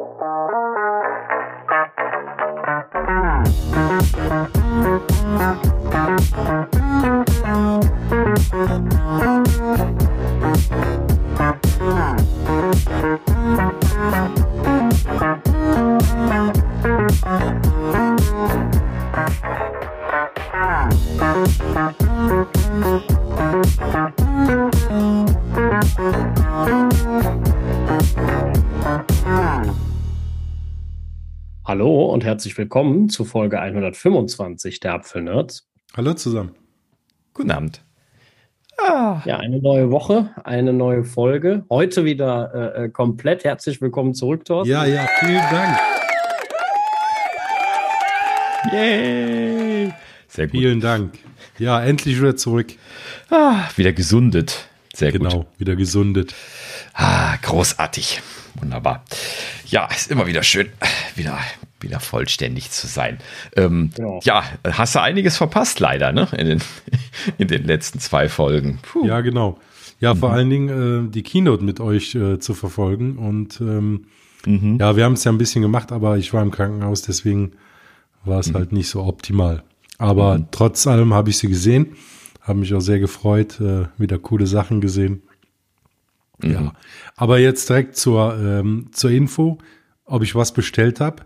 Hallo und herzlich willkommen zu Folge 125 der Apfelnerds. Hallo zusammen. Guten Abend. Ja, eine neue Woche, eine neue Folge. Heute wieder komplett. Herzlich willkommen zurück, Thorsten. Ja, vielen Dank. Yay! Sehr gut. Vielen Dank. Ja, endlich wieder zurück. Wieder gesundet. Sehr gut. Genau, wieder gesundet. Großartig. Wunderbar. Ja, ist immer wieder schön, wieder vollständig zu sein. Genau. Ja, hast du einiges verpasst, leider, ne? In den letzten 2 Folgen. Puh. Ja, genau. Ja, vor allen Dingen die Keynote mit euch zu verfolgen. Und ja, wir haben es ja ein bisschen gemacht, aber ich war im Krankenhaus, deswegen war es halt nicht so optimal. Aber trotz allem habe ich sie gesehen, habe mich auch sehr gefreut, wieder coole Sachen gesehen. Ja, aber jetzt direkt zur Info, ob ich was bestellt habe.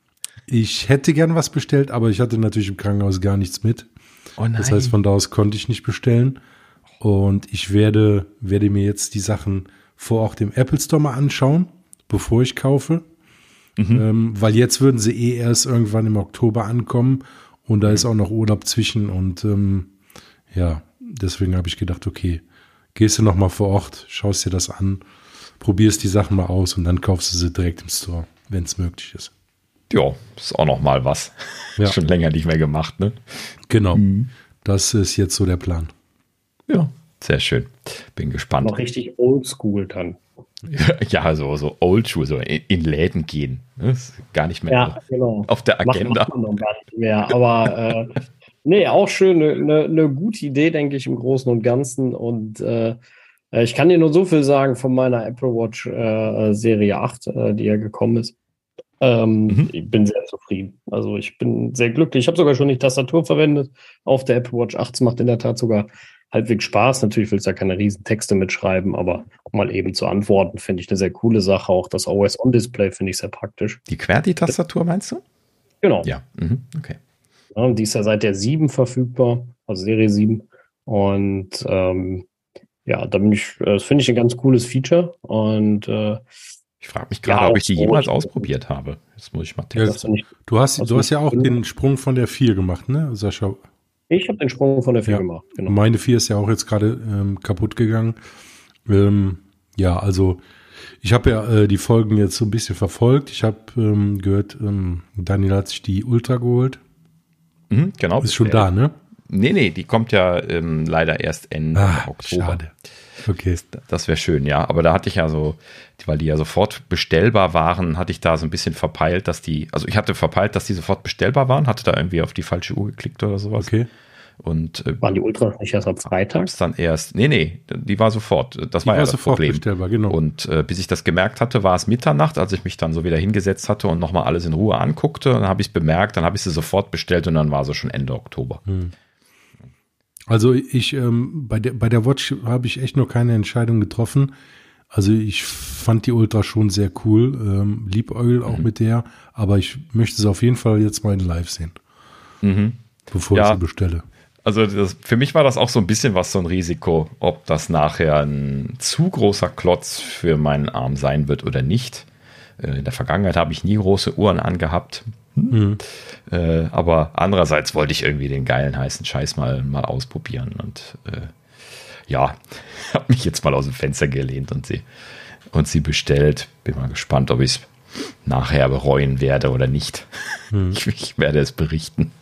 Ich hätte gern was bestellt, aber ich hatte natürlich im Krankenhaus gar nichts mit. Oh nein. Das heißt, von da aus konnte ich nicht bestellen. Und ich werde mir jetzt die Sachen vor Ort im Apple Store mal anschauen, bevor ich kaufe. Weil jetzt würden sie erst irgendwann im Oktober ankommen und da ist auch noch Urlaub zwischen. Und ja, deswegen habe ich gedacht, okay, gehst du noch mal vor Ort, schaust dir das an, probierst die Sachen mal aus und dann kaufst du sie direkt im Store, wenn es möglich ist. Ja, ist auch noch mal was. Ja. Schon länger nicht mehr gemacht, ne? Genau, das ist jetzt so der Plan. Ja, sehr schön. Bin gespannt. Noch richtig oldschool dann. Ja, so Oldschool, so in Läden gehen. Ne? Ist gar nicht mehr genau. auf der Agenda. Macht man noch gar nicht mehr, aber nee, auch schön, eine gute Idee, denke ich, im Großen und Ganzen. Und ich kann dir nur so viel sagen von meiner Apple Watch Serie 8, die ja gekommen ist. Ich bin sehr zufrieden. Also ich bin sehr glücklich. Ich habe sogar schon die Tastatur verwendet auf der Apple Watch 8. Es macht in der Tat sogar halbwegs Spaß. Natürlich willst du ja keine riesen Texte mitschreiben, aber mal eben zu antworten, finde ich eine sehr coole Sache. Auch das Always-On-Display finde ich sehr praktisch. Die QWERTY-Tastatur meinst du? Genau. Ja, okay. Ja, die ist ja seit der 7 verfügbar, also Serie 7. Und ja, da bin ich, das finde ich ein ganz cooles Feature. Und ich frage mich gerade, ob ich die jemals ausprobiert habe. Jetzt muss ich mal testen. Ja, du hast ja auch den Sprung von der 4 gemacht, ne, Sascha? Ich habe den Sprung von der 4 gemacht. Genau. Meine 4 ist ja auch jetzt gerade kaputt gegangen. Ja, also ich habe ja die Folgen jetzt so ein bisschen verfolgt. Ich habe gehört, Daniel hat sich die Ultra geholt. Genau. Ist schon da, ne? Nee, die kommt ja leider erst Ende Oktober. Schade. Okay. Das wäre schön, ja. Aber da hatte ich ja so, weil die ja sofort bestellbar waren, hatte ich da so ein bisschen verpeilt, dass die sofort bestellbar waren, hatte da irgendwie auf die falsche Uhr geklickt oder sowas. Okay. Und waren die Ultras nicht erst am Freitag? Dann erst, nee, die war sofort. Das war ja das Problem. Bestellbar, genau. Und bis ich das gemerkt hatte, war es Mitternacht, als ich mich dann so wieder hingesetzt hatte und nochmal alles in Ruhe anguckte. Und dann habe ich es bemerkt, dann habe ich sie sofort bestellt und dann war sie schon Ende Oktober. Also ich, bei der Watch habe ich echt noch keine Entscheidung getroffen. Also ich fand die Ultra schon sehr cool, liebäugel auch mit der, aber ich möchte sie auf jeden Fall jetzt mal in live sehen, bevor ich sie bestelle. Also für mich war das auch so ein bisschen so ein Risiko, ob das nachher ein zu großer Klotz für meinen Arm sein wird oder nicht. In der Vergangenheit habe ich nie große Uhren angehabt. Aber andererseits wollte ich irgendwie den geilen heißen Scheiß mal ausprobieren und ja, habe mich jetzt mal aus dem Fenster gelehnt und sie bestellt. Bin mal gespannt, ob ich es nachher bereuen werde oder nicht. Ich werde es berichten.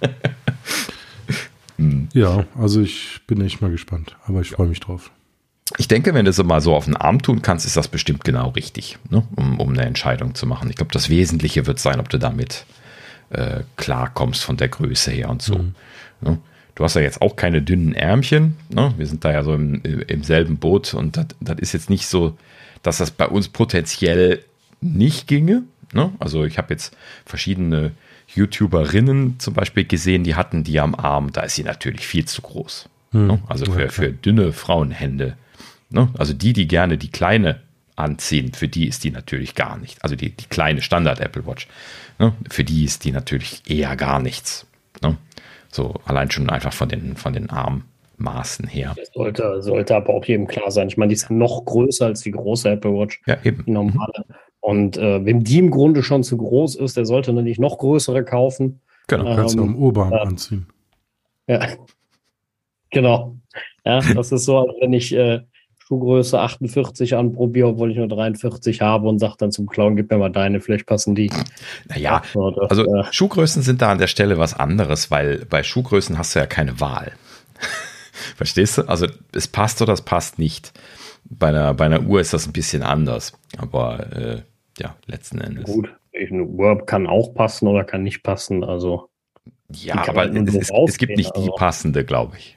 Ja, also ich bin echt mal gespannt, aber ich freue mich drauf. Ich denke, wenn du es mal so auf den Arm tun kannst, ist das bestimmt genau richtig, ne? um eine Entscheidung zu machen. Ich glaube, das Wesentliche wird sein, ob du damit klarkommst von der Größe her und so. Ne? Du hast ja jetzt auch keine dünnen Ärmchen. Ne? Wir sind da ja so im selben Boot und das ist jetzt nicht so, dass das bei uns potenziell nicht ginge. Ne? Also ich habe jetzt verschiedene YouTuberinnen zum Beispiel gesehen, die hatten die am Arm, da ist sie natürlich viel zu groß. Ne? Also für dünne Frauenhände. Ne? Also die gerne die kleine anziehen, für die ist die natürlich gar nicht. Also die kleine Standard Apple Watch, ne? Für die ist die natürlich eher gar nichts. Ne? So allein schon einfach von den Armmaßen her. Das sollte aber auch jedem klar sein. Ich meine, die ist noch größer als die große Apple Watch. Ja, eben. Die normale. Und wem die im Grunde schon zu groß ist, der sollte dann nicht noch größere kaufen. Genau. Kannst du am Oberarm anziehen. Ja, genau. Ja, das ist so, als wenn ich Schuhgröße 48 anprobiere, obwohl ich nur 43 habe und sage dann zum Clown, gib mir mal deine, vielleicht passen die. Naja, also Schuhgrößen sind da an der Stelle was anderes, weil bei Schuhgrößen hast du ja keine Wahl. Verstehst du? Also es passt oder es passt nicht. Bei einer Uhr ist das ein bisschen anders, aber ja, letzten Endes. Gut, eine Uhr kann auch passen oder kann nicht passen, also. Ja, aber es gibt nicht die passende, glaube ich.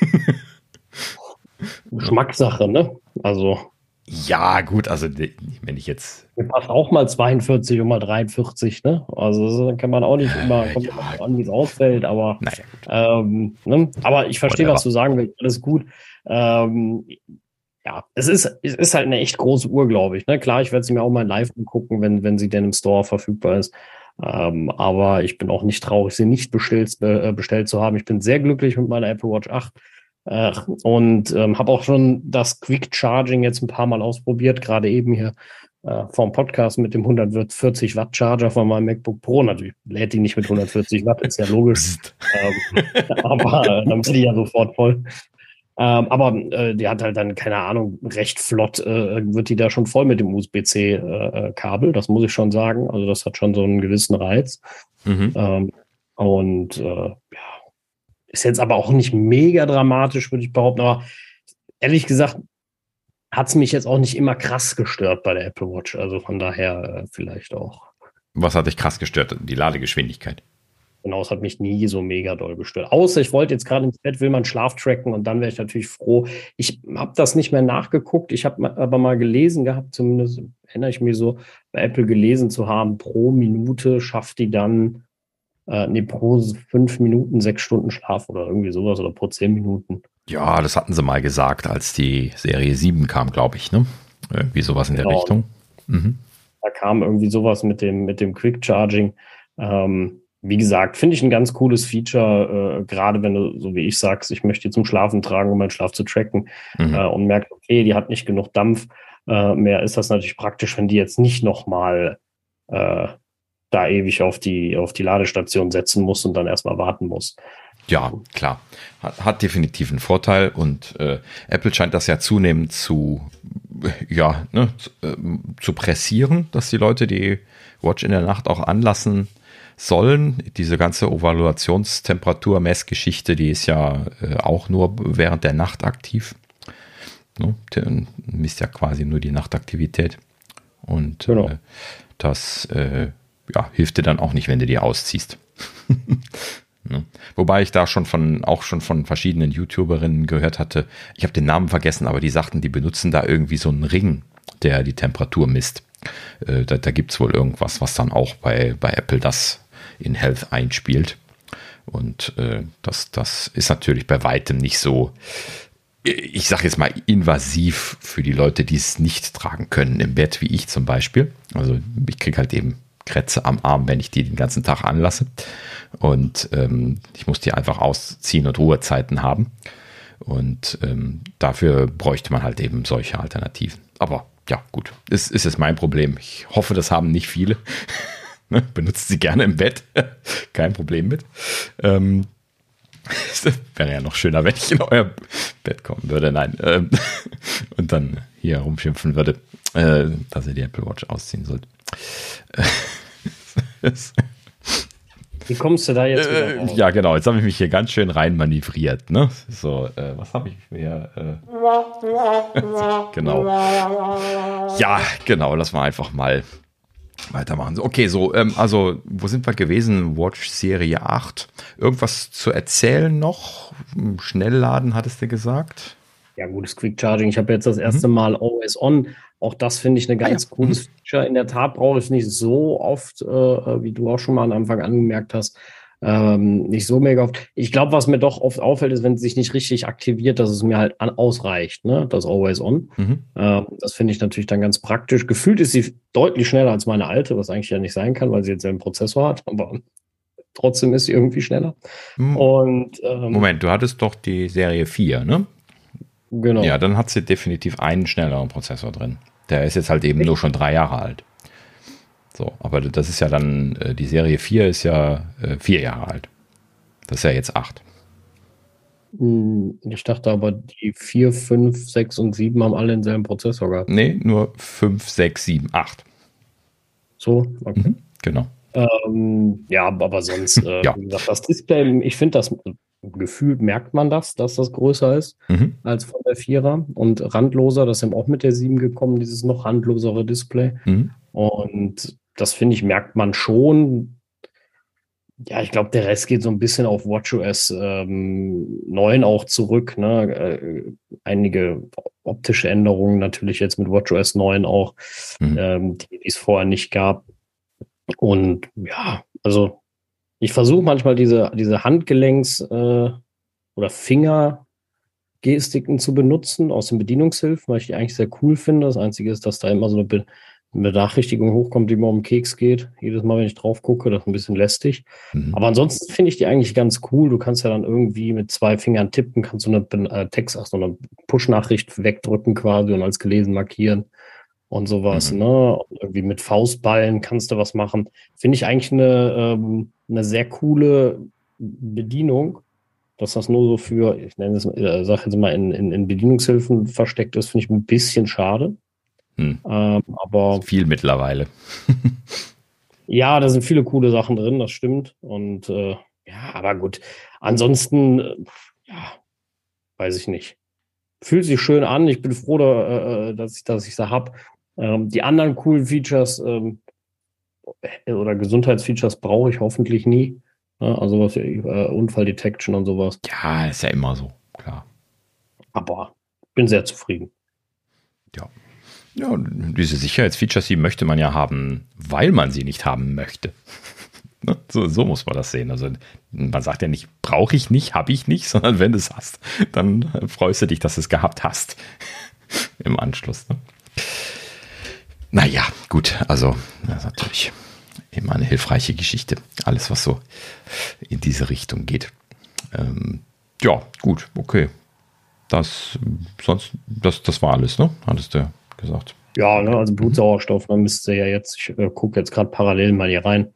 Geschmackssache, ne? Also. Ja, gut, also wenn ich jetzt. Mir passt auch mal 42 und mal 43, ne? Also das kann man auch nicht immer, kommt an, wie es ausfällt, aber. Naja, ne? Aber ich verstehe, was du sagen willst, alles gut. Ja, es ist halt eine echt große Uhr, glaube ich. Ne? Klar, ich werde sie mir auch mal live angucken, wenn sie denn im Store verfügbar ist. Aber ich bin auch nicht traurig, sie nicht bestellt zu haben. Ich bin sehr glücklich mit meiner Apple Watch 8 und habe auch schon das Quick Charging jetzt ein paar Mal ausprobiert, gerade eben hier vom Podcast mit dem 140 Watt Charger von meinem MacBook Pro. Natürlich lädt die nicht mit 140 Watt, ist ja logisch. Aber dann bin ich ja sofort voll. Aber die hat halt dann, keine Ahnung, recht flott wird die da schon voll mit dem USB-C Kabel, das muss ich schon sagen. Also das hat schon so einen gewissen Reiz. Und ja, ist jetzt aber auch nicht mega dramatisch, würde ich behaupten. Aber ehrlich gesagt hat es mich jetzt auch nicht immer krass gestört bei der Apple Watch. Also von daher vielleicht auch. Was hat dich krass gestört? Die Ladegeschwindigkeit. Genau, es hat mich nie so mega doll gestört. Außer ich wollte jetzt gerade ins Bett, will man Schlaf tracken und dann wäre ich natürlich froh. Ich habe das nicht mehr nachgeguckt. Ich habe aber mal gelesen gehabt, zumindest erinnere ich mich so, bei Apple gelesen zu haben, pro Minute schafft die dann, pro 5 Minuten 6 Stunden Schlaf oder irgendwie sowas oder pro 10 Minuten. Ja, das hatten sie mal gesagt, als die Serie 7 kam, glaube ich, ne? Irgendwie sowas in der Richtung. Da kam irgendwie sowas mit dem Quick Charging. Wie gesagt, finde ich ein ganz cooles Feature, gerade wenn du, so wie ich sagst, ich möchte die zum Schlafen tragen, um meinen Schlaf zu tracken und merke, okay, die hat nicht genug Dampf mehr, ist das natürlich praktisch, wenn die jetzt nicht nochmal da ewig auf die Ladestation setzen muss und dann erstmal warten muss. Ja, klar. Hat definitiv einen Vorteil und Apple scheint das ja zunehmend zu pressieren, dass die Leute die Watch in der Nacht auch anlassen sollen. Diese ganze Evaluationstemperatur-Messgeschichte, die ist ja auch nur während der Nacht aktiv. Ne? Misst ja quasi nur die Nachtaktivität. Und genau. Das hilft dir dann auch nicht, wenn du die ausziehst. Ne? Wobei ich da schon von verschiedenen YouTuberinnen gehört hatte, ich habe den Namen vergessen, aber die sagten, die benutzen da irgendwie so einen Ring, der die Temperatur misst. Da gibt es wohl irgendwas, was dann auch bei Apple das in Health einspielt. Und das ist natürlich bei weitem nicht so, ich sage jetzt mal, invasiv für die Leute, die es nicht tragen können im Bett, wie ich zum Beispiel. Also ich kriege halt eben Krätze am Arm, wenn ich die den ganzen Tag anlasse. Und ich muss die einfach ausziehen und Ruhezeiten haben. Und dafür bräuchte man halt eben solche Alternativen. Aber ja, gut, ist jetzt mein Problem. Ich hoffe, das haben nicht viele. Benutzt sie gerne im Bett. Kein Problem mit. Wäre ja noch schöner, wenn ich in euer Bett kommen würde. Nein. Und dann hier rumschimpfen würde, dass ihr die Apple Watch ausziehen sollt. Wie kommst du da jetzt wieder raus? Ja, genau. Jetzt habe ich mich hier ganz schön rein manövriert. Ne? So, was habe ich hier? Genau. Ja, genau. Lass mal einfach mal weitermachen. Okay, so, also, wo sind wir gewesen? Watch Serie 8. Irgendwas zu erzählen noch? Schnellladen, hattest du gesagt? Ja, gutes Quick Charging. Ich habe jetzt das erste Mal Always On Auch das finde ich eine ganz cooles Feature. In der Tat brauche ich es nicht so oft, wie du auch schon mal am Anfang angemerkt hast. Nicht so mega oft. Ich glaube, was mir doch oft auffällt, ist, wenn es sich nicht richtig aktiviert, dass es mir halt ausreicht, ne? Das Always On. Das finde ich natürlich dann ganz praktisch. Gefühlt ist sie deutlich schneller als meine alte, was eigentlich ja nicht sein kann, weil sie jetzt ja einen Prozessor hat, aber trotzdem ist sie irgendwie schneller. Und Moment, du hattest doch die Serie 4, ne? Genau. Ja, dann hat sie definitiv einen schnelleren Prozessor drin. Der ist jetzt halt eben nur schon 3 Jahre alt. So, aber das ist ja dann, die Serie 4 ist ja 4 Jahre alt. Das ist ja jetzt 8. Ich dachte aber, die 4, 5, 6 und 7 haben alle denselben Prozessor gehabt. Nee, nur 5, 6, 7, 8. So, okay. Genau. Ja, aber sonst, Ja. wie gesagt, das Display, ich finde das gefühlt merkt man das, dass das größer ist als von der 4er und randloser. Das ist eben auch mit der 7 gekommen, dieses noch randlosere Display. Und das, finde ich, merkt man schon. Ja, ich glaube, der Rest geht so ein bisschen auf WatchOS 9 auch zurück. Ne? Einige optische Änderungen natürlich jetzt mit WatchOS 9 auch, die es vorher nicht gab. Und ja, also ich versuche manchmal diese Handgelenks- oder Fingergestiken zu benutzen aus den Bedienungshilfen, weil ich die eigentlich sehr cool finde. Das Einzige ist, dass da immer so eine Benachrichtigung hochkommt, die mir um den Keks geht. Jedes Mal, wenn ich drauf gucke, das ist ein bisschen lästig. Aber ansonsten finde ich die eigentlich ganz cool. Du kannst ja dann irgendwie mit 2 Fingern tippen, kannst so eine so eine Push-Nachricht wegdrücken quasi und als gelesen markieren und sowas. Ne? Und irgendwie mit Faustballen kannst du was machen. Finde ich eigentlich eine sehr coole Bedienung, dass das nur so für, ich nenne es, sag jetzt mal, in Bedienungshilfen versteckt ist, finde ich ein bisschen schade. Aber viel mittlerweile. ja, da sind viele coole Sachen drin, das stimmt. Und ja, aber gut. Ansonsten, ja, weiß ich nicht. Fühlt sich schön an. Ich bin froh, dass ich sie habe. Die anderen coolen Features oder Gesundheitsfeatures brauche ich hoffentlich nie. Also was Unfalldetection und sowas. Ja, ist ja immer so, klar. Aber bin sehr zufrieden. Ja, diese Sicherheitsfeatures, die möchte man ja haben, weil man sie nicht haben möchte. So muss man das sehen. Also man sagt ja nicht, brauche ich nicht, habe ich nicht, sondern wenn du es hast, dann freust du dich, dass du es gehabt hast im Anschluss. Ne? Naja, gut, also das ist natürlich immer eine hilfreiche Geschichte. Alles, was so in diese Richtung geht. Ja, gut, okay. Das war alles, ne? Hattest du gesagt. Ja, ne, also Blutsauerstoff, man müsste ja jetzt, ich gucke jetzt gerade parallel mal hier rein,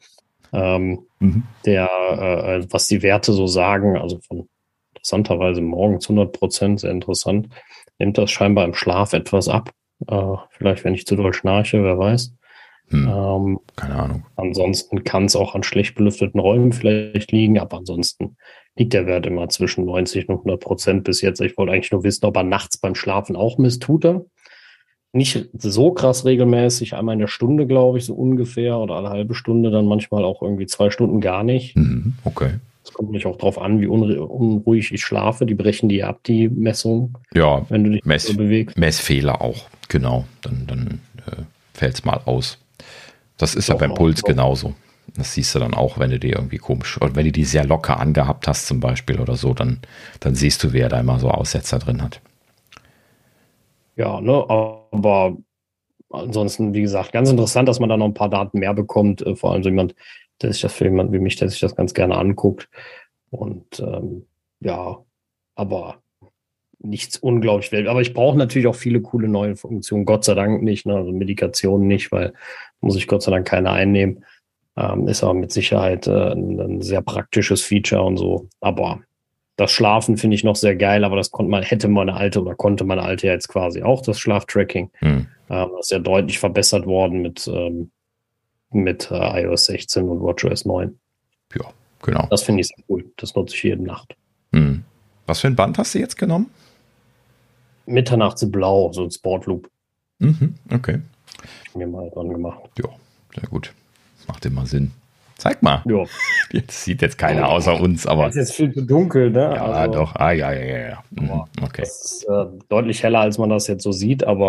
was die Werte so sagen, also von interessanterweise morgens 100%, sehr interessant, nimmt das scheinbar im Schlaf etwas ab. Vielleicht, wenn ich zu doll schnarche, wer weiß. Keine Ahnung. Ansonsten kann es auch an schlecht belüfteten Räumen vielleicht liegen, aber ansonsten liegt der Wert immer zwischen 90 und 100% bis jetzt. Ich wollte eigentlich nur wissen, ob er nachts beim Schlafen auch misst. Tut er. Nicht so krass regelmäßig, einmal in der Stunde, glaube ich, so ungefähr, oder alle halbe Stunde, dann manchmal auch irgendwie 2 Stunden gar nicht. Okay. Es kommt mich auch drauf an, wie unruhig ich schlafe. Die brechen die ab, die Messung. Ja, wenn du dich so bewegst. Messfehler auch, genau. Dann fällt es mal aus. Das ist ja beim Puls genauso. Das siehst du dann auch, wenn du die irgendwie komisch, oder wenn du die sehr locker angehabt hast zum Beispiel oder so, dann siehst du, wer da immer so Aussetzer drin hat. Ja, ne, aber ansonsten, wie gesagt, ganz interessant, dass man da noch ein paar Daten mehr bekommt, vor allem so jemand wie mich, der sich das ganz gerne anguckt. Und ja, aber nichts unglaublich wild. Aber ich brauche natürlich auch viele coole neue Funktionen, Gott sei Dank nicht, ne, also Medikationen nicht, weil muss ich Gott sei Dank keine einnehmen. Ist aber mit Sicherheit ein sehr praktisches Feature und so. Aber das Schlafen finde ich noch sehr geil, aber das konnte meine alte jetzt quasi auch, das Schlaftracking. Das ist ja deutlich verbessert worden mit iOS 16 und WatchOS 9. Ja, genau. Das finde ich sehr cool. Das nutze ich jede Nacht. Was für ein Band hast du jetzt genommen? Mitternachtsblau, so ein Sportloop. Okay. Hab ich mir mal dran gemacht. Ja, sehr gut. Macht immer Sinn. Zeig mal. Ja. Jetzt sieht jetzt keiner außer uns, aber. Das ist jetzt viel zu dunkel, ne? Ja, also, doch. Ja. Okay. Das ist deutlich heller, als man das jetzt so sieht, aber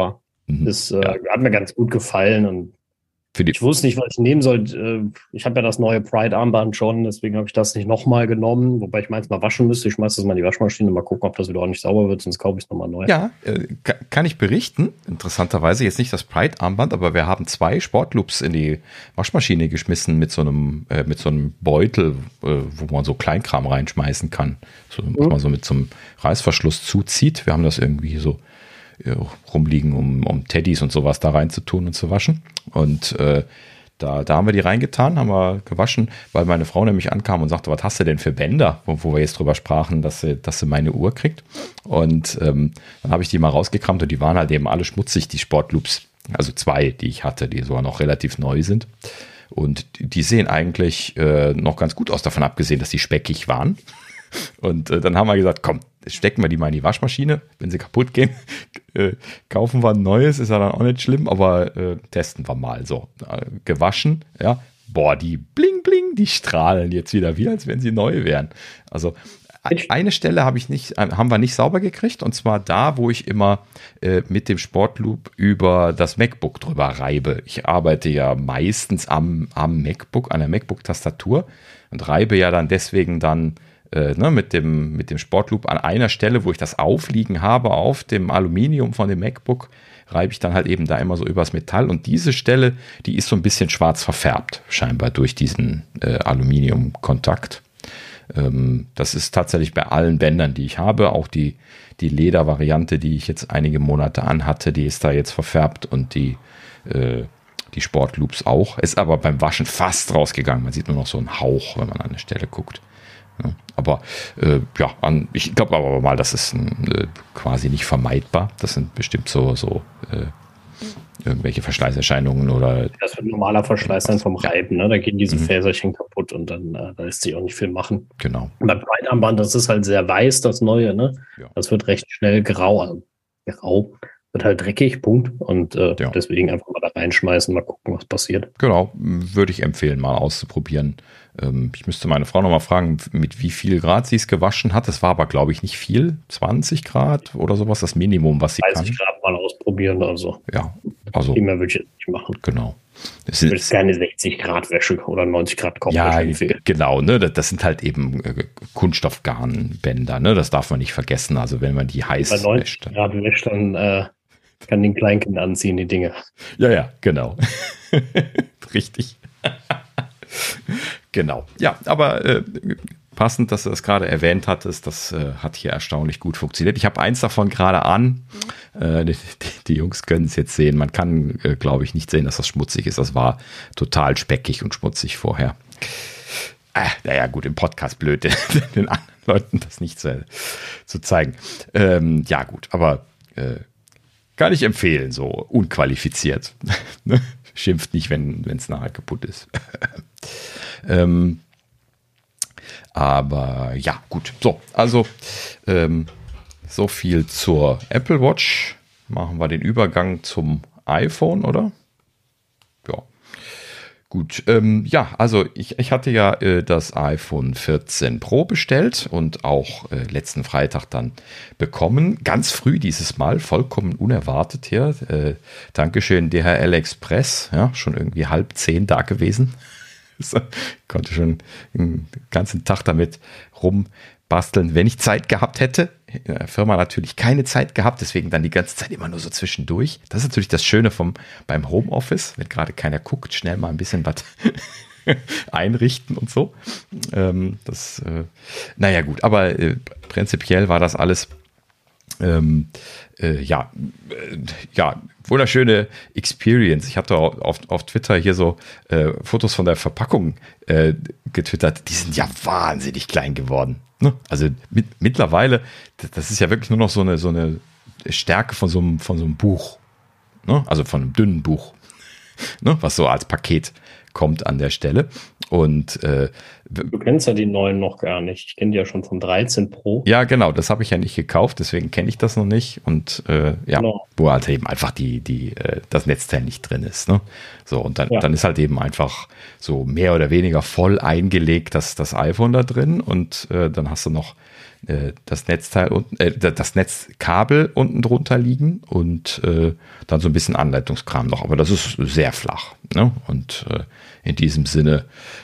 Das hat mir ganz gut gefallen und ich wusste nicht, was ich nehmen soll. Ich habe ja das neue Pride-Armband schon, deswegen habe ich das nicht nochmal genommen, wobei ich meins mal waschen müsste. Ich schmeiße das mal in die Waschmaschine, mal gucken, ob das wieder ordentlich sauber wird, sonst kaufe ich es nochmal neu. Ja, kann ich berichten. Interessanterweise jetzt nicht das Pride-Armband, aber wir haben 2 Sportloops in die Waschmaschine geschmissen mit so einem Beutel, wo man so Kleinkram reinschmeißen kann. Was man so mit so einem Reißverschluss zuzieht. Wir haben das irgendwie so rumliegen, um Teddys und sowas da rein zu tun und zu waschen. Und da haben wir die reingetan, haben wir gewaschen, weil meine Frau nämlich ankam und sagte, was hast du denn für Bänder, wo wir jetzt drüber sprachen, dass sie meine Uhr kriegt. Und dann habe ich die mal rausgekramt und die waren halt eben alle schmutzig, die Sportloops. Also 2, die ich hatte, die sogar noch relativ neu sind. Und die sehen eigentlich noch ganz gut aus, davon abgesehen, dass die speckig waren. Und dann haben wir gesagt, komm, stecken wir die mal in die Waschmaschine. Wenn sie kaputt gehen, kaufen wir ein neues, ist ja dann auch nicht schlimm, aber testen wir mal. So, gewaschen, ja. Boah, die bling bling, die strahlen jetzt wieder wie, als wenn sie neu wären. Also eine Stelle haben wir nicht sauber gekriegt, und zwar da, wo ich immer mit dem Sportloop über das MacBook drüber reibe. Ich arbeite ja meistens am MacBook, an der MacBook-Tastatur und reibe ja dann deswegen mit dem Sportloop an einer Stelle, wo ich das aufliegen habe auf dem Aluminium von dem MacBook, reibe ich dann halt eben da immer so übers Metall, und diese Stelle, die ist so ein bisschen schwarz verfärbt, scheinbar durch diesen Aluminiumkontakt. Das ist tatsächlich bei allen Bändern, die ich habe, auch die Ledervariante, die ich jetzt einige Monate anhatte, die ist da jetzt verfärbt, und die Sportloops auch. Ist aber beim Waschen fast rausgegangen. Man sieht nur noch so einen Hauch, wenn man an eine Stelle guckt. Ja, aber ich glaube aber mal, das ist quasi nicht vermeidbar. Das sind bestimmt so irgendwelche Verschleißerscheinungen oder. Das wird ein normaler Verschleiß sein vom Reiben, ne? Da gehen diese Fäserchen kaputt und dann da lässt sich auch nicht viel machen. Genau. Und beim Pride-Armband, das ist halt sehr weiß, das Neue, ne? Ja. Das wird recht schnell grau, wird halt dreckig, Punkt. Und deswegen einfach mal da reinschmeißen, mal gucken, was passiert. Genau, würde ich empfehlen, mal auszuprobieren. Ich müsste meine Frau nochmal fragen, mit wie viel Grad sie es gewaschen hat. Das war aber, glaube ich, nicht viel. 20 Grad oder sowas, das Minimum, was sie 30 Grad mal ausprobieren, also. Ja, also. Viel mehr würde ich jetzt nicht machen. Genau. Das ist keine 60 Grad Wäsche oder 90 Grad Kochwäsche. Ja, genau, ne? Das sind halt eben Kunststoffgarnbänder, ne? Das darf man nicht vergessen. Also wenn man die heiß wäscht. Bei 90 Grad wäscht, dann kann den Kleinkind anziehen, die Dinge. Ja, genau. Richtig. Genau. Ja, aber passend, dass du das gerade erwähnt hattest, das hat hier erstaunlich gut funktioniert. Ich habe eins davon gerade an. Die Jungs können es jetzt sehen. Man kann, glaube ich, nicht sehen, dass das schmutzig ist. Das war total speckig und schmutzig vorher. Naja, gut, im Podcast blöd, den anderen Leuten das nicht zu zeigen. Ja, gut, aber kann ich empfehlen, so unqualifiziert. Schimpft nicht, wenn es nachher kaputt ist. Aber ja, gut. So, also so viel zur Apple Watch. Machen wir den Übergang zum iPhone, oder? Ja. Gut, also ich hatte ja das iPhone 14 Pro bestellt und auch letzten Freitag dann bekommen. Ganz früh dieses Mal, vollkommen unerwartet hier. Dankeschön DHL Express, ja, schon irgendwie 9:30 da gewesen. Konnte schon den ganzen Tag damit rumbasteln, wenn ich Zeit gehabt hätte. In der Firma natürlich keine Zeit gehabt, deswegen dann die ganze Zeit immer nur so zwischendurch. Das ist natürlich das Schöne beim Homeoffice, wenn gerade keiner guckt, schnell mal ein bisschen was einrichten und so. Naja gut, aber prinzipiell war das alles wunderschöne Experience. Ich hatte auf Twitter hier so Fotos von der Verpackung getwittert. Die sind ja wahnsinnig klein geworden. Ne? Also mittlerweile, das ist ja wirklich nur noch so eine Stärke von so einem Buch. Ne? Also von einem dünnen Buch. Ne? Was so als Paket kommt an der Stelle. Und du kennst ja die neuen noch gar nicht. Ich kenne die ja schon vom 13 Pro. Ja, genau, das habe ich ja nicht gekauft, deswegen kenne ich das noch nicht. Und genau. Wo halt eben einfach das Netzteil nicht drin ist. Ne? So, und dann ist halt eben einfach so mehr oder weniger voll eingelegt das iPhone da drin, und dann hast du noch das Netzteil das Netzkabel unten drunter liegen und dann so ein bisschen Anleitungskram noch. Aber das ist sehr flach. Ne? Und in diesem Sinne,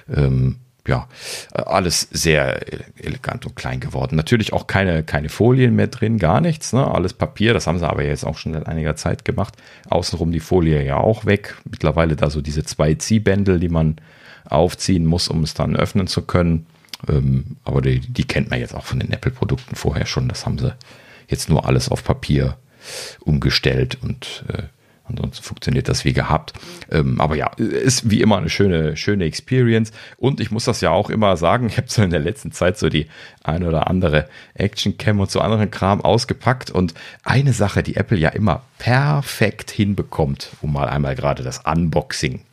alles sehr elegant und klein geworden. Natürlich auch keine Folien mehr drin, gar nichts. Ne? Alles Papier, das haben sie aber jetzt auch schon seit einiger Zeit gemacht. Außenrum die Folie ja auch weg. Mittlerweile da so diese 2 Ziehbändel, die man aufziehen muss, um es dann öffnen zu können. Aber die kennt man jetzt auch von den Apple-Produkten vorher schon. Das haben sie jetzt nur alles auf Papier umgestellt und ansonsten funktioniert das wie gehabt. Aber ja, ist wie immer eine schöne Experience. Und ich muss das ja auch immer sagen, ich habe so in der letzten Zeit so die ein oder andere Action-Cam und so anderen Kram ausgepackt. Und eine Sache, die Apple ja immer perfekt hinbekommt, um mal einmal gerade das Unboxing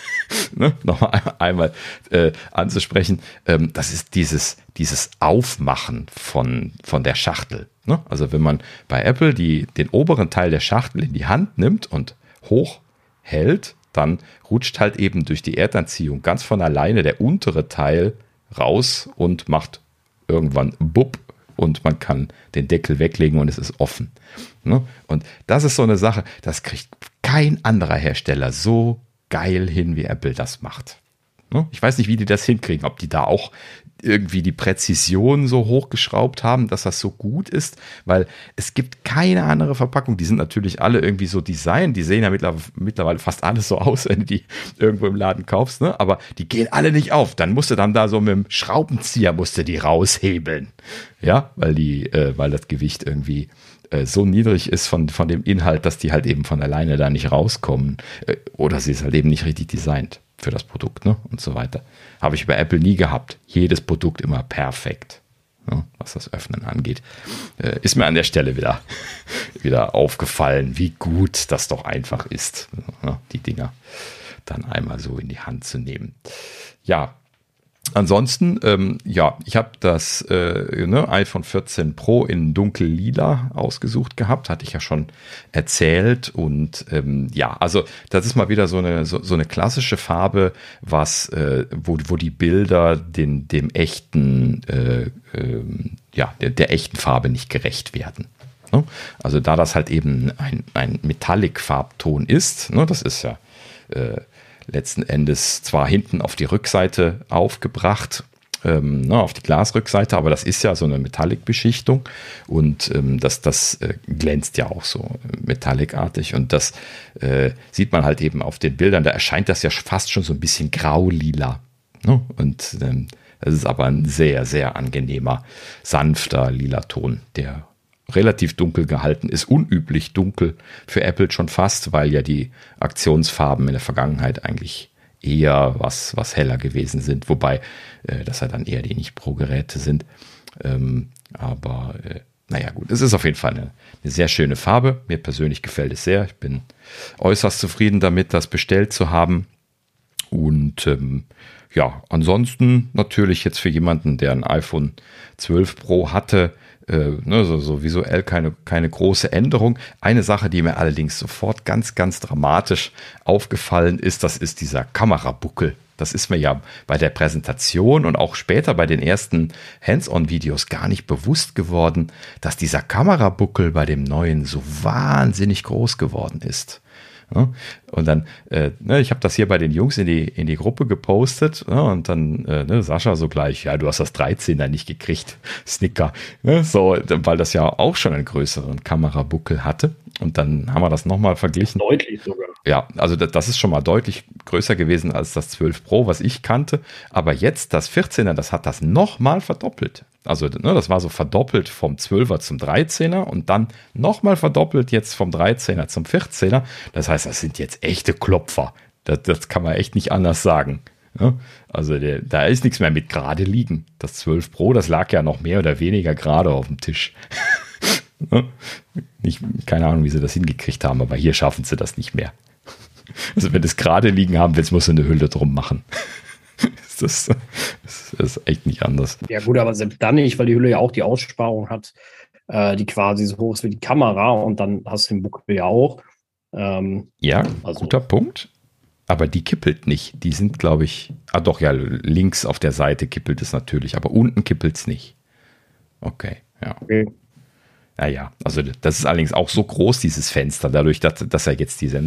noch einmal anzusprechen, das ist dieses Aufmachen von der Schachtel. Ne? Also wenn man bei Apple den oberen Teil der Schachtel in die Hand nimmt und hoch hält, dann rutscht halt eben durch die Erdanziehung ganz von alleine der untere Teil raus und macht irgendwann bupp und man kann den Deckel weglegen und es ist offen. Ne? Und das ist so eine Sache, das kriegt kein anderer Hersteller so geil hin, wie Apple das macht. Ich weiß nicht, wie die das hinkriegen, ob die da auch irgendwie die Präzision so hochgeschraubt haben, dass das so gut ist, weil es gibt keine andere Verpackung. Die sind natürlich alle irgendwie so designt, die sehen ja mittlerweile fast alles so aus, wenn du die irgendwo im Laden kaufst, ne? Aber die gehen alle nicht auf. Dann musst du dann da so mit dem Schraubenzieher die raushebeln. Ja, weil das Gewicht irgendwie so niedrig ist von dem Inhalt, dass die halt eben von alleine da nicht rauskommen. Oder sie ist halt eben nicht richtig designt für das Produkt, ne? Und so weiter. Habe ich bei Apple nie gehabt. Jedes Produkt immer perfekt, ne? Was das Öffnen angeht. Ist mir an der Stelle wieder aufgefallen, wie gut das doch einfach ist, ne? Die Dinger dann einmal so in die Hand zu nehmen. Ja, ansonsten, ich habe das iPhone 14 Pro in dunkel-lila ausgesucht gehabt, hatte ich ja schon erzählt. Und also das ist mal wieder so eine klassische Farbe, wo die Bilder dem echten, der echten Farbe nicht gerecht werden. Ne? Also da das halt eben ein Metallic-Farbton ist, ne, das ist ja letzten Endes zwar hinten auf die Rückseite aufgebracht, auf die Glasrückseite, aber das ist ja so eine Metallic-Beschichtung und das glänzt ja auch so metallicartig und das sieht man halt eben auf den Bildern, da erscheint das ja fast schon so ein bisschen grau-lila. Ne? Und das ist aber ein sehr, sehr angenehmer, sanfter lila Ton, der relativ dunkel gehalten ist, unüblich dunkel für Apple schon fast, weil ja die Aktionsfarben in der Vergangenheit eigentlich eher was heller gewesen sind, wobei das halt dann eher die Nicht-Pro-Geräte sind. Aber naja gut, es ist auf jeden Fall eine sehr schöne Farbe. Mir persönlich gefällt es sehr. Ich bin äußerst zufrieden damit, das bestellt zu haben. Und ansonsten natürlich jetzt für jemanden, der ein iPhone 12 Pro hatte, so visuell keine große Änderung. Eine Sache, die mir allerdings sofort ganz, ganz dramatisch aufgefallen ist, das ist dieser Kamerabuckel. Das ist mir ja bei der Präsentation und auch später bei den ersten Hands-on-Videos gar nicht bewusst geworden, dass dieser Kamerabuckel bei dem neuen so wahnsinnig groß geworden ist. Ja, und dann, ich habe das hier bei den Jungs in die Gruppe gepostet, und dann Sascha so gleich, ja, du hast das 13er nicht gekriegt, Snicker, so, weil das ja auch schon einen größeren Kamerabuckel hatte. Und dann haben wir das nochmal verglichen. Deutlich sogar. Ja, also das ist schon mal deutlich größer gewesen als das 12 Pro, was ich kannte. Aber jetzt das 14er, das hat das nochmal verdoppelt. Also das war so verdoppelt vom 12er zum 13er und dann nochmal verdoppelt jetzt vom 13er zum 14er. Das heißt, das sind jetzt echte Klopfer. Das kann man echt nicht anders sagen. Ja? Also da ist nichts mehr mit gerade liegen. Das 12 Pro, das lag ja noch mehr oder weniger gerade auf dem Tisch. Keine Ahnung, wie sie das hingekriegt haben, aber hier schaffen sie das nicht mehr. Also wenn du es gerade liegen haben willst, musst du eine Hülle drum machen. Das ist echt nicht anders. Ja gut, aber selbst dann nicht, weil die Hülle ja auch die Aussparung hat, die quasi so hoch ist wie die Kamera und dann hast du den Buckel ja auch. Guter Punkt. Aber die kippelt nicht. Die sind, glaube ich, links auf der Seite kippelt es natürlich, aber unten kippelt es nicht. Okay. Ja. Okay. Naja, also das ist allerdings auch so groß, dieses Fenster, dadurch, dass ja jetzt die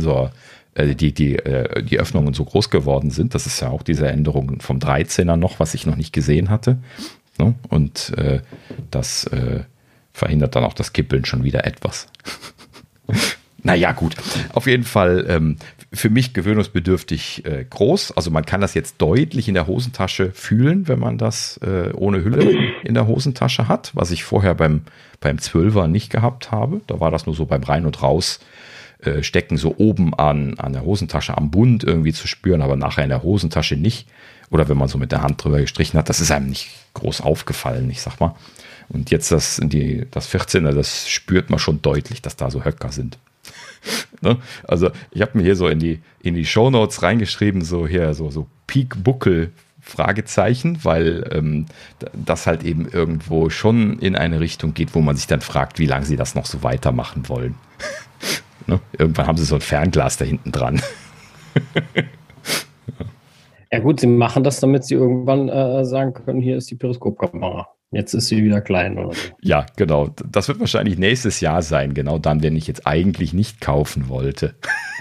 die Öffnungen so groß geworden sind. Das ist ja auch diese Änderung vom 13er noch, was ich noch nicht gesehen hatte. Ne? Und das verhindert dann auch das Kippeln schon wieder etwas. Naja, gut. Auf jeden Fall für mich gewöhnungsbedürftig groß. Also man kann das jetzt deutlich in der Hosentasche fühlen, wenn man das ohne Hülle in der Hosentasche hat, was ich vorher beim 12er nicht gehabt habe. Da war das nur so beim Rein- und Raus stecken, so oben an der Hosentasche am Bund irgendwie zu spüren, aber nachher in der Hosentasche nicht. Oder wenn man so mit der Hand drüber gestrichen hat, das ist einem nicht groß aufgefallen, ich sag mal. Und jetzt das 14er, das spürt man schon deutlich, dass da so Höcker sind. Ne? Also ich habe mir hier so in die Shownotes reingeschrieben, so hier so Peak-Buckel Fragezeichen, weil das halt eben irgendwo schon in eine Richtung geht, wo man sich dann fragt, wie lange sie das noch so weitermachen wollen. Ne? Irgendwann haben sie so ein Fernglas da hinten dran. Ja gut, sie machen das, damit sie irgendwann sagen können, hier ist die Periskopkamera. Jetzt ist sie wieder klein oder so. Ja, genau. Das wird wahrscheinlich nächstes Jahr sein, genau dann, wenn ich jetzt eigentlich nicht kaufen wollte.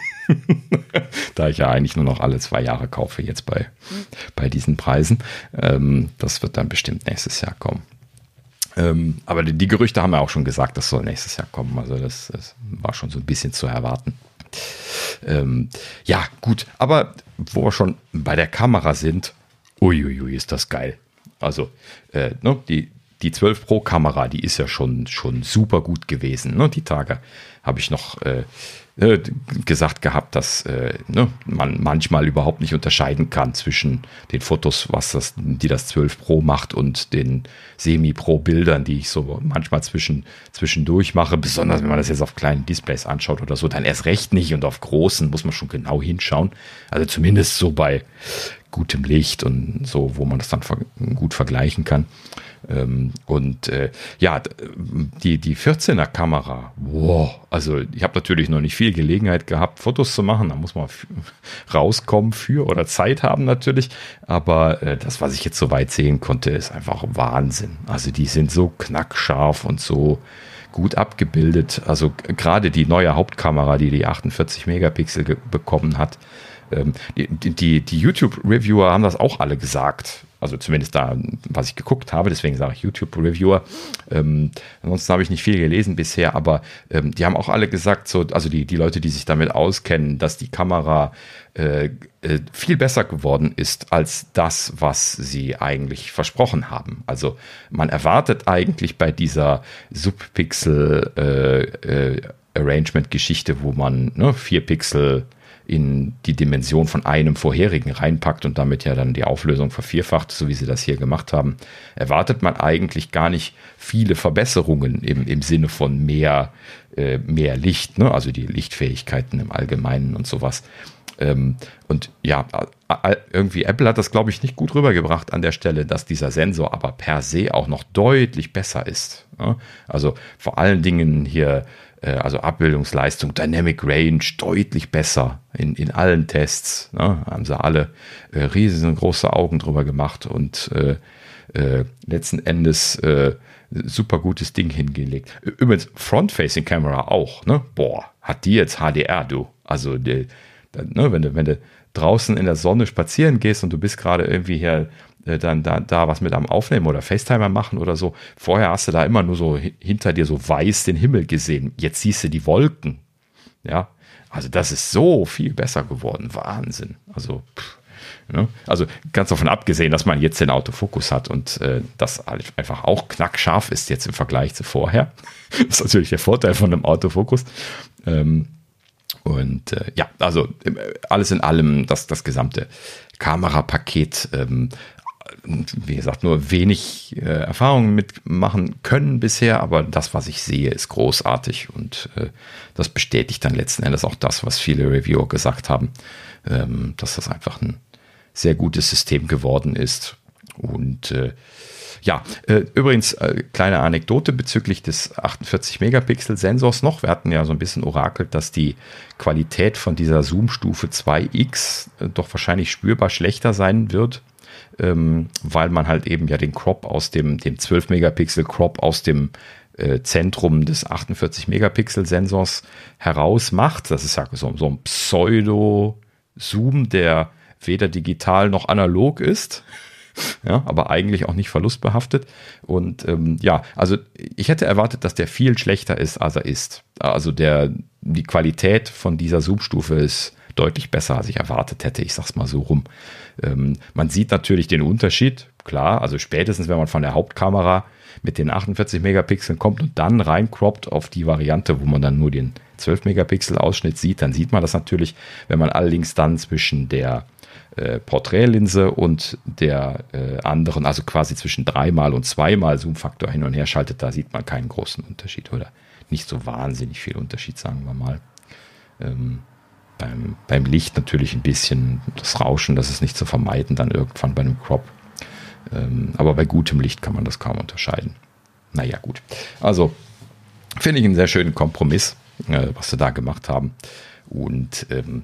Da ich ja eigentlich nur noch alle 2 Jahre kaufe jetzt bei diesen Preisen. Das wird dann bestimmt nächstes Jahr kommen. Aber die Gerüchte haben ja auch schon gesagt, das soll nächstes Jahr kommen. Also das war schon so ein bisschen zu erwarten. Ja, gut. Aber wo wir schon bei der Kamera sind, uiuiui, ist das geil. Also die 12 Pro Kamera, die ist ja schon super gut gewesen. Ne? Die Tage habe ich noch gesagt gehabt, dass man manchmal überhaupt nicht unterscheiden kann zwischen den Fotos, die das 12 Pro macht, und den Semi-Pro-Bildern, die ich so manchmal zwischendurch mache. Besonders wenn man das jetzt auf kleinen Displays anschaut oder so, dann erst recht nicht. Und auf großen muss man schon genau hinschauen. Also zumindest so bei gutem Licht und so, wo man das dann gut vergleichen kann. Die 14er Kamera, wow, also ich habe natürlich noch nicht viel Gelegenheit gehabt, Fotos zu machen, da muss man rauskommen oder Zeit haben natürlich, aber das, was ich jetzt so weit sehen konnte, ist einfach Wahnsinn. Also die sind so knackscharf und so gut abgebildet, also gerade die neue Hauptkamera, die 48 Megapixel bekommen hat, die YouTube-Reviewer haben das auch alle gesagt. Also zumindest da, was ich geguckt habe, deswegen sage ich YouTube-Reviewer. Ansonsten habe ich nicht viel gelesen bisher, aber die haben auch alle gesagt, also die Leute, die sich damit auskennen, dass die Kamera viel besser geworden ist als das, was sie eigentlich versprochen haben. Also man erwartet eigentlich bei dieser Subpixel-Arrangement-Geschichte, wo man 4 Pixel in die Dimension von einem vorherigen reinpackt und damit ja dann die Auflösung vervierfacht, so wie sie das hier gemacht haben, erwartet man eigentlich gar nicht viele Verbesserungen im Sinne von mehr Licht, ne? Also die Lichtfähigkeiten im Allgemeinen und sowas. Und ja, irgendwie Apple hat das, glaube ich, nicht gut rübergebracht an der Stelle, dass dieser Sensor aber per se auch noch deutlich besser ist. Ne? Also vor allen Dingen hier also Abbildungsleistung, Dynamic Range deutlich besser in allen Tests. Ne? Haben sie alle riesengroße Augen drüber gemacht und letzten Endes super gutes Ding hingelegt. Übrigens Front-Facing Camera auch. Ne? Boah, hat die jetzt HDR, du. Also wenn du draußen in der Sonne spazieren gehst und du bist gerade irgendwie hier dann da was mit am Aufnehmen oder FaceTimer machen oder so. Vorher hast du da immer nur so hinter dir so weiß den Himmel gesehen. Jetzt siehst du die Wolken. Ja, also das ist so viel besser geworden. Wahnsinn. Also, also ganz davon abgesehen, dass man jetzt den Autofokus hat und das einfach auch knackscharf ist jetzt im Vergleich zu vorher. Das ist natürlich der Vorteil von einem Autofokus. Also alles in allem das gesamte Kamerapaket, wie gesagt, nur wenig Erfahrungen mitmachen können bisher, aber das, was ich sehe, ist großartig und das bestätigt dann letzten Endes auch das, was viele Reviewer gesagt haben, dass das einfach ein sehr gutes System geworden ist. Und übrigens, kleine Anekdote bezüglich des 48-Megapixel-Sensors noch. Wir hatten ja so ein bisschen orakelt, dass die Qualität von dieser Zoom-Stufe 2X doch wahrscheinlich spürbar schlechter sein wird. weil man halt eben ja den Crop aus dem 12 Megapixel Crop aus dem Zentrum des 48 Megapixel Sensors heraus macht. Das ist ja so ein Pseudo-Zoom, der weder digital noch analog ist. Ja, aber eigentlich auch nicht verlustbehaftet. Und also ich hätte erwartet, dass der viel schlechter ist, als er ist. Also die Qualität von dieser Zoom-Stufe ist deutlich besser, als ich erwartet hätte. Ich sag's mal so rum. Man sieht natürlich den Unterschied, klar. Also spätestens, wenn man von der Hauptkamera mit den 48 Megapixeln kommt und dann reincroppt auf die Variante, wo man dann nur den 12 Megapixel Ausschnitt sieht, dann sieht man das natürlich. Wenn man allerdings dann zwischen der Porträtlinse und der anderen, also quasi zwischen 3-mal und 2-mal Zoom-Faktor hin und her schaltet, da sieht man keinen großen Unterschied oder nicht so wahnsinnig viel Unterschied, sagen wir mal. Beim Licht natürlich ein bisschen das Rauschen, das ist nicht zu vermeiden dann irgendwann bei einem Crop. Aber bei gutem Licht kann man das kaum unterscheiden. Naja, gut. Also finde ich einen sehr schönen Kompromiss, was sie da gemacht haben. Und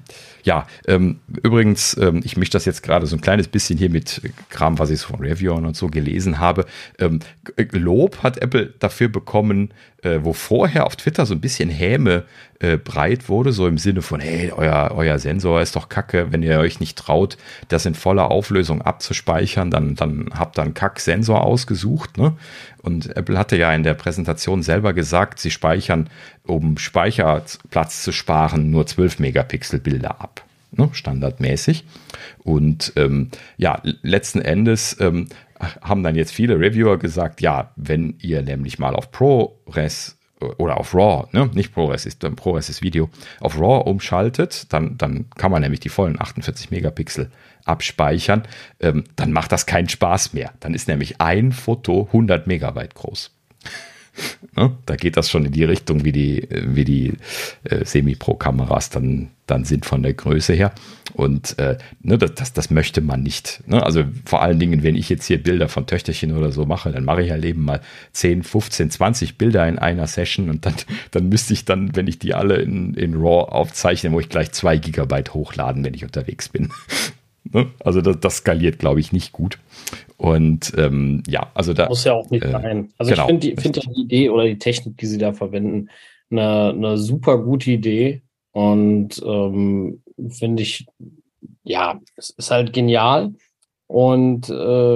übrigens, ich mische das jetzt gerade so ein kleines bisschen hier mit Kram, was ich so von Reviewern und so gelesen habe. Lob hat Apple dafür bekommen, wo vorher auf Twitter so ein bisschen Häme breit wurde, so im Sinne von, hey, euer Sensor ist doch kacke, wenn ihr euch nicht traut, das in voller Auflösung abzuspeichern, dann habt ihr einen Kack-Sensor ausgesucht, ne? Und Apple hatte ja in der Präsentation selber gesagt, sie speichern, um Speicherplatz zu sparen, nur 12 Megapixel Bilder ab, ne? Standardmäßig. Und letzten Endes haben dann jetzt viele Reviewer gesagt, ja, wenn ihr nämlich mal auf ProRes oder auf RAW, ne? Nicht ProRes ist Video, auf RAW umschaltet, dann kann man nämlich die vollen 48 Megapixel abspeichern, dann macht das keinen Spaß mehr. Dann ist nämlich ein Foto 100 Megabyte groß. Ne? Da geht das schon in die Richtung, wie die Semi-Pro-Kameras dann sind von der Größe her. Und das möchte man nicht. Ne? Also vor allen Dingen, wenn ich jetzt hier Bilder von Töchterchen oder so mache, dann mache ich halt eben mal 10, 15, 20 Bilder in einer Session und dann müsste ich dann, wenn ich die alle in RAW aufzeichne, muss ich gleich 2 Gigabyte hochladen, wenn ich unterwegs bin. Ne? Also das skaliert, glaube ich, nicht gut. Und also da muss ja auch nicht sein. Also genau, ich finde die Idee oder die Technik, die sie da verwenden, eine super gute Idee. Und finde ich, ja, es ist halt genial. Und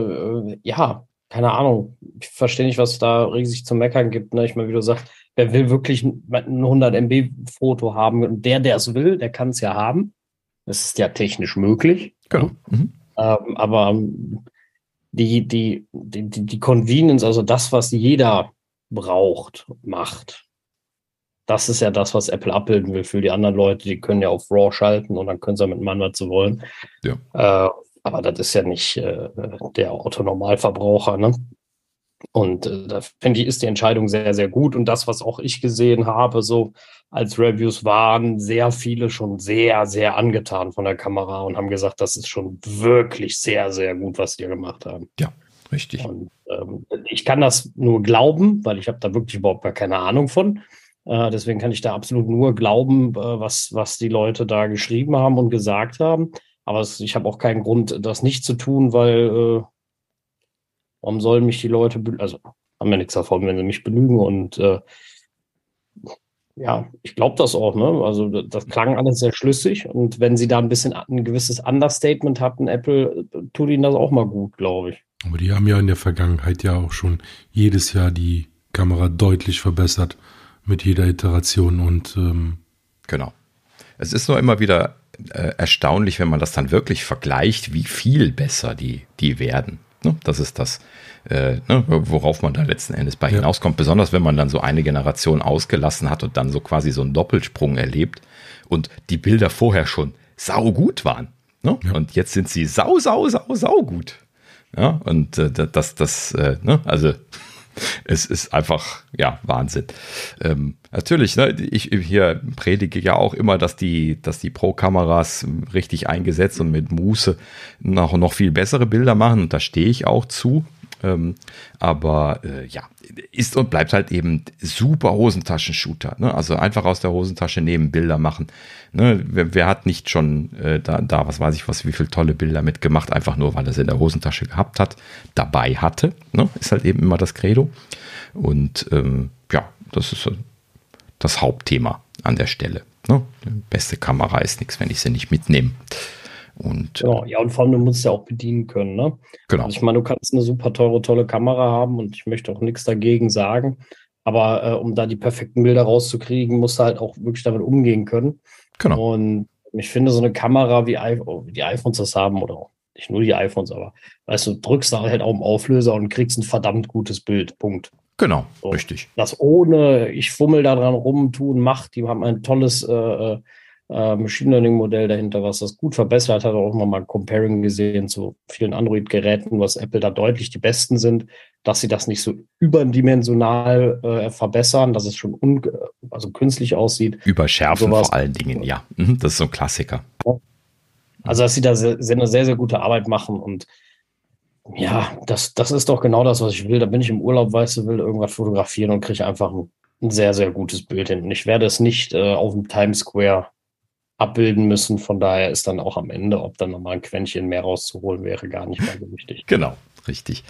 keine Ahnung, ich verstehe nicht, was da riesig zu meckern gibt. Ne? Ich meine, wie du sagst, wer will wirklich ein 100 MB Foto haben? Und der es will, der kann es ja haben. Das ist ja technisch möglich. Genau. Mhm. Aber die Convenience, also das, was jeder braucht, macht. Das ist ja das, was Apple abbilden will für die anderen Leute. Die können ja auf RAW schalten und dann können sie damit machen, was sie wollen. Ja. Aber das ist ja nicht der Otto-Normalverbraucher, ne? Und da finde ich, ist die Entscheidung sehr, sehr gut. Und das, was auch ich gesehen habe, so als Reviews, waren sehr viele schon sehr, sehr angetan von der Kamera und haben gesagt, das ist schon wirklich sehr, sehr gut, was die gemacht haben. Ja, richtig. Und ich kann das nur glauben, weil ich habe da wirklich überhaupt gar keine Ahnung von. Deswegen kann ich da absolut nur glauben, was die Leute da geschrieben haben und gesagt haben. Aber ich habe auch keinen Grund, das nicht zu tun, weil warum sollen mich die Leute also haben ja nichts davon, wenn sie mich belügen. Und ich glaube das auch, ne? Also das klang alles sehr schlüssig. Und wenn sie da ein gewisses Understatement hatten, Apple, tut ihnen das auch mal gut, glaube ich. Aber die haben ja in der Vergangenheit ja auch schon jedes Jahr die Kamera deutlich verbessert mit jeder Iteration und genau. Es ist nur immer wieder erstaunlich, wenn man das dann wirklich vergleicht, wie viel besser die werden. Ne? Das ist das, worauf man da letzten Endes bei hinauskommt. Besonders wenn man dann so eine Generation ausgelassen hat und dann so quasi so einen Doppelsprung erlebt und die Bilder vorher schon saugut waren. Ne? Ja. Und jetzt sind sie sau gut. Ja, und also es ist einfach, Wahnsinn. Natürlich, ne, ich hier predige ja auch immer, dass die Pro-Kameras richtig eingesetzt und mit Muße noch viel bessere Bilder machen und da stehe ich auch zu. Aber ja, ist und bleibt halt eben super Hosentaschen-Shooter. Ne? Also einfach aus der Hosentasche nehmen, Bilder machen. Ne? Wer hat nicht schon da was weiß ich was, wie viele tolle Bilder mitgemacht, einfach nur, weil er es in der Hosentasche gehabt hat, dabei hatte. Ne? Ist halt eben immer das Credo. Und ja, das ist das Hauptthema an der Stelle. Ne? Die beste Kamera ist nichts, wenn ich sie nicht mitnehme. Und, genau, ja, und vor allem, du musst ja auch bedienen können, ne? Genau. Also ich meine, du kannst eine super teure, tolle Kamera haben und ich möchte auch nichts dagegen sagen, aber um da die perfekten Bilder rauszukriegen, musst du halt auch wirklich damit umgehen können. Genau. Und ich finde, so eine Kamera, wie die iPhones das haben, oder auch nicht nur die iPhones, aber weißt du, drückst da halt auf den Auflöser und kriegst ein verdammt gutes Bild. Punkt. Genau, So, richtig. das ohne, ich fummel da dran rum, tun, macht, die haben ein tolles Machine Learning Modell dahinter, was das gut verbessert hat. Auch mal Comparing gesehen zu vielen Android-Geräten, was Apple da deutlich die besten sind, dass sie das nicht so überdimensional verbessern, dass es schon also künstlich aussieht. Überschärfen vor allen Dingen, ja. Das ist so ein Klassiker. Also, dass sie da eine sehr, sehr gute Arbeit machen und ja, das ist doch genau das, was ich will. Da bin ich im Urlaub, weißt du, will irgendwas fotografieren und kriege einfach ein sehr, sehr gutes Bild hin. Und ich werde es nicht auf dem Times Square abbilden müssen. Von daher ist dann auch am Ende, ob dann nochmal ein Quäntchen mehr rauszuholen wäre, gar nicht mal so wichtig. Genau, richtig.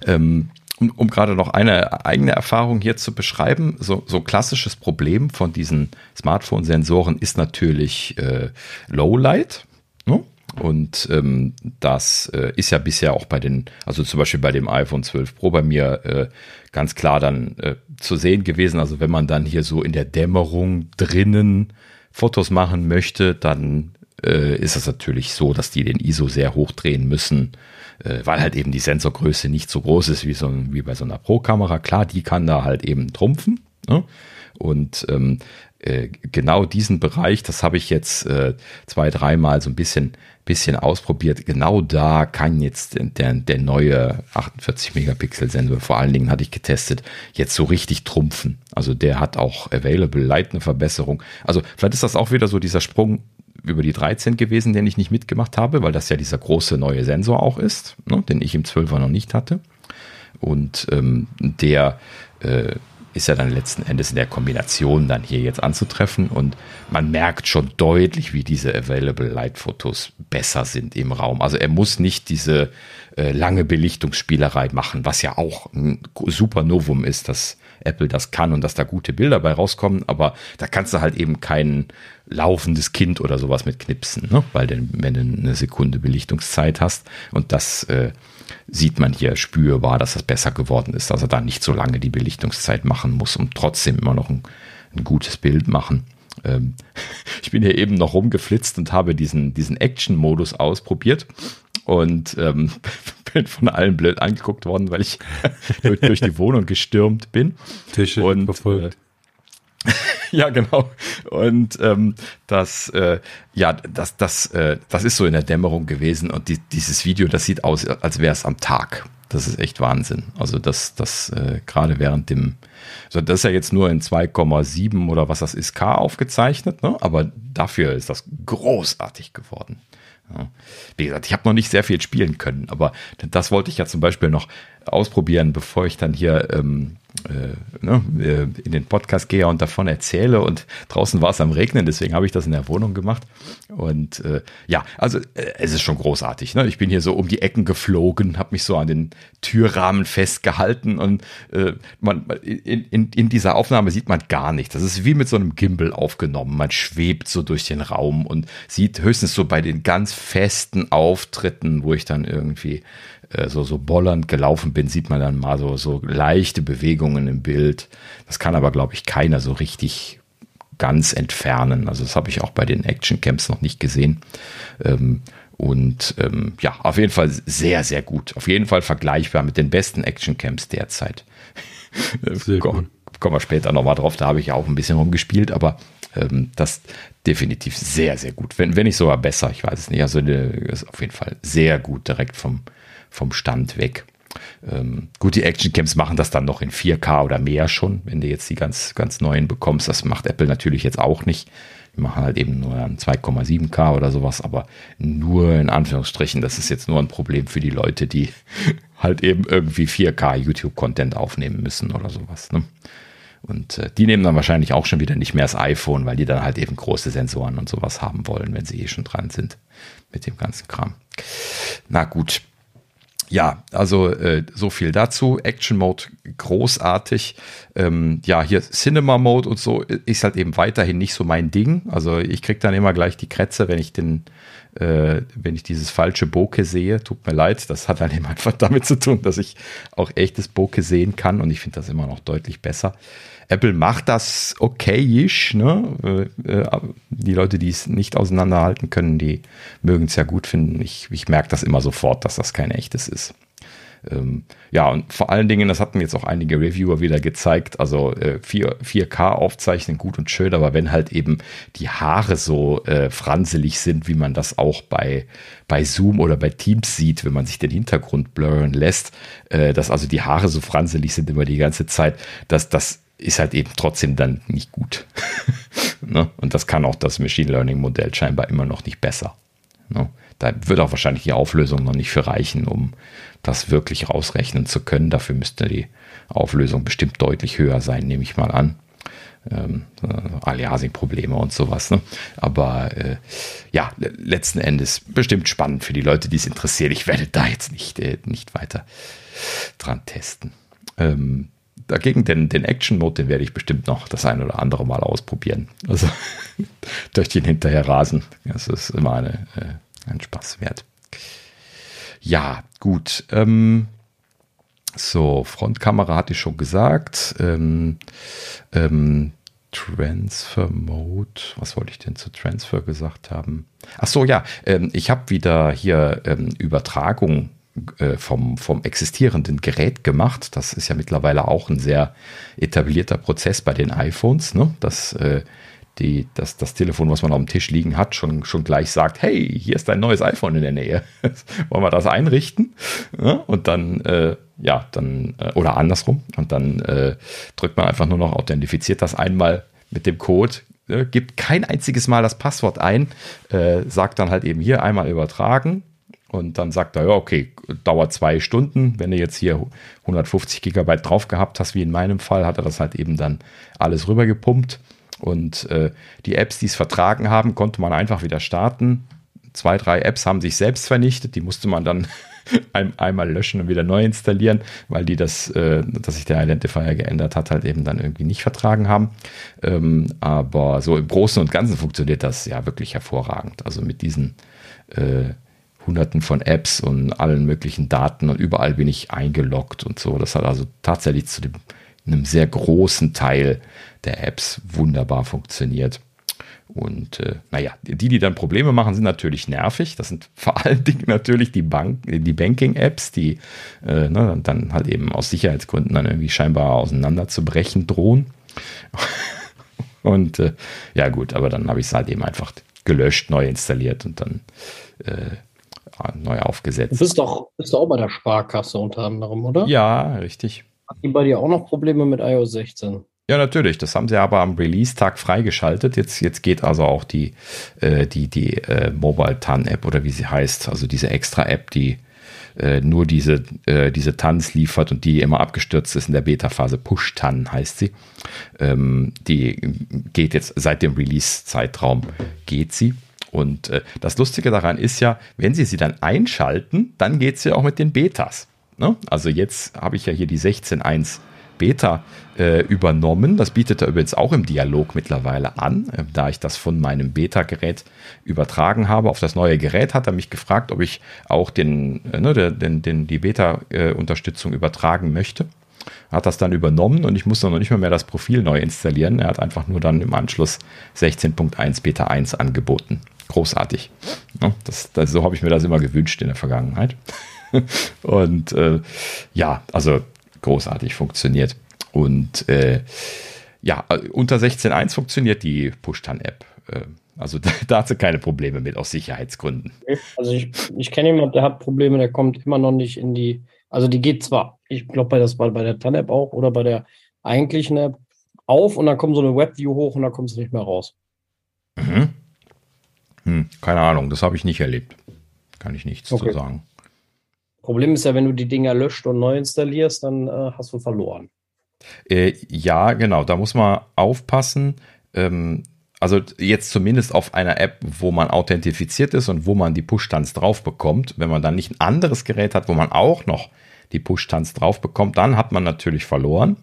Um gerade noch eine eigene Erfahrung hier zu beschreiben, so ein klassisches Problem von diesen Smartphone-Sensoren ist natürlich Lowlight. Ne? Und das ist ja bisher auch also zum Beispiel bei dem iPhone 12 Pro bei mir ganz klar dann zu sehen gewesen. Also wenn man dann hier so in der Dämmerung drinnen Fotos machen möchte, dann ist es natürlich so, dass die den ISO sehr hoch drehen müssen, weil halt eben die Sensorgröße nicht so groß ist wie bei so einer Pro-Kamera. Klar, die kann da halt eben trumpfen. Ne? Und genau diesen Bereich, das habe ich jetzt 2-3 Mal so ein bisschen ausprobiert. Genau da kann jetzt der neue 48 Megapixel Sensor, vor allen Dingen hatte ich getestet, jetzt so richtig trumpfen. Also der hat auch Available Light eine Verbesserung. Also vielleicht ist das auch wieder so dieser Sprung über die 13 gewesen, den ich nicht mitgemacht habe, weil das ja dieser große neue Sensor auch ist, ne, den ich im 12er noch nicht hatte. Und der ist ja dann letzten Endes in der Kombination dann hier jetzt anzutreffen und man merkt schon deutlich, wie diese Available Light Fotos besser sind im Raum. Also er muss nicht diese lange Belichtungsspielerei machen, was ja auch ein super Novum ist, dass Apple das kann und dass da gute Bilder bei rauskommen, aber da kannst du halt eben kein laufendes Kind oder sowas mit knipsen, ne? Weil wenn du eine Sekunde Belichtungszeit hast und das sieht man hier spürbar, dass das besser geworden ist, dass er da nicht so lange die Belichtungszeit machen muss und trotzdem immer noch ein gutes Bild machen. Ich bin hier eben noch rumgeflitzt und habe diesen Action-Modus ausprobiert und bin von allen blöd angeguckt worden, weil ich durch die Wohnung gestürmt bin. Tische und verfolgt. Ja, genau. Und das ist so in der Dämmerung gewesen und dieses Video, das sieht aus, als wäre es am Tag. Das ist echt Wahnsinn. Also das gerade während das ist ja jetzt nur in 2,7 oder was das ist, K aufgezeichnet, ne? Aber dafür ist das großartig geworden. Ja. Wie gesagt, ich habe noch nicht sehr viel spielen können, aber das wollte ich ja zum Beispiel noch ausprobieren, bevor ich dann hier in den Podcast gehe und davon erzähle und draußen war es am Regnen, deswegen habe ich das in der Wohnung gemacht und also es ist schon großartig, ne? Ich bin hier so um die Ecken geflogen, habe mich so an den Türrahmen festgehalten und in dieser Aufnahme sieht man gar nichts. Das ist wie mit so einem Gimbal aufgenommen, man schwebt so durch den Raum und sieht höchstens so bei den ganz festen Auftritten, wo ich dann irgendwie so bollernd gelaufen bin, sieht man dann mal so leichte Bewegungen im Bild. Das kann aber, glaube ich, keiner so richtig ganz entfernen. Also das habe ich auch bei den Action-Camps noch nicht gesehen. Auf jeden Fall sehr, sehr gut. Auf jeden Fall vergleichbar mit den besten Action-Camps derzeit. Kommen wir später nochmal drauf. Da habe ich auch ein bisschen rumgespielt, aber das definitiv sehr, sehr gut. Wenn nicht sogar besser, ich weiß es nicht. Also ist auf jeden Fall sehr gut direkt vom Stand weg. Gut, die Action-Camps machen das dann noch in 4K oder mehr schon, wenn du jetzt die ganz, ganz neuen bekommst. Das macht Apple natürlich jetzt auch nicht. Die machen halt eben nur 2,7K oder sowas, aber nur in Anführungsstrichen. Das ist jetzt nur ein Problem für die Leute, die halt eben irgendwie 4K YouTube-Content aufnehmen müssen oder sowas. Ne? Und die nehmen dann wahrscheinlich auch schon wieder nicht mehr das iPhone, weil die dann halt eben große Sensoren und sowas haben wollen, wenn sie schon dran sind mit dem ganzen Kram. Na gut. Ja, also so viel dazu. Action Mode großartig. Ja, hier Cinema Mode und so ist halt eben weiterhin nicht so mein Ding. Also ich kriege dann immer gleich die Krätze, wenn ich dieses falsche Bokeh sehe. Tut mir leid, das hat dann eben einfach damit zu tun, dass ich auch echtes Bokeh sehen kann und ich finde das immer noch deutlich besser. Apple macht das okayisch, ne? Die Leute, die es nicht auseinanderhalten können, die mögen es ja gut finden. Ich merke das immer sofort, dass das kein echtes ist. Ja, und vor allen Dingen, das hatten jetzt auch einige Reviewer wieder gezeigt, also 4K aufzeichnen, gut und schön, aber wenn halt eben die Haare so franselig sind, wie man das auch bei Zoom oder bei Teams sieht, wenn man sich den Hintergrund blurren lässt, dass also die Haare so franselig sind immer die ganze Zeit, das ist halt eben trotzdem dann nicht gut. Ne? Und das kann auch das Machine Learning Modell scheinbar immer noch nicht besser. Ne? Da wird auch wahrscheinlich die Auflösung noch nicht für reichen, um das wirklich rausrechnen zu können. Dafür müsste die Auflösung bestimmt deutlich höher sein, nehme ich mal an. Aliasing-Probleme und sowas. Ne? Aber ja, letzten Endes bestimmt spannend für die Leute, die es interessiert. Ich werde da jetzt nicht weiter dran testen. Dagegen den Action-Mode, den werde ich bestimmt noch das ein oder andere Mal ausprobieren. Also durch den hinterher rasen. Das ist immer ein Spaß wert. Ja, gut. So, Frontkamera hatte ich schon gesagt. Transfer Mode. Was wollte ich denn zu Transfer gesagt haben? Ach so, ja. Ich habe wieder hier Übertragung vom existierenden Gerät gemacht. Das ist ja mittlerweile auch ein sehr etablierter Prozess bei den iPhones, ne? Dass das Telefon, was man auf dem Tisch liegen hat, schon gleich sagt, hey, hier ist ein neues iPhone in der Nähe. Wollen wir das einrichten? Ja, und dann, oder andersrum. Und dann drückt man einfach nur noch, authentifiziert das einmal mit dem Code, gibt kein einziges Mal das Passwort ein, sagt dann halt eben hier einmal übertragen. Und dann sagt er, ja, okay, dauert 2 Stunden. Wenn du jetzt hier 150 Gigabyte drauf gehabt hast, wie in meinem Fall, hat er das halt eben dann alles rübergepumpt. Und die Apps, die es vertragen haben, konnte man einfach wieder starten. 2, 3 Apps haben sich selbst vernichtet. Die musste man dann einmal löschen und wieder neu installieren, weil die dass sich der Identifier geändert hat, halt eben dann irgendwie nicht vertragen haben. Aber so im Großen und Ganzen funktioniert das ja wirklich hervorragend. Also mit diesen Hunderten von Apps und allen möglichen Daten und überall bin ich eingeloggt und so. Das hat also tatsächlich zu einem sehr großen Teil der Apps wunderbar funktioniert. Und naja, die dann Probleme machen, sind natürlich nervig. Das sind vor allen Dingen natürlich die Banking-Apps, die dann halt eben aus Sicherheitsgründen dann irgendwie scheinbar auseinanderzubrechen drohen. Und ja gut, aber dann habe ich es halt eben einfach gelöscht, neu installiert und dann neu aufgesetzt. Du bist doch auch bei der Sparkasse unter anderem, oder? Ja, richtig. Hat die bei dir auch noch Probleme mit iOS 16? Ja, natürlich. Das haben sie aber am Release-Tag freigeschaltet. Jetzt geht also auch die Mobile TAN-App oder wie sie heißt, also diese Extra-App, die nur diese TANs liefert und die immer abgestürzt ist in der Beta-Phase. Push-TAN heißt sie. Die geht jetzt seit dem Release-Zeitraum geht sie. Und das Lustige daran ist ja, wenn sie dann einschalten, dann geht es ja auch mit den Betas. Ne? Also jetzt habe ich ja hier die 16.1 Beta übernommen. Das bietet er übrigens auch im Dialog mittlerweile an. Da ich das von meinem Beta-Gerät übertragen habe auf das neue Gerät, hat er mich gefragt, ob ich auch die Beta-Unterstützung übertragen möchte. Hat das dann übernommen und ich musste noch nicht mehr das Profil neu installieren. Er hat einfach nur dann im Anschluss 16.1 Beta 1 angeboten. Großartig. Ja, so habe ich mir das immer gewünscht in der Vergangenheit. Und ja, also großartig funktioniert. Und ja, unter 16.1 funktioniert die Push-TAN-App. Also da hat sie keine Probleme mit, aus Sicherheitsgründen. Also ich kenne jemanden, der hat Probleme, der kommt immer noch nicht in die, also die geht zwar, ich glaube, das war bei der TAN-App auch oder bei der eigentlichen App auf und dann kommt so eine Webview hoch und dann kommt es nicht mehr raus. Mhm. Keine Ahnung, das habe ich nicht erlebt. Kann ich nichts zu sagen. Problem ist ja, wenn du die Dinger löscht und neu installierst, dann hast du verloren. Ja, genau, da muss man aufpassen. Also jetzt zumindest auf einer App, wo man authentifiziert ist und wo man die Push-Stunts drauf bekommt. Wenn man dann nicht ein anderes Gerät hat, wo man auch noch die Push-Stunts drauf bekommt, dann hat man natürlich verloren.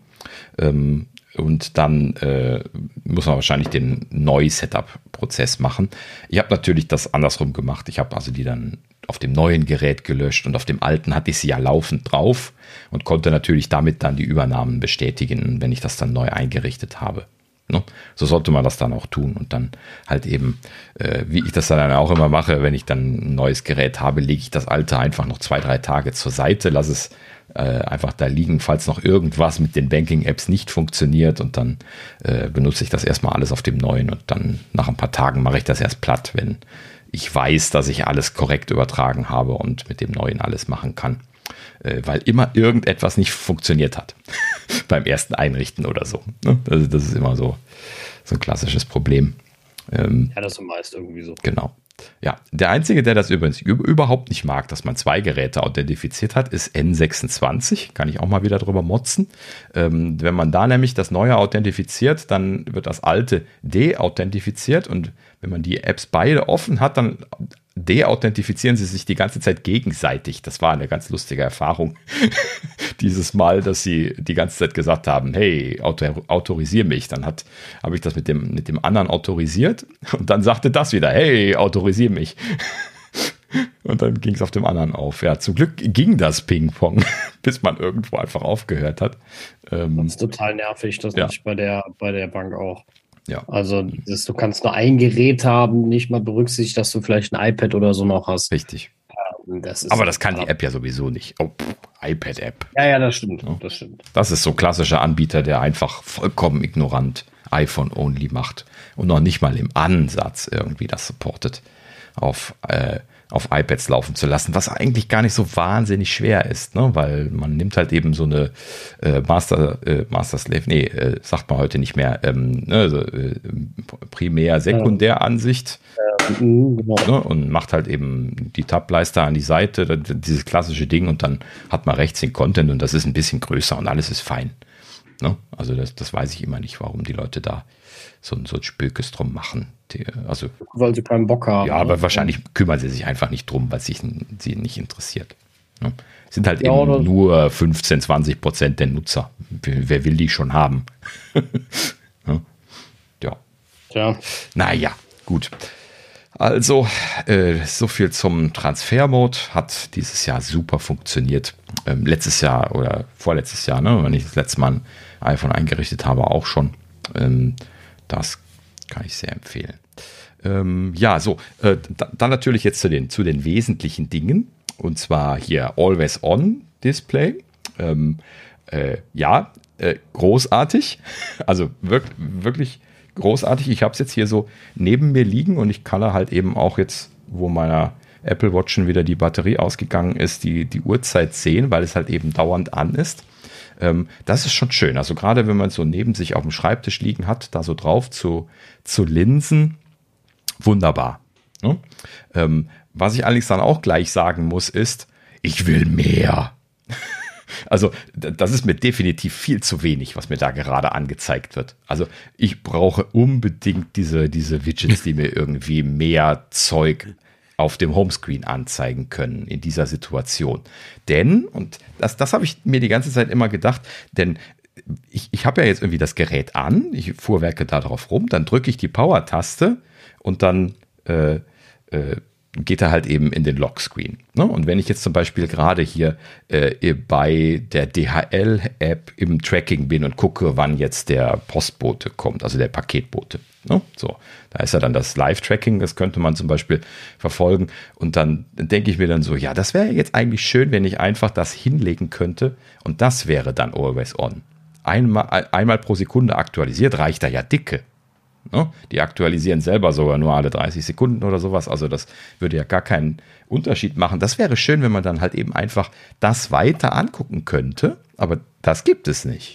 Und dann muss man wahrscheinlich den Neu-Setup-Prozess machen. Ich habe natürlich das andersrum gemacht. Ich habe also die dann auf dem neuen Gerät gelöscht und auf dem alten hatte ich sie ja laufend drauf und konnte natürlich damit dann die Übernahmen bestätigen, wenn ich das dann neu eingerichtet habe. Ne? So sollte man das dann auch tun und dann halt eben, wie ich das dann auch immer mache, wenn ich dann ein neues Gerät habe, lege ich das alte einfach noch 2-3 Tage zur Seite, lasse es einfach da liegen, falls noch irgendwas mit den Banking-Apps nicht funktioniert und dann benutze ich das erstmal alles auf dem neuen und dann nach ein paar Tagen mache ich das erst platt, wenn ich weiß, dass ich alles korrekt übertragen habe und mit dem neuen alles machen kann, weil immer irgendetwas nicht funktioniert hat beim ersten Einrichten oder so. Ne? Also das ist immer so ein klassisches Problem. Ja, das ist meist irgendwie so. Genau. Ja, der Einzige, der das übrigens überhaupt nicht mag, dass man 2 Geräte authentifiziert hat, ist N26. Kann ich auch mal wieder drüber motzen. Wenn man da nämlich das neue authentifiziert, dann wird das alte deauthentifiziert und wenn man die Apps beide offen hat, dann deauthentifizieren sie sich die ganze Zeit gegenseitig. Das war eine ganz lustige Erfahrung dieses Mal, dass sie die ganze Zeit gesagt haben, hey, autorisier mich. Dann habe ich das mit dem anderen autorisiert und dann sagte das wieder, hey, autorisier mich. Und dann ging es auf dem anderen auf. Ja, zum Glück ging das Ping-Pong, bis man irgendwo einfach aufgehört hat. Das ist total nervig, das nicht bei der Bank auch. Ja. Also du kannst nur ein Gerät haben, nicht mal berücksichtigt, dass du vielleicht ein iPad oder so noch hast. Richtig. Aber das kann die App ja sowieso nicht. Oh, iPad-App. Ja, das stimmt. Ja. Das ist so ein klassischer Anbieter, der einfach vollkommen ignorant iPhone-only macht und noch nicht mal im Ansatz irgendwie das supportet auf iPads laufen zu lassen, was eigentlich gar nicht so wahnsinnig schwer ist, ne? Weil man nimmt halt eben so eine Master-Slave, sagt man heute nicht mehr, Primär-Sekundär-Ansicht Genau. ne? Und macht halt eben die Tab-Leiste an die Seite, dieses klassische Ding und dann hat man rechts den Content und das ist ein bisschen größer und alles ist fein. Ne? Also das weiß ich immer nicht, warum die Leute da so ein Spökes drum machen. Weil sie keinen Bock haben. Ja, aber wahrscheinlich kümmern sie sich einfach nicht drum, weil sie nicht interessiert. Ne? Sind halt eben nur 15-20% der Nutzer. Wer will die schon haben? Ne? Ja. Tja. Naja, gut. Also, so viel zum Transfer-Mode. Hat dieses Jahr super funktioniert. Letztes Jahr oder vorletztes Jahr, ne, wenn ich das letzte Mal ein iPhone eingerichtet habe, auch schon. Das kann ich sehr empfehlen. Dann natürlich jetzt zu den wesentlichen Dingen. Und zwar hier Always-On-Display. Großartig. Also wirklich großartig. Ich habe es jetzt hier so neben mir liegen und ich kann halt eben auch jetzt, wo meiner Apple Watch schon wieder die Batterie ausgegangen ist, die Uhrzeit sehen, weil es halt eben dauernd an ist. Das ist schon schön. Also gerade wenn man so neben sich auf dem Schreibtisch liegen hat, da so drauf zu linsen, wunderbar. Ne? Was ich allerdings dann auch gleich sagen muss, ist, ich will mehr. Also das ist mir definitiv viel zu wenig, was mir da gerade angezeigt wird. Also ich brauche unbedingt diese Widgets, die mir irgendwie mehr Zeug auf dem Homescreen anzeigen können in dieser Situation. Denn, und das habe ich mir die ganze Zeit immer gedacht, denn ich habe ja jetzt irgendwie das Gerät an, ich fuhrwerke da drauf rum, dann drücke ich die Power-Taste und dann geht er halt eben in den Lockscreen. Ne? Und wenn ich jetzt zum Beispiel gerade hier bei der DHL-App im Tracking bin und gucke, wann jetzt der Postbote kommt, also der Paketbote. Ne? So, da ist ja dann das Live-Tracking, das könnte man zum Beispiel verfolgen. Und dann denke ich mir dann so, ja, das wäre jetzt eigentlich schön, wenn ich einfach das hinlegen könnte. Und das wäre dann Always On. Einmal pro Sekunde aktualisiert, reicht da ja dicke. Ne? Die aktualisieren selber sogar nur alle 30 Sekunden oder sowas. Also das würde ja gar keinen Unterschied machen. Das wäre schön, wenn man dann halt eben einfach das weiter angucken könnte. Aber das gibt es nicht.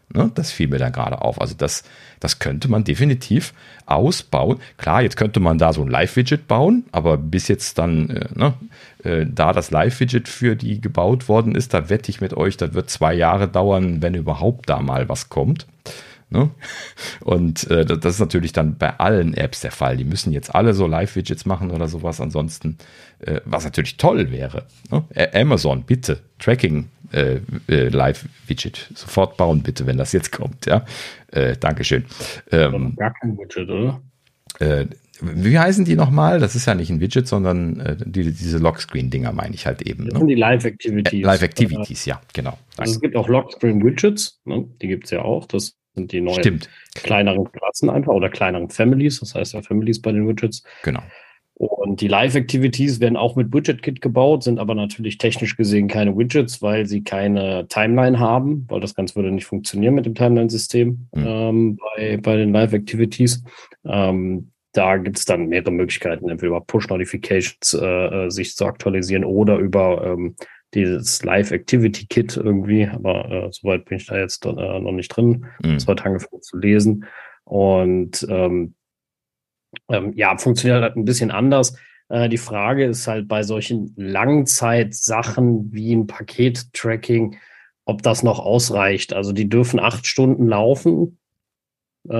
Ne? Das fiel mir dann gerade auf. Also das könnte man definitiv ausbauen. Klar, jetzt könnte man da so ein Live-Widget bauen, aber bis jetzt dann, da das Live-Widget für die gebaut worden ist, da wette ich mit euch, das wird 2 Jahre dauern, wenn überhaupt da mal was kommt. Ne? Und das ist natürlich dann bei allen Apps der Fall. Die müssen jetzt alle so Live-Widgets machen oder sowas. Ansonsten, was natürlich toll wäre, ne? Amazon, bitte, Tracking Live-Widget. Sofort bauen, bitte, wenn das jetzt kommt. Ja? Dankeschön. Gar kein Widget, oder? Wie heißen die nochmal? Das ist ja nicht ein Widget, sondern diese Lockscreen-Dinger meine ich halt eben. Das sind die Live-Activities. Live-Activities, ja, genau. Also es gibt auch Lockscreen-Widgets, ne? Die gibt es ja auch. Das sind die neuen kleineren Klassen einfach oder kleineren Families. Das heißt ja Families bei den Widgets. Genau. Und die Live-Activities werden auch mit WidgetKit gebaut, sind aber natürlich technisch gesehen keine Widgets, weil sie keine Timeline haben, weil das Ganze würde nicht funktionieren mit dem Timeline-System bei den Live-Activities. Da gibt es dann mehrere Möglichkeiten, entweder über Push-Notifications sich zu aktualisieren oder über dieses Live-Activity-Kit irgendwie. Aber soweit bin ich da jetzt noch nicht drin. Das war angefangen zu lesen. Und funktioniert halt ein bisschen anders. Die Frage ist halt bei solchen Langzeitsachen wie ein Paket-Tracking, ob das noch ausreicht. Also die dürfen 8 Stunden laufen. Ich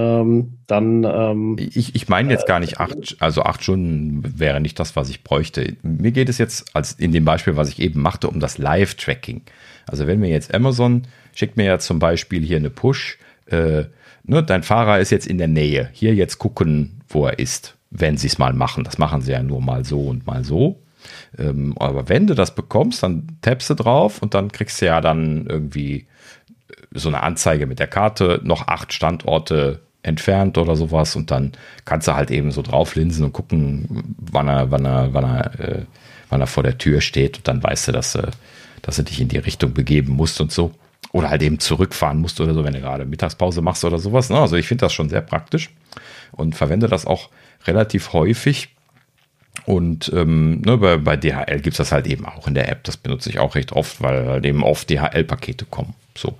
meine jetzt gar nicht 8 Stunden wäre nicht das, was ich bräuchte. Mir geht es jetzt, als in dem Beispiel, was ich eben machte, um das Live-Tracking. Also wenn mir jetzt Amazon schickt mir ja zum Beispiel hier eine Push, dein Fahrer ist jetzt in der Nähe, hier jetzt gucken, wo er ist, wenn sie es mal machen. Das machen sie ja nur mal so und mal so. Aber wenn du das bekommst, dann tappst du drauf und dann kriegst du ja dann irgendwie so eine Anzeige mit der Karte, noch 8 Standorte entfernt oder sowas und dann kannst du halt eben so drauf linsen und gucken, wann er vor der Tür steht und dann weißt du, dass du dich in die Richtung begeben musst und so. Oder halt eben zurückfahren musst oder so, wenn du gerade Mittagspause machst oder sowas. Also ich finde das schon sehr praktisch und verwende das auch relativ häufig. Und bei DHL gibt es das halt eben auch in der App. Das benutze ich auch recht oft, weil halt eben oft DHL-Pakete kommen. So.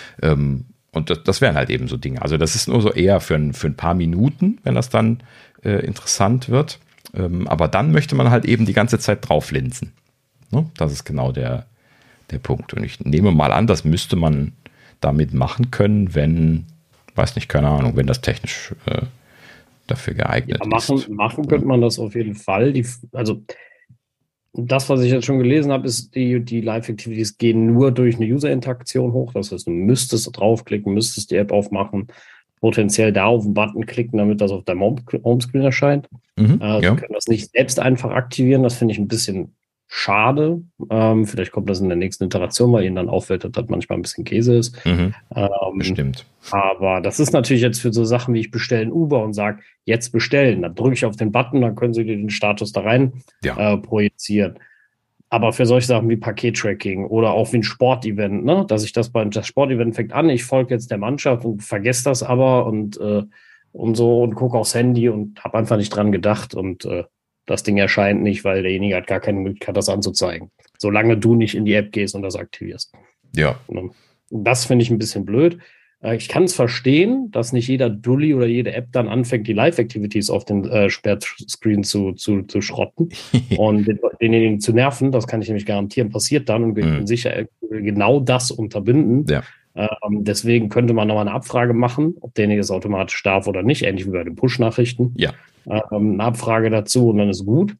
Und das wären halt eben so Dinge. Also das ist nur so eher für ein paar Minuten, wenn das dann interessant wird. Aber dann möchte man halt eben die ganze Zeit drauf linsen. Ne? Das ist genau der Punkt. Und ich nehme mal an, das müsste man damit machen können, wenn, weiß nicht, keine Ahnung, wenn das technisch dafür geeignet ist. Machen könnte man das auf jeden Fall. Also das, was ich jetzt schon gelesen habe, ist, die Live-Activities gehen nur durch eine User-Interaktion hoch. Das heißt, du müsstest draufklicken, müsstest die App aufmachen, potenziell da auf den Button klicken, damit das auf deinem Homescreen erscheint. Sie können das nicht selbst einfach aktivieren. Das finde ich ein bisschen schade. Vielleicht kommt das in der nächsten Iteration, weil ihnen dann auffällt, dass das manchmal ein bisschen Käse ist. Bestimmt. Aber das ist natürlich jetzt für so Sachen wie ich bestelle ein Uber und sage, jetzt bestellen. Dann drücke ich auf den Button, dann können sie dir den Status da rein projizieren. Aber für solche Sachen wie Paket-Tracking oder auch wie ein Sportevent, ne, dass ich das Sportevent fängt an, ich folge jetzt der Mannschaft und vergesse das aber und so und gucke aufs Handy und habe einfach nicht dran gedacht und das Ding erscheint nicht, weil derjenige hat gar keine Möglichkeit, das anzuzeigen. Solange du nicht in die App gehst und das aktivierst. Ja. Das finde ich ein bisschen blöd. Ich kann es verstehen, dass nicht jeder Dulli oder jede App dann anfängt, die Live-Activities auf den Sperrscreen zu schrotten und denjenigen zu nerven. Das kann ich nämlich garantieren, passiert dann und bin sicher, genau das unterbinden. Ja. Deswegen könnte man nochmal eine Abfrage machen, ob derjenige es automatisch darf oder nicht, ähnlich wie bei den Push-Nachrichten. Ja. Eine Abfrage dazu und dann ist gut.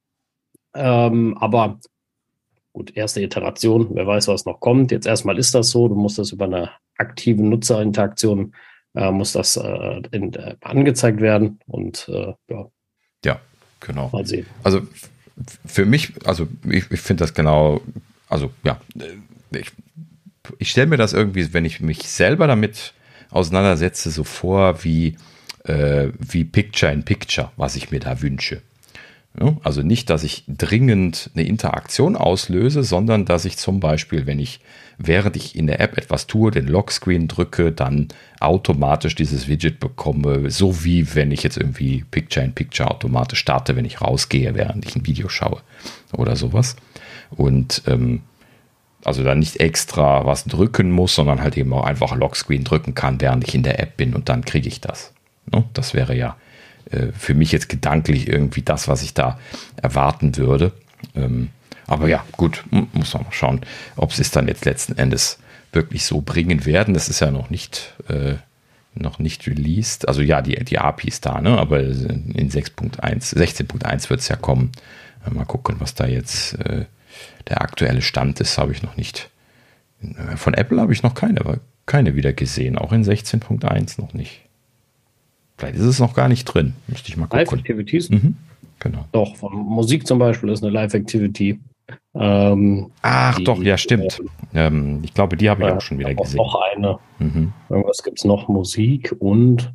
Aber gut, erste Iteration, wer weiß, was noch kommt. Jetzt erstmal ist das so, du musst das über eine aktive Nutzerinteraktion muss das angezeigt werden und ja, genau. Mal sehen. Also für mich, also ich finde das genau, also ja, ich stelle mir das irgendwie, wenn ich mich selber damit auseinandersetze, so vor wie Picture in Picture, was ich mir da wünsche. Ja, also nicht, dass ich dringend eine Interaktion auslöse, sondern dass ich zum Beispiel, während ich in der App etwas tue, den Lockscreen drücke, dann automatisch dieses Widget bekomme, so wie wenn ich jetzt irgendwie Picture in Picture automatisch starte, wenn ich rausgehe, während ich ein Video schaue oder sowas. Und Also da nicht extra was drücken muss, sondern halt eben auch einfach Lockscreen drücken kann, während ich in der App bin und dann kriege ich das. Ne? Das wäre ja für mich jetzt gedanklich irgendwie das, was ich da erwarten würde. Aber ja, gut, muss man mal schauen, ob sie es dann jetzt letzten Endes wirklich so bringen werden. Das ist ja noch nicht released. Also ja, die API ist da, ne? Aber in 16.1 wird es ja kommen. Mal gucken, was da jetzt der aktuelle Stand ist, habe ich noch nicht. Von Apple habe ich noch keine wieder gesehen, auch in 16.1 noch nicht. Vielleicht ist es noch gar nicht drin, müsste ich mal gucken. Live-Activities? Genau. Doch, von Musik zum Beispiel ist eine Live-Activity. Doch, ja, stimmt. Ich glaube, die habe ich auch schon wieder gesehen. Noch eine. Irgendwas gibt es noch, Musik und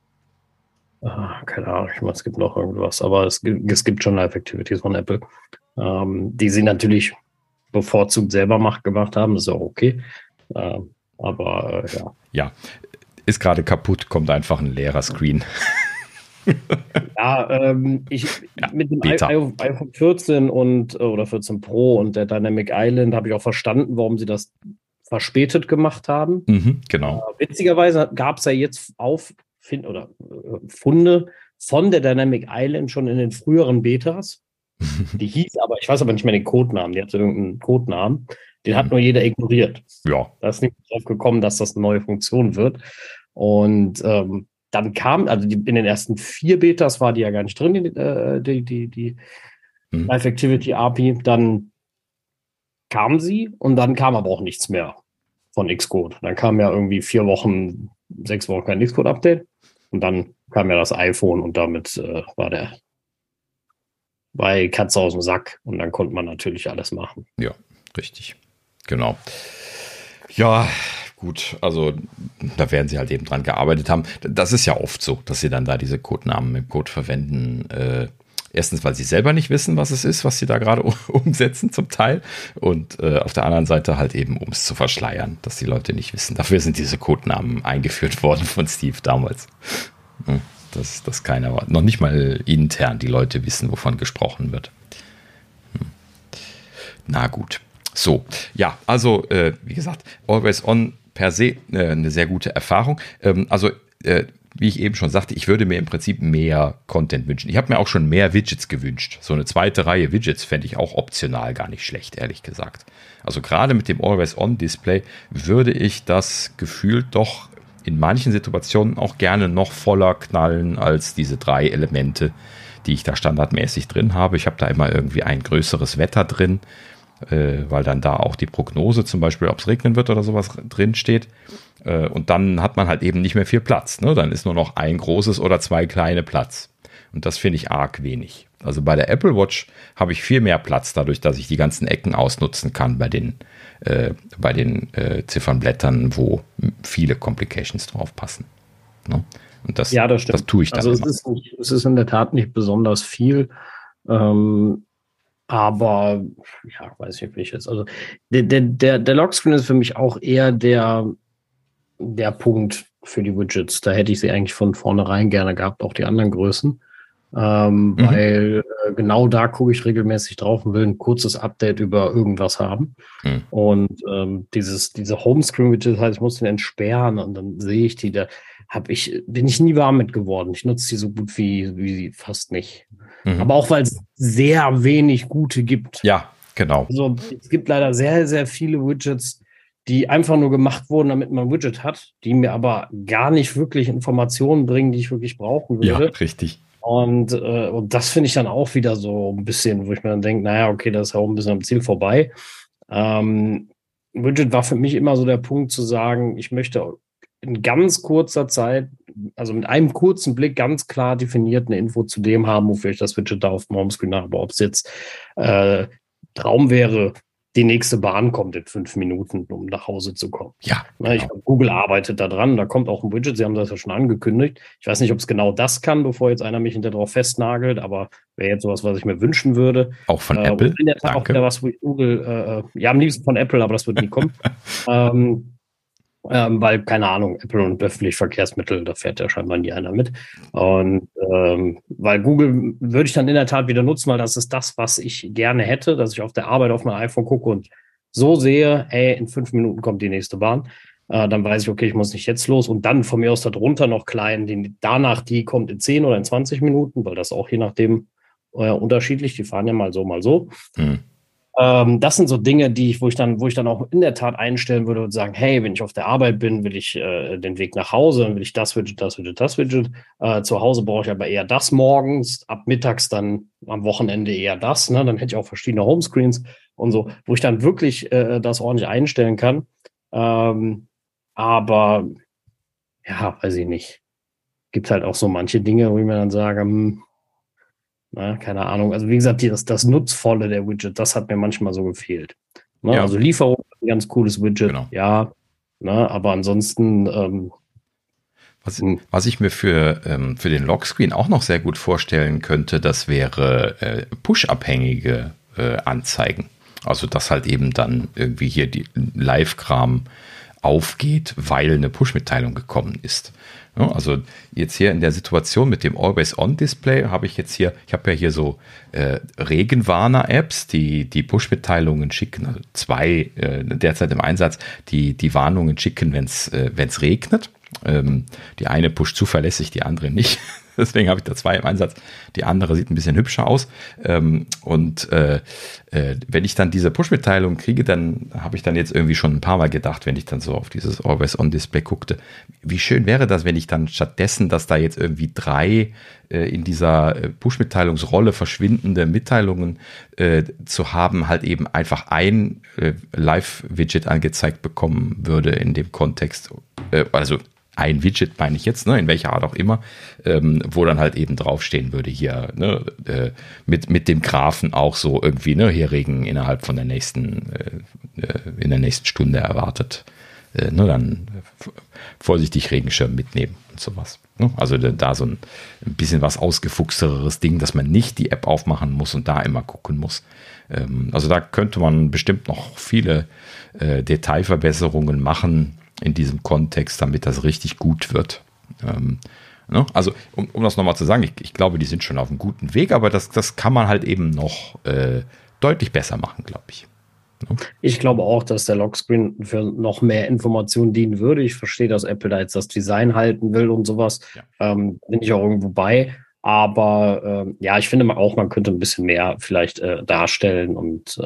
keine Ahnung, es gibt noch irgendwas, aber es gibt schon Live-Activities von Apple, die sie natürlich bevorzugt selber gemacht haben, das ist auch okay. Aber ja. Ja, ist gerade kaputt, kommt einfach ein leerer Screen. Ja, mit dem iPhone 14 oder 14 Pro und der Dynamic Island habe ich auch verstanden, warum sie das verspätet gemacht haben. Genau. Witzigerweise gab es ja jetzt Funde von der Dynamic Island schon in den früheren Betas. Die hieß aber, ich weiß aber nicht mehr den Codenamen, die hatte irgendeinen Codenamen, den hat nur jeder ignoriert. Ja. Da ist nicht drauf gekommen, dass das eine neue Funktion wird. Und dann kam, also in den ersten 4 Betas war die ja gar nicht drin, die Live-Activity API. Dann kam sie und dann kam aber auch nichts mehr von Xcode. Dann kam ja irgendwie 6 Wochen kein Xcode-Update und dann kam ja das iPhone und damit war Katze aus dem Sack und dann konnte man natürlich alles machen. Ja, richtig. Genau. Ja, gut, also da werden sie halt eben dran gearbeitet haben. Das ist ja oft so, dass sie dann da diese Codenamen im Code verwenden. Erstens, weil sie selber nicht wissen, was es ist, was sie da gerade umsetzen zum Teil. Und auf der anderen Seite halt eben, um es zu verschleiern, dass die Leute nicht wissen. Dafür sind diese Codenamen eingeführt worden von Steve damals. Dass keiner, noch nicht mal intern die Leute wissen, wovon gesprochen wird. Na gut. So, ja, also wie gesagt, Always On per se eine sehr gute Erfahrung. Wie ich eben schon sagte, ich würde mir im Prinzip mehr Content wünschen. Ich habe mir auch schon mehr Widgets gewünscht. So eine zweite Reihe Widgets fände ich auch optional gar nicht schlecht, ehrlich gesagt. Also gerade mit dem Always-On-Display würde ich das Gefühl doch in manchen Situationen auch gerne noch voller knallen als diese 3 Elemente, die ich da standardmäßig drin habe. Ich habe da immer irgendwie ein größeres Wetter drin, weil dann da auch die Prognose zum Beispiel, ob es regnen wird oder sowas drin steht. Und dann hat man halt eben nicht mehr viel Platz. Ne? Dann ist nur noch ein großes oder 2 kleine Platz. Und das finde ich arg wenig. Also bei der Apple Watch habe ich viel mehr Platz, dadurch, dass ich die ganzen Ecken ausnutzen kann bei den Ziffernblättern, wo viele Complications drauf passen. Ne? Und das stimmt. Das tue ich dann immer. Es ist in der Tat nicht besonders viel. Aber, ja, weiß nicht, wie ich jetzt. Also, der Lockscreen ist für mich auch eher der Punkt für die Widgets. Da hätte ich sie eigentlich von vornherein gerne gehabt, auch die anderen Größen. Weil genau da gucke ich regelmäßig drauf und will ein kurzes Update über irgendwas haben. Und diese Homescreen-Widgets heißt, ich muss den entsperren und dann sehe ich die, bin ich nie warm mit geworden. Ich nutze die so gut wie fast nicht. Aber auch, weil es sehr wenig gute gibt. Ja, genau. Also, es gibt leider sehr, sehr viele Widgets, die einfach nur gemacht wurden, damit man ein Widget hat, die mir aber gar nicht wirklich Informationen bringen, die ich wirklich brauchen würde. Ja, richtig. Und das finde ich dann auch wieder so ein bisschen, wo ich mir dann denke, naja, okay, das ist auch ein bisschen am Ziel vorbei. Widget war für mich immer so der Punkt zu sagen, ich möchte in ganz kurzer Zeit, also mit einem kurzen Blick ganz klar definiert eine Info zu dem haben, wofür ich das Widget da auf dem Homescreen habe. Ob es jetzt Traum wäre, die nächste Bahn kommt in 5 Minuten, um nach Hause zu kommen. Ja. Genau. Ich glaube, Google arbeitet da dran. Da kommt auch ein Widget. Sie haben das ja schon angekündigt. Ich weiß nicht, ob es genau das kann, bevor jetzt einer mich hinterher drauf festnagelt, aber wäre jetzt sowas, was ich mir wünschen würde. Auch von Apple? In der Tat auch wieder was, wo ich Google, ja, am liebsten von Apple, aber das wird nie kommen. Weil, keine Ahnung, Apple und öffentliche Verkehrsmittel, da fährt ja scheinbar nie einer mit. Und weil Google würde ich dann in der Tat wieder nutzen, weil das ist das, was ich gerne hätte, dass ich auf der Arbeit auf mein iPhone gucke und so sehe, hey, in 5 Minuten kommt die nächste Bahn, dann weiß ich, okay, ich muss nicht jetzt los und dann von mir aus darunter noch klein, die kommt in 10 oder in 20 Minuten, weil das auch je nachdem unterschiedlich, die fahren ja mal so, mal so. Das sind so Dinge, wo ich dann auch in der Tat einstellen würde und sagen, hey, wenn ich auf der Arbeit bin, will ich den Weg nach Hause, dann will ich das Widget, das Widget, das Widget. Zu Hause brauche ich aber eher das morgens, ab mittags dann am Wochenende eher das. Ne? Dann hätte ich auch verschiedene Homescreens und so, wo ich dann wirklich das ordentlich einstellen kann. Aber ja, weiß ich nicht. Gibt halt auch so manche Dinge, wo ich mir dann sage, keine Ahnung. Also wie gesagt, das Nutzvolle der Widget, das hat mir manchmal so gefehlt. Ne? Ja. Also Lieferung, ein ganz cooles Widget, genau. Ja. Ne? Aber ansonsten was ich mir für den Lockscreen auch noch sehr gut vorstellen könnte, das wäre Push-abhängige Anzeigen. Also dass halt eben dann irgendwie hier die Live-Kram aufgeht, weil eine Push-Mitteilung gekommen ist. Ja, also jetzt hier in der Situation mit dem Always-On-Display habe ich ja hier so Regenwarner-Apps, die Push-Mitteilungen schicken, also 2 derzeit im Einsatz, die Warnungen schicken, wenn es regnet. Die eine pusht zuverlässig, die andere nicht. Deswegen habe ich da 2 im Einsatz. Die andere sieht ein bisschen hübscher aus. Wenn ich dann diese Push-Mitteilung kriege, dann habe ich dann jetzt irgendwie schon ein paar Mal gedacht, wenn ich dann so auf dieses Always-On-Display guckte, wie schön wäre das, wenn ich dann stattdessen, dass da jetzt irgendwie 3 in dieser Push-Mitteilungsrolle verschwindende Mitteilungen zu haben, halt eben einfach ein Live-Widget angezeigt bekommen würde in dem Kontext. Also ein Widget meine ich jetzt, ne, in welcher Art auch immer, wo dann halt eben draufstehen würde, hier, ne, mit dem Graphen auch so irgendwie, ne, hier Regen innerhalb von in der nächsten Stunde erwartet. Ne, dann vorsichtig Regenschirm mitnehmen und sowas. Ne? Also da so ein bisschen was ausgefuchsteres Ding, dass man nicht die App aufmachen muss und da immer gucken muss. Also da könnte man bestimmt noch viele Detailverbesserungen machen in diesem Kontext, damit das richtig gut wird. Ne? Also, um das nochmal zu sagen, ich glaube, die sind schon auf einem guten Weg, aber das kann man halt eben noch deutlich besser machen, glaube ich. Ne? Ich glaube auch, dass der Lockscreen für noch mehr Informationen dienen würde. Ich verstehe, dass Apple da jetzt das Design halten will und sowas. Ja. Bin ich auch irgendwo bei. Aber ja, ich finde auch, man könnte ein bisschen mehr vielleicht darstellen und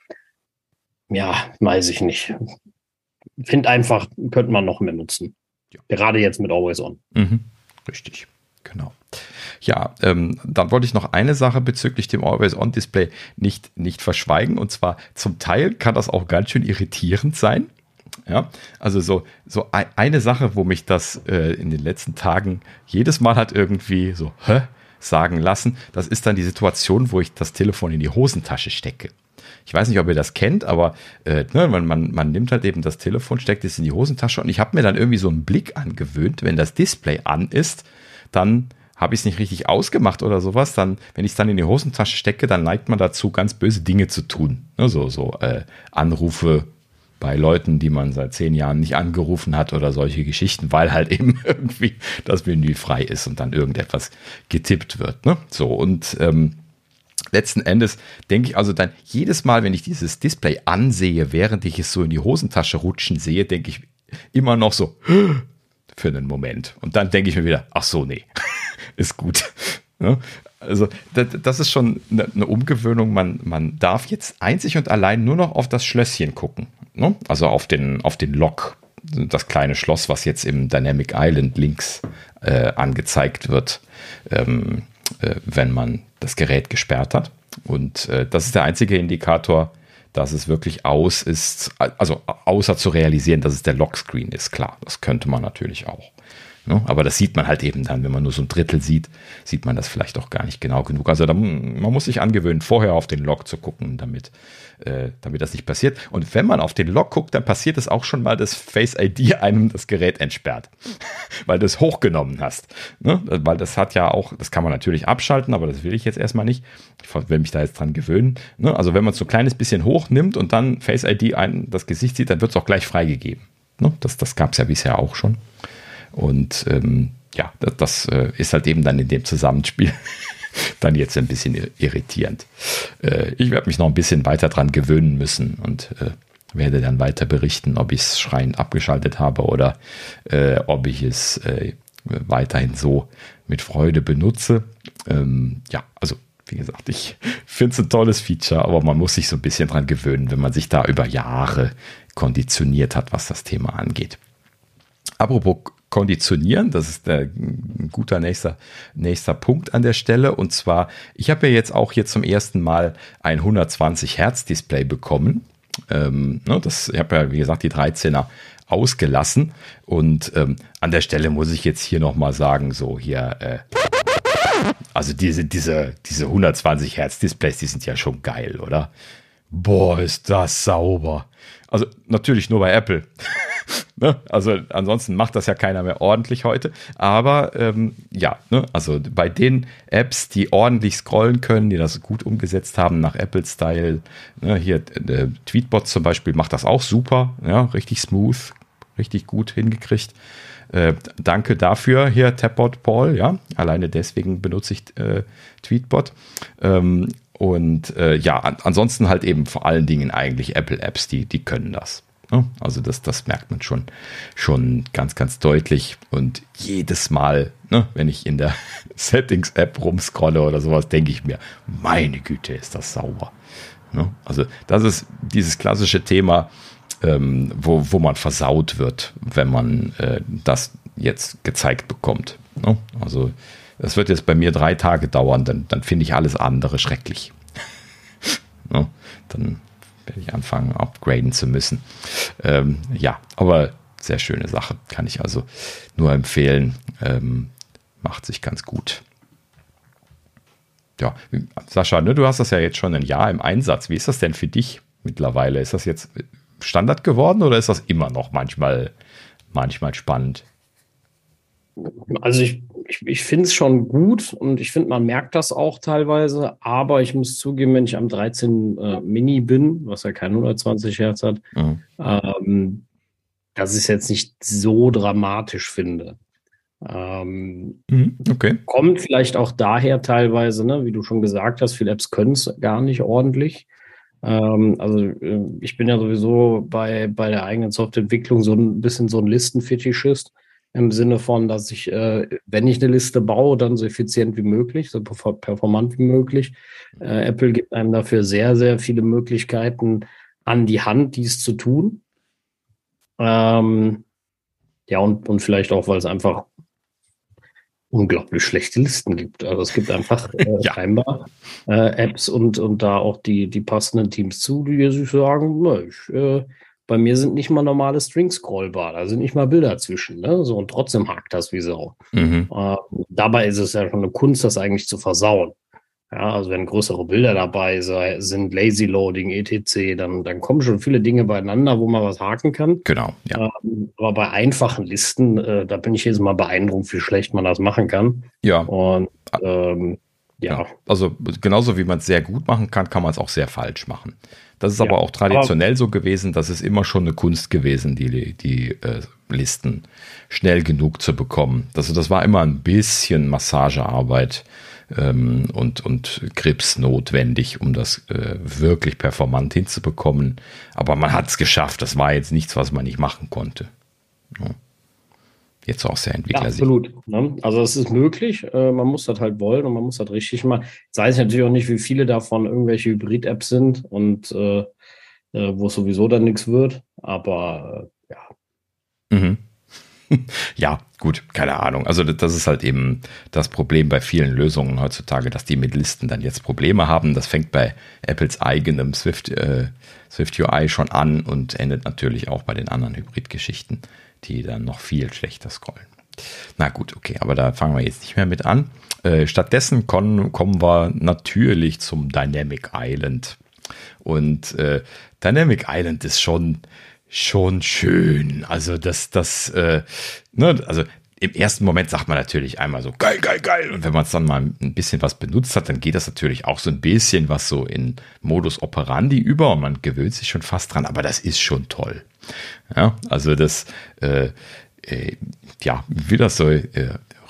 ja, weiß ich nicht. Finde einfach, könnte man noch mehr nutzen. Ja. Gerade jetzt mit Always On. Mhm. Richtig, genau. Ja, dann wollte ich noch eine Sache bezüglich dem Always-On-Display nicht verschweigen. Und zwar zum Teil kann das auch ganz schön irritierend sein. Ja, also so eine Sache, wo mich das in den letzten Tagen jedes Mal hat irgendwie so sagen lassen, das ist dann die Situation, wo ich das Telefon in die Hosentasche stecke. Ich weiß nicht, ob ihr das kennt, aber man nimmt halt eben das Telefon, steckt es in die Hosentasche und ich habe mir dann irgendwie so einen Blick angewöhnt, wenn das Display an ist, dann habe ich es nicht richtig ausgemacht oder sowas, dann, wenn ich es dann in die Hosentasche stecke, dann neigt man dazu, ganz böse Dinge zu tun. So Anrufe bei Leuten, die man seit 10 Jahren nicht angerufen hat oder solche Geschichten, weil halt eben irgendwie das Menü frei ist und dann irgendetwas getippt wird. Ne? So, und letzten Endes denke ich also dann jedes Mal, wenn ich dieses Display ansehe, während ich es so in die Hosentasche rutschen sehe, denke ich immer noch so für einen Moment. Und dann denke ich mir wieder, ach so, nee, ist gut. Ja? Also das ist schon eine Umgewöhnung. Man darf jetzt einzig und allein nur noch auf das Schlösschen gucken. Ne? Also auf den Lock, das kleine Schloss, was jetzt im Dynamic Island links angezeigt wird, wenn man das Gerät gesperrt hat. Und das ist der einzige Indikator, dass es wirklich aus ist, also außer zu realisieren, dass es der Lockscreen ist, klar, das könnte man natürlich auch. Ne? Aber das sieht man halt eben dann, wenn man nur so ein Drittel sieht man das vielleicht auch gar nicht genau genug. Also man muss sich angewöhnen, vorher auf den Log zu gucken, damit das nicht passiert. Und wenn man auf den Log guckt, dann passiert es auch schon mal, dass Face ID einem das Gerät entsperrt, weil du es hochgenommen hast. Ne? Weil das hat ja auch, das kann man natürlich abschalten, aber das will ich jetzt erstmal nicht. Ich will mich da jetzt dran gewöhnen. Ne? Also wenn man es so ein kleines bisschen hochnimmt und dann Face ID das Gesicht sieht, dann wird es auch gleich freigegeben. Ne? Das gab es ja bisher auch schon. Und ja, das ist halt eben dann in dem Zusammenspiel dann jetzt ein bisschen irritierend. Ich werde mich noch ein bisschen weiter dran gewöhnen müssen und werde dann weiter berichten, ob ich es schreiend abgeschaltet habe oder ob ich es weiterhin so mit Freude benutze. Ja, also wie gesagt, ich finde es ein tolles Feature, aber man muss sich so ein bisschen dran gewöhnen, wenn man sich da über Jahre konditioniert hat, was das Thema angeht. Apropos konditionieren, das ist ein guter nächster Punkt an der Stelle. Und zwar, ich habe ja jetzt auch hier zum ersten Mal ein 120 Hertz Display bekommen. Ich habe ja, wie gesagt, die 13er ausgelassen. Und an der Stelle muss ich jetzt hier nochmal sagen, so hier, also diese 120 Hertz Displays, die sind ja schon geil, oder? Boah, ist das sauber. Also natürlich nur bei Apple. Ne? Also ansonsten macht das ja keiner mehr ordentlich heute. Aber also bei den Apps, die ordentlich scrollen können, die das gut umgesetzt haben nach Apple-Style, ne? Hier Tweetbot zum Beispiel macht das auch super, ja, richtig smooth, richtig gut hingekriegt. Danke dafür, hier Tapbot Paul, ja, alleine deswegen benutze ich Tweetbot. Ansonsten halt eben vor allen Dingen eigentlich Apple-Apps, die können das. Ne? Also das merkt man schon ganz, ganz deutlich. Und jedes Mal, ne, wenn ich in der Settings-App rumscrolle oder sowas, denke ich mir, meine Güte, ist das sauber. Ne? Also das ist dieses klassische Thema, wo man versaut wird, wenn man das jetzt gezeigt bekommt. Ne? Also das wird jetzt bei mir 3 Tage dauern, dann finde ich alles andere schrecklich. Ne? Dann werde ich anfangen, upgraden zu müssen. Aber sehr schöne Sache. Kann ich also nur empfehlen. Macht sich ganz gut. Ja, Sascha, ne, du hast das ja jetzt schon ein Jahr im Einsatz. Wie ist das denn für dich mittlerweile? Ist das jetzt Standard geworden oder ist das immer noch manchmal spannend? Also ich finde es schon gut und ich finde, man merkt das auch teilweise, aber ich muss zugeben, wenn ich am 13 Mini bin, was ja kein 120 Hertz hat, dass ich es jetzt nicht so dramatisch finde. Okay. Kommt vielleicht auch daher teilweise, ne, wie du schon gesagt hast, viele Apps können es gar nicht ordentlich. Ich bin ja sowieso bei der eigenen Softwareentwicklung so ein bisschen so ein Listenfetischist. Im Sinne von, dass ich, wenn ich eine Liste baue, dann so effizient wie möglich, so performant wie möglich. Apple gibt einem dafür sehr, sehr viele Möglichkeiten an die Hand, dies zu tun. Und vielleicht auch, weil es einfach unglaublich schlechte Listen gibt. Also es gibt einfach scheinbar Apps und da auch die passenden Teams zu, die sich sagen, bei mir sind nicht mal normale Strings scrollbar, da sind nicht mal Bilder zwischen, ne? So, und trotzdem hakt das wie Sau. Dabei ist es ja schon eine Kunst, das eigentlich zu versauen. Ja, also wenn größere Bilder dabei sind, Lazy Loading, etc., dann kommen schon viele Dinge beieinander, wo man was haken kann. Genau, ja. Aber bei einfachen Listen, da bin ich jedes Mal beeindruckt, wie schlecht man das machen kann. Ja. Und ja. Also genauso wie man es sehr gut machen kann, kann man es auch sehr falsch machen. Das ist aber auch traditionell so gewesen, dass es immer schon eine Kunst gewesen, die Listen schnell genug zu bekommen. Also das war immer ein bisschen Massagearbeit und Grips notwendig, um das wirklich performant hinzubekommen. Aber man hat es geschafft. Das war jetzt nichts, was man nicht machen konnte. Ja. Jetzt auch sehr Entwicklersicht. Ja, absolut. Ne? Also es ist möglich, man muss das halt wollen und man muss das richtig machen. Jetzt weiß ich natürlich auch nicht, wie viele davon irgendwelche Hybrid-Apps sind und wo es sowieso dann nichts wird, aber ja. Mhm. Ja, gut, keine Ahnung. Also das ist halt eben das Problem bei vielen Lösungen heutzutage, dass die mit Listen dann jetzt Probleme haben. Das fängt bei Apples eigenem Swift UI schon an und endet natürlich auch bei den anderen Hybrid-Geschichten, die dann noch viel schlechter scrollen. Na gut, okay, aber da fangen wir jetzt nicht mehr mit an. Stattdessen kommen wir natürlich zum Dynamic Island. Und Dynamic Island ist schon schön. Also also im ersten Moment sagt man natürlich einmal so geil, geil, geil. Und wenn man es dann mal ein bisschen was benutzt hat, dann geht das natürlich auch so ein bisschen was so in Modus operandi über und man gewöhnt sich schon fast dran. Aber das ist schon toll. Ja, also das, wie das so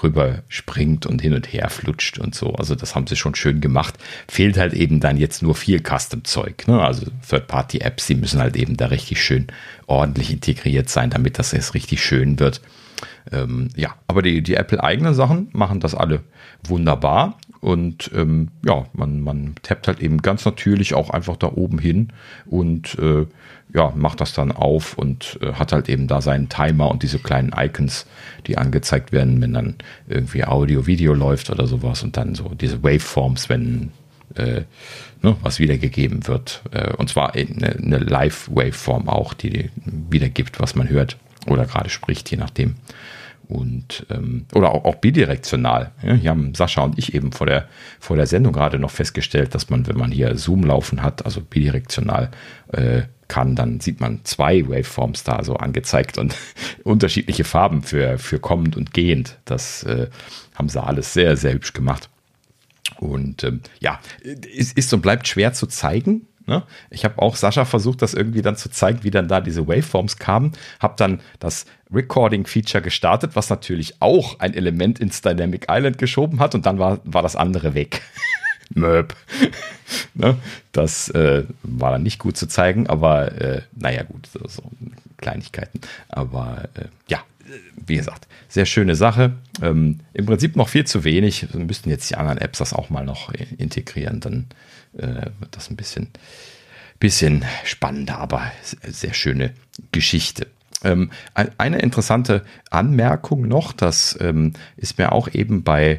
rüber springt und hin und her flutscht und so. Also das haben sie schon schön gemacht. Fehlt halt eben dann jetzt nur viel Custom-Zeug, ne? Also Third-Party-Apps, die müssen halt eben da richtig schön ordentlich integriert sein, damit das jetzt richtig schön wird. Ja, aber die Apple-eigenen Sachen machen das alle wunderbar. Und ja, man tappt halt eben ganz natürlich auch einfach da oben hin und ja, macht das dann auf und hat halt eben da seinen Timer und diese kleinen Icons, die angezeigt werden, wenn dann irgendwie Audio, Video läuft oder sowas und dann so diese Waveforms, wenn was wiedergegeben wird. Und zwar eine Live-Waveform auch, die wiedergibt, was man hört oder gerade spricht, je nachdem. Und oder auch bidirektional. Ja, hier haben Sascha und ich eben vor der Sendung gerade noch festgestellt, dass man, wenn man hier Zoom laufen hat, also bidirektional kann, dann sieht man 2 Waveforms da so angezeigt und unterschiedliche Farben für kommend und gehend. Das haben sie alles sehr, sehr hübsch gemacht. Und ja, es ist und bleibt schwer zu zeigen. Ne? Ich habe auch Sascha versucht, das irgendwie dann zu zeigen, wie dann da diese Waveforms kamen. Habe dann das Recording-Feature gestartet, was natürlich auch ein Element ins Dynamic Island geschoben hat und dann war das andere weg. Möb. Ne? Das war dann nicht gut zu zeigen, aber naja gut, so Kleinigkeiten. Aber ja, wie gesagt, sehr schöne Sache. Im Prinzip noch viel zu wenig. Wir müssten jetzt die anderen Apps das auch mal noch integrieren, dann wird das ein bisschen spannender, aber sehr schöne Geschichte. Eine interessante Anmerkung noch, das ist mir auch eben bei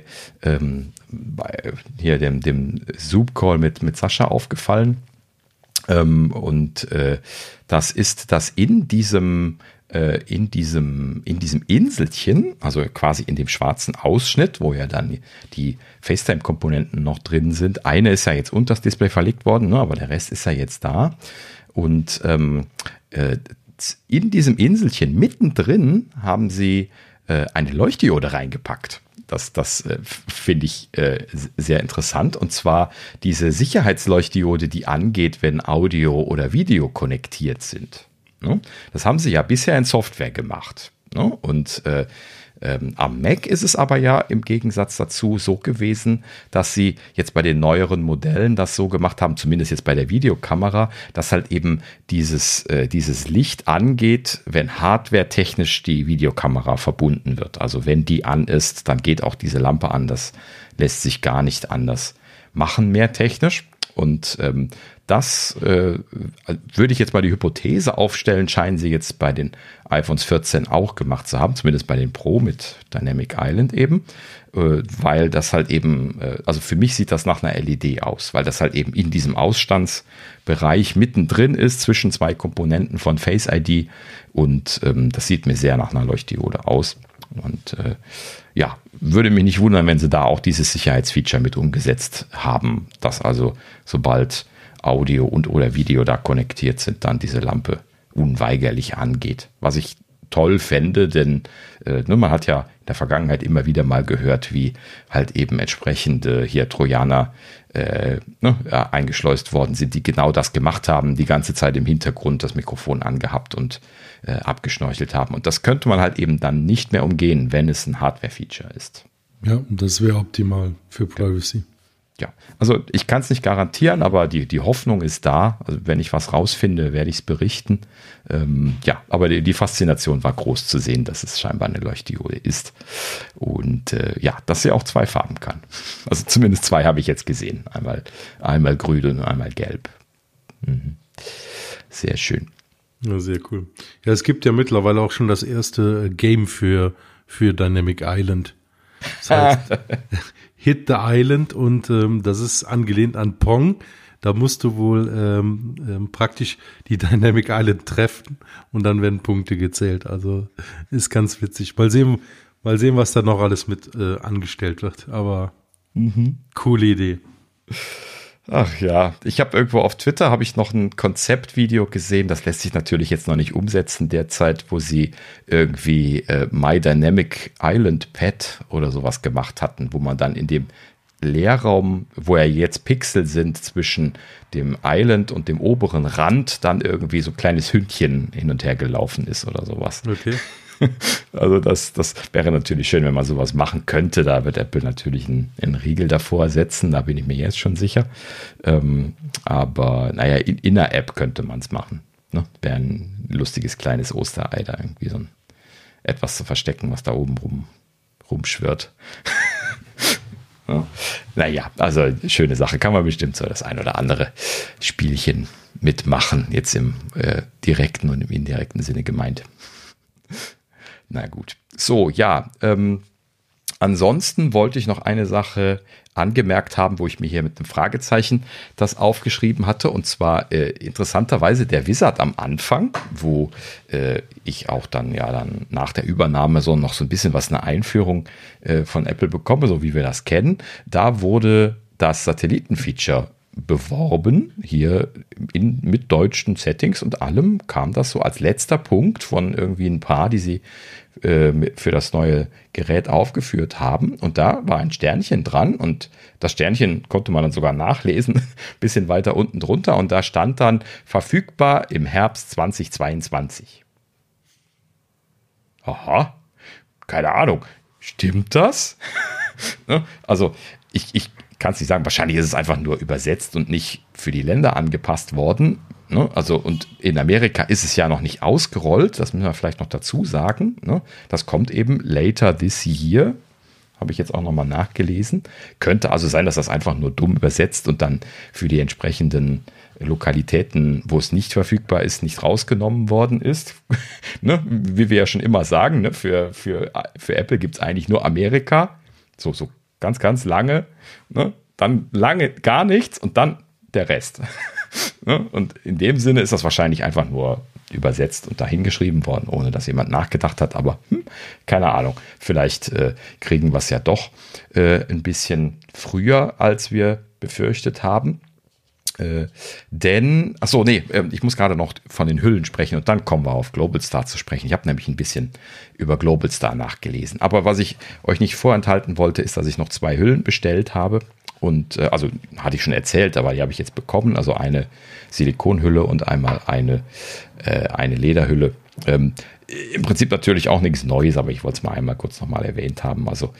hier dem Zoom-Call mit Sascha aufgefallen. Und das ist, dass in diesem Inselchen, also quasi in dem schwarzen Ausschnitt, wo ja dann die FaceTime-Komponenten noch drin sind. Eine ist ja jetzt unter das Display verlegt worden, ne, aber der Rest ist ja jetzt da. Und in diesem Inselchen mittendrin haben sie eine Leuchtdiode reingepackt. Das finde ich sehr interessant. Und zwar diese Sicherheitsleuchtdiode, die angeht, wenn Audio oder Video konnektiert sind. Das haben sie ja bisher in Software gemacht. Und am Mac ist es aber ja im Gegensatz dazu so gewesen, dass sie jetzt bei den neueren Modellen das so gemacht haben, zumindest jetzt bei der Videokamera, dass halt eben dieses Licht angeht, wenn hardwaretechnisch die Videokamera verbunden wird. Also wenn die an ist, dann geht auch diese Lampe an. Das lässt sich gar nicht anders machen, mehr technisch. Und das würde ich jetzt mal die Hypothese aufstellen, scheinen sie jetzt bei den iPhones 14 auch gemacht zu haben, zumindest bei den Pro mit Dynamic Island eben, weil das halt eben, also für mich sieht das nach einer LED aus, weil das halt eben in diesem Ausstandsbereich mittendrin ist, zwischen 2 Komponenten von Face ID und das sieht mir sehr nach einer Leuchtdiode aus. Und ja, würde mich nicht wundern, wenn sie da auch dieses Sicherheitsfeature mit umgesetzt haben, dass also sobald Audio und oder Video da konnektiert sind, dann diese Lampe unweigerlich angeht. Was ich toll fände, denn man hat ja in der Vergangenheit immer wieder mal gehört, wie halt eben entsprechende hier Trojaner eingeschleust worden sind, die genau das gemacht haben, die ganze Zeit im Hintergrund das Mikrofon angehabt und abgeschnorchelt haben. Und das könnte man halt eben dann nicht mehr umgehen, wenn es ein Hardware-Feature ist. Ja, das wäre optimal für Privacy. Ja, also ich kann es nicht garantieren, aber die Hoffnung ist da. Also wenn ich was rausfinde, werde ich es berichten. Ja, aber die Faszination war groß zu sehen, dass es scheinbar eine Leuchtdiode ist. Und ja, dass sie auch 2 Farben kann. Also zumindest 2 habe ich jetzt gesehen. Einmal grün und einmal gelb. Mhm. Sehr schön. Ja, sehr cool. Ja, es gibt ja mittlerweile auch schon das erste Game für Dynamic Island. Das heißt Hit the Island und das ist angelehnt an Pong. Da musst du wohl praktisch die Dynamic Island treffen und dann werden Punkte gezählt. Also ist ganz witzig. Mal sehen, was da noch alles mit angestellt wird. Aber coole Idee. Ach ja, ich habe irgendwo auf Twitter habe ich noch ein Konzeptvideo gesehen, das lässt sich natürlich jetzt noch nicht umsetzen derzeit, wo sie irgendwie My Dynamic Island Pad oder sowas gemacht hatten, wo man dann in dem Leerraum, wo ja jetzt Pixel sind zwischen dem Island und dem oberen Rand, dann irgendwie so ein kleines Hündchen hin und her gelaufen ist oder sowas. Okay. Also das wäre natürlich schön, wenn man sowas machen könnte. Da wird Apple natürlich einen Riegel davor setzen, da bin ich mir jetzt schon sicher. Aber naja, in der App könnte man es machen. Ne? Wäre ein lustiges kleines Osterei, da irgendwie so etwas zu verstecken, was da oben rumschwirrt. Ja. Naja, also schöne Sache. Kann man bestimmt so das ein oder andere Spielchen mitmachen, jetzt im direkten und im indirekten Sinne gemeint. Na gut. So, ja, ansonsten wollte ich noch eine Sache angemerkt haben, wo ich mir hier mit einem Fragezeichen das aufgeschrieben hatte, und zwar interessanterweise der Wizard am Anfang, wo ich auch dann nach der Übernahme so noch so ein bisschen eine Einführung von Apple bekomme, so wie wir das kennen. Da wurde das Satellitenfeature beworben, hier mit deutschen Settings und allem, kam das so als letzter Punkt von irgendwie ein paar, die sie für das neue Gerät aufgeführt haben, und da war ein Sternchen dran, und das Sternchen konnte man dann sogar nachlesen, ein bisschen weiter unten drunter, und da stand dann verfügbar im Herbst 2022. Aha, keine Ahnung, stimmt das? Also ich kann es nicht sagen, wahrscheinlich ist es einfach nur übersetzt und nicht für die Länder angepasst worden. Ne? Also, und in Amerika ist es ja noch nicht ausgerollt, das müssen wir vielleicht noch dazu sagen. Ne? Das kommt eben later this year, habe ich jetzt auch nochmal nachgelesen. Könnte also sein, dass das einfach nur dumm übersetzt und dann für die entsprechenden Lokalitäten, wo es nicht verfügbar ist, nicht rausgenommen worden ist. Ne? Wie wir ja schon immer sagen, ne? Für Apple gibt es eigentlich nur Amerika, so ganz, ganz lange, ne? Dann lange gar nichts und dann der Rest. Ne? Und in dem Sinne ist das wahrscheinlich einfach nur übersetzt und dahingeschrieben worden, ohne dass jemand nachgedacht hat, aber keine Ahnung, vielleicht kriegen wir es ja doch ein bisschen früher, als wir befürchtet haben. Ich muss gerade noch von den Hüllen sprechen und dann kommen wir auf Globalstar zu sprechen. Ich habe nämlich ein bisschen über Globalstar nachgelesen. Aber was ich euch nicht vorenthalten wollte, ist, dass ich noch 2 Hüllen bestellt habe. Und also hatte ich schon erzählt, aber die habe ich jetzt bekommen. Also eine Silikonhülle und einmal eine Lederhülle. Im Prinzip natürlich auch nichts Neues, aber ich wollte es mal einmal kurz nochmal erwähnt haben. Also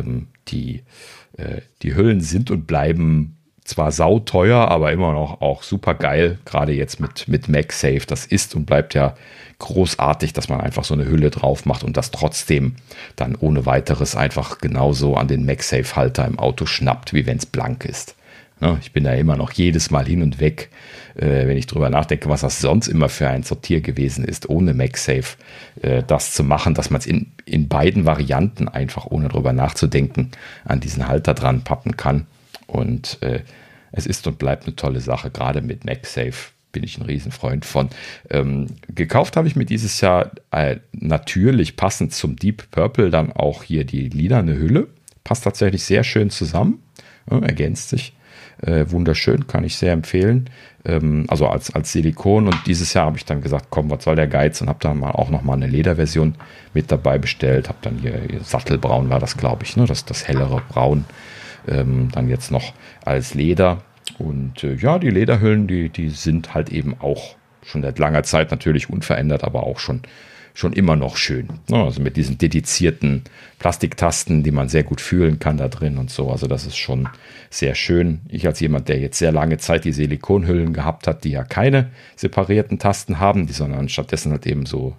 die Hüllen sind und bleiben zwar sauteuer, aber immer noch auch super geil, gerade jetzt mit MagSafe. Das ist und bleibt ja großartig, dass man einfach so eine Hülle drauf macht und das trotzdem dann ohne weiteres einfach genauso an den MagSafe-Halter im Auto schnappt, wie wenn es blank ist. Ne, ich bin da immer noch jedes Mal hin und weg, wenn ich drüber nachdenke, was das sonst immer für ein Sortier gewesen ist, ohne MagSafe das zu machen, dass man es in beiden Varianten einfach, ohne drüber nachzudenken, an diesen Halter dran pappen kann. Und es ist und bleibt eine tolle Sache, gerade mit MagSafe bin ich ein Riesenfreund von. Gekauft habe ich mir dieses Jahr natürlich passend zum Deep Purple dann auch hier die lilane Hülle. Passt tatsächlich sehr schön zusammen, ergänzt sich. Wunderschön, kann ich sehr empfehlen. Also als Silikon, und dieses Jahr habe ich dann gesagt, komm, was soll der Geiz, und habe dann auch nochmal eine Lederversion mit dabei bestellt. Habe dann hier Sattelbraun war das, glaube ich, ne? Das hellere Braun. Dann jetzt noch als Leder. Und die Lederhüllen, die sind halt eben auch schon seit langer Zeit natürlich unverändert, aber auch schon immer noch schön. Also mit diesen dedizierten Plastiktasten, die man sehr gut fühlen kann da drin und so. Also das ist schon sehr schön. Ich als jemand, der jetzt sehr lange Zeit die Silikonhüllen gehabt hat, die ja keine separierten Tasten haben, sondern stattdessen halt eben so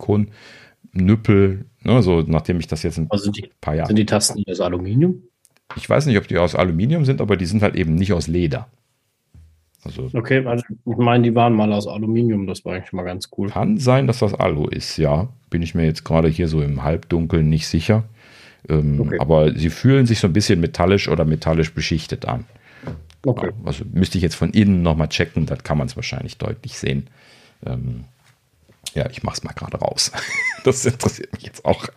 Silikonnüppel, ne, so nachdem ich das jetzt paar Jahre... Sind die Tasten aus Aluminium? Ich weiß nicht, ob die aus Aluminium sind, aber die sind halt eben nicht aus Leder. Also okay, also ich meine, die waren mal aus Aluminium, das war eigentlich mal ganz cool. Kann sein, dass das Alu ist, ja. Bin ich mir jetzt gerade hier so im Halbdunkeln nicht sicher. Okay. Aber sie fühlen sich so ein bisschen metallisch oder metallisch beschichtet an. Okay. Also müsste ich jetzt von innen nochmal checken, das kann man es wahrscheinlich deutlich sehen. Ich mache es mal gerade raus. Das interessiert mich jetzt auch.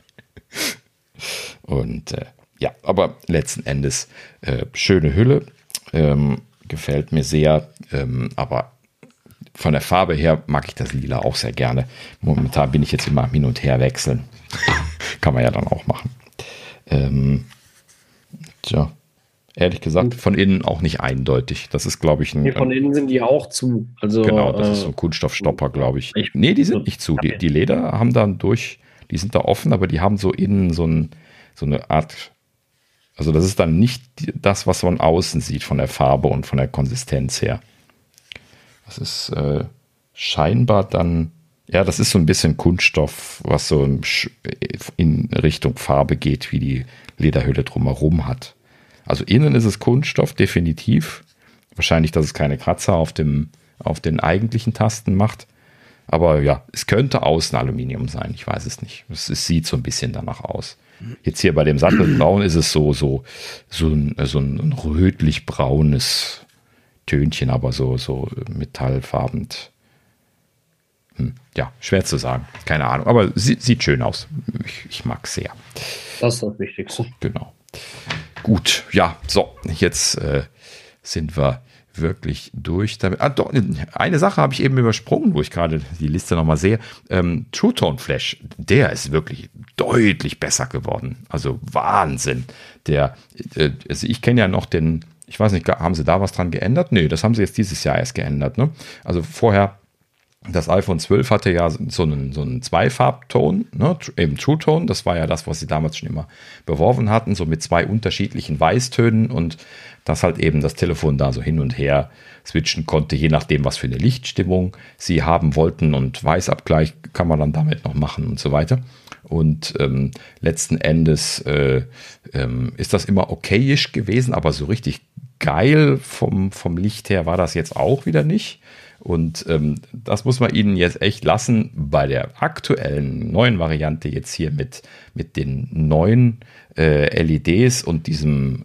Und aber letzten Endes schöne Hülle, gefällt mir sehr, aber von der Farbe her mag ich das Lila auch sehr gerne. Momentan bin ich jetzt immer hin und her wechseln. Kann man ja dann auch machen. Ehrlich gesagt, von innen auch nicht eindeutig. Das ist, glaube ich, von innen sind die auch zu. Also, genau, das ist so ein Kunststoffstopper, glaube ich. Nee, die sind nicht zu. Die Leder haben da ein Die sind da offen, aber die haben so innen so eine Art, also das ist dann nicht das, was man außen sieht von der Farbe und von der Konsistenz her. Das ist scheinbar dann, ja, das ist so ein bisschen Kunststoff, was so in Richtung Farbe geht, wie die Lederhülle drumherum hat. Also innen ist es Kunststoff, definitiv. Wahrscheinlich, dass es keine Kratzer auf den eigentlichen Tasten macht. Aber ja, es könnte außen Aluminium sein, ich weiß es nicht. Es sieht so ein bisschen danach aus. Jetzt hier bei dem Sattelbraun ist es so ein rötlich-braunes Tönchen, aber so metallfarben. Ja, schwer zu sagen. Keine Ahnung, aber sieht schön aus. Ich mag es sehr. Das ist das Wichtigste. Genau. Gut, ja, so, jetzt sind wir wirklich durch damit. Doch, eine Sache habe ich eben übersprungen, wo ich gerade die Liste nochmal sehe. True Tone Flash, der ist wirklich deutlich besser geworden. Also Wahnsinn. Also ich kenne ja noch ich weiß nicht, haben sie da was dran geändert? Nee, das haben sie jetzt dieses Jahr erst geändert. Ne? Also vorher, das iPhone 12 hatte ja so einen Zweifarbton, ne? Eben True Tone, das war ja das, was sie damals schon immer beworben hatten, so mit 2 unterschiedlichen Weißtönen und dass halt eben das Telefon da so hin und her switchen konnte, je nachdem, was für eine Lichtstimmung sie haben wollten, und Weißabgleich kann man dann damit noch machen und so weiter. Und letzten Endes ist das immer okayisch gewesen, aber so richtig geil vom Licht her war das jetzt auch wieder nicht. Und das muss man ihnen jetzt echt lassen. Bei der aktuellen neuen Variante jetzt hier mit den neuen LEDs und diesem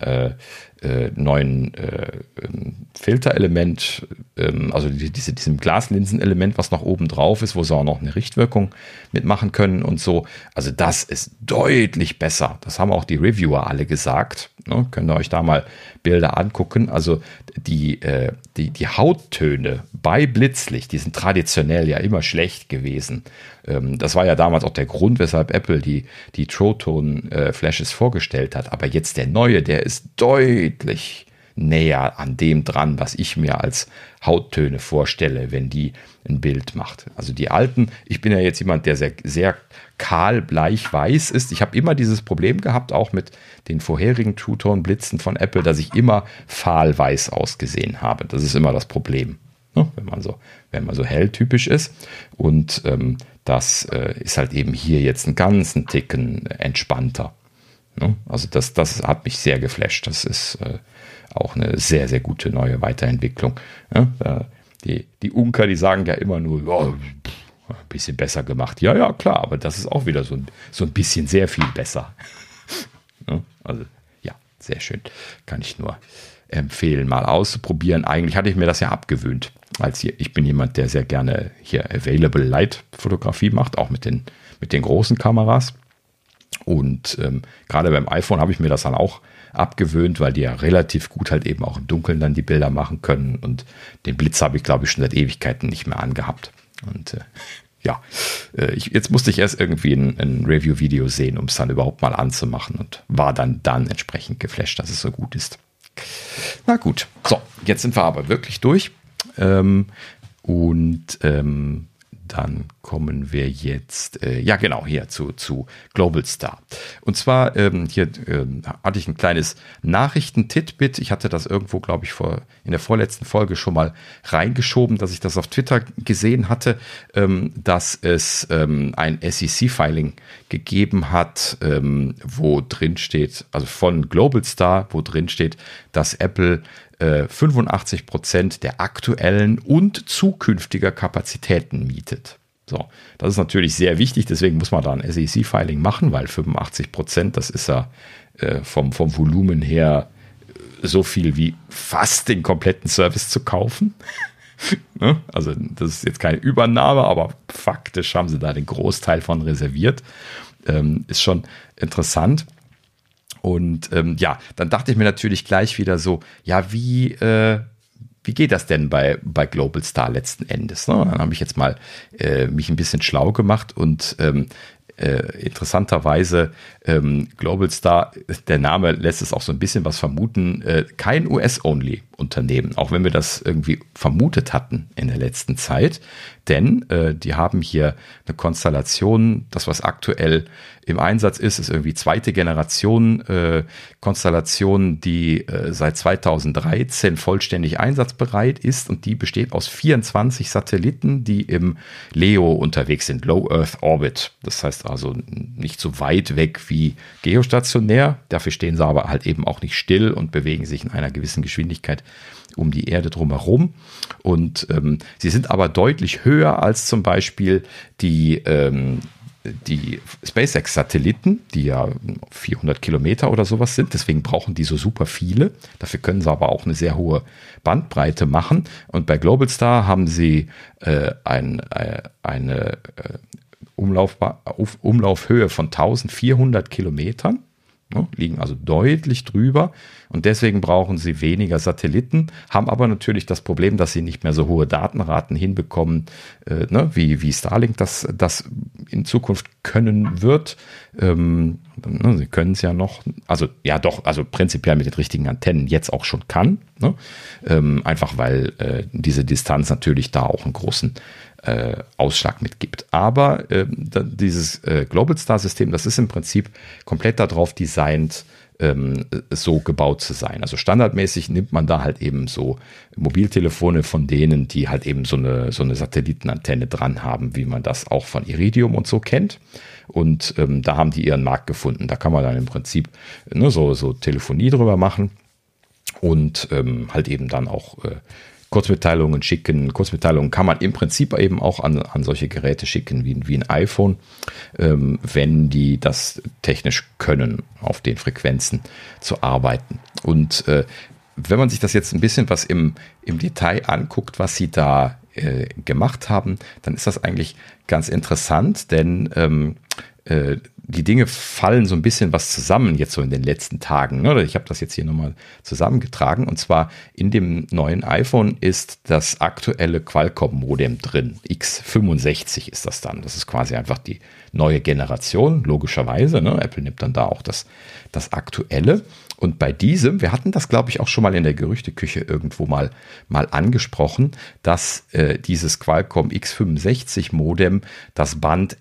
neuen Filterelement, also diesem Glaslinsenelement, was noch oben drauf ist, wo sie auch noch eine Richtwirkung mitmachen können und so. Also das ist deutlich besser. Das haben auch die Reviewer alle gesagt. Ne? Könnt ihr euch da mal Bilder angucken. Also die Hauttöne bei Blitzlicht, die sind traditionell ja immer schlecht gewesen. Das war ja damals auch der Grund, weshalb Apple die True Tone Flashes vorgestellt hat. Aber jetzt der neue, der ist deutlich näher an dem dran, was ich mir als Hauttöne vorstelle, wenn die ein Bild macht. Also die alten, ich bin ja jetzt jemand, der sehr, sehr kahl bleich-weiß ist. Ich habe immer dieses Problem gehabt, auch mit den vorherigen True Tone Blitzen von Apple, dass ich immer fahl-weiß ausgesehen habe. Das ist immer das Problem, ne? wenn man so helltypisch ist. Und das ist halt eben hier jetzt einen ganzen Ticken entspannter. Ne? Also das hat mich sehr geflasht. Das ist auch eine sehr, sehr gute neue Weiterentwicklung. Ja, die Unker, die sagen ja immer nur, oh, ein bisschen besser gemacht. Ja, klar, aber das ist auch wieder so ein bisschen sehr viel besser. Ja, also ja, sehr schön. Kann ich nur empfehlen, mal auszuprobieren. Eigentlich hatte ich mir das ja abgewöhnt. Ich bin jemand, der sehr gerne hier Available Light Fotografie macht, auch mit den großen Kameras. Und gerade beim iPhone habe ich mir das dann auch abgewöhnt, weil die ja relativ gut halt eben auch im Dunkeln dann die Bilder machen können. Und den Blitz habe ich, glaube ich, schon seit Ewigkeiten nicht mehr angehabt. Und jetzt musste ich erst irgendwie ein Review-Video sehen, um es dann überhaupt mal anzumachen, und war dann entsprechend geflasht, dass es so gut ist. Na gut, so, jetzt sind wir aber wirklich durch. Dann kommen wir jetzt, hier zu Global Star. Und zwar, hier hatte ich ein kleines Nachrichten-Titbit. Ich hatte das irgendwo, glaube ich, in der vorletzten Folge schon mal reingeschoben, dass ich das auf Twitter gesehen hatte, dass es ein SEC-Filing gegeben hat, wo drin steht, also von Global Star, wo drin steht, dass Apple 85% der aktuellen und zukünftiger Kapazitäten mietet. So, das ist natürlich sehr wichtig, deswegen muss man da ein SEC-Filing machen, weil 85%, das ist ja vom Volumen her so viel wie fast den kompletten Service zu kaufen. Ne? Also das ist jetzt keine Übernahme, aber faktisch haben sie da den Großteil von reserviert. Ist schon interessant. Und dann dachte ich mir natürlich gleich wieder so, ja, wie geht das denn bei Global Star letzten Endes? Ne? Dann habe ich jetzt mal mich ein bisschen schlau gemacht und interessanterweise Global Star, der Name lässt es auch so ein bisschen was vermuten, kein US-Only. Unternehmen, auch wenn wir das irgendwie vermutet hatten in der letzten Zeit, denn die haben hier eine Konstellation, das was aktuell im Einsatz ist irgendwie zweite Generation Konstellation, die seit 2013 vollständig einsatzbereit ist und die besteht aus 24 Satelliten, die im LEO unterwegs sind, Low Earth Orbit. Das heißt also nicht so weit weg wie geostationär, dafür stehen sie aber halt eben auch nicht still und bewegen sich in einer gewissen Geschwindigkeit um die Erde drumherum. Und sie sind aber deutlich höher als zum Beispiel die SpaceX-Satelliten, die ja 400 Kilometer oder sowas sind. Deswegen brauchen die so super viele. Dafür können sie aber auch eine sehr hohe Bandbreite machen. Und bei Globalstar haben sie eine Umlaufhöhe von 1400 Kilometern. Liegen also deutlich drüber und deswegen brauchen sie weniger Satelliten, haben aber natürlich das Problem, dass sie nicht mehr so hohe Datenraten hinbekommen, wie Starlink das in Zukunft können wird. Sie können es ja noch, also prinzipiell mit den richtigen Antennen jetzt auch schon kann, einfach weil diese Distanz natürlich da auch einen großen Ausschlag mitgibt. Aber dieses Globalstar-System, das ist im Prinzip komplett darauf designt, so gebaut zu sein. Also standardmäßig nimmt man da halt eben so Mobiltelefone von denen, die halt eben so eine Satellitenantenne dran haben, wie man das auch von Iridium und so kennt. Und da haben die ihren Markt gefunden. Da kann man dann im Prinzip so Telefonie drüber machen und halt eben dann auch Kurzmitteilungen schicken. Kurzmitteilungen kann man im Prinzip eben auch an solche Geräte schicken wie ein iPhone, wenn die das technisch können, auf den Frequenzen zu arbeiten. Und wenn man sich das jetzt ein bisschen was im Detail anguckt, was sie da gemacht haben, dann ist das eigentlich ganz interessant, denn die Dinge fallen so ein bisschen was zusammen jetzt so in den letzten Tagen. Ich habe das jetzt hier nochmal zusammengetragen und zwar in dem neuen iPhone ist das aktuelle Qualcomm-Modem drin. X65 ist das dann. Das ist quasi einfach die neue Generation, logischerweise. Apple nimmt dann da auch das aktuelle. Und bei diesem, wir hatten das, glaube ich, auch schon mal in der Gerüchteküche irgendwo mal angesprochen, dass dieses Qualcomm X65 Modem das Band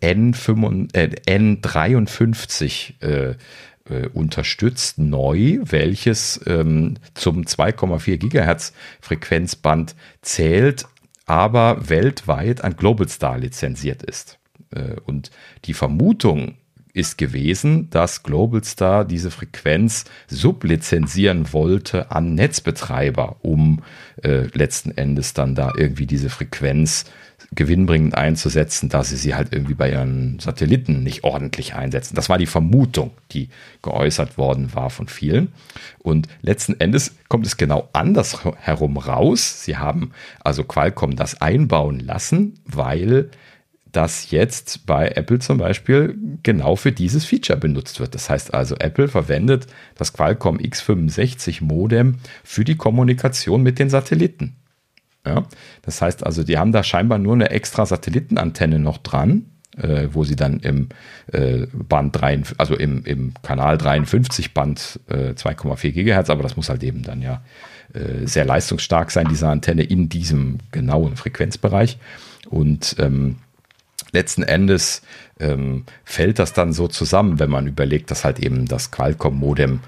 N53 unterstützt, neu, welches zum 2,4 Gigahertz Frequenzband zählt, aber weltweit an Globalstar lizenziert ist. Und die Vermutung ist gewesen, dass Globalstar diese Frequenz sublizenzieren wollte an Netzbetreiber, um letzten Endes dann da irgendwie diese Frequenz gewinnbringend einzusetzen, dass sie halt irgendwie bei ihren Satelliten nicht ordentlich einsetzen. Das war die Vermutung, die geäußert worden war von vielen. Und letzten Endes kommt es genau andersherum raus. Sie haben also Qualcomm das einbauen lassen, weil das jetzt bei Apple zum Beispiel genau für dieses Feature benutzt wird. Das heißt also, Apple verwendet das Qualcomm X65 Modem für die Kommunikation mit den Satelliten. Ja, das heißt also, die haben da scheinbar nur eine extra Satellitenantenne noch dran, wo sie dann im Band 53, also im Kanal 53 Band 2,4 Gigahertz, aber das muss halt eben dann ja sehr leistungsstark sein, diese Antenne in diesem genauen Frequenzbereich. Und letzten Endes fällt das dann so zusammen, wenn man überlegt, dass halt eben das Qualcomm-Modem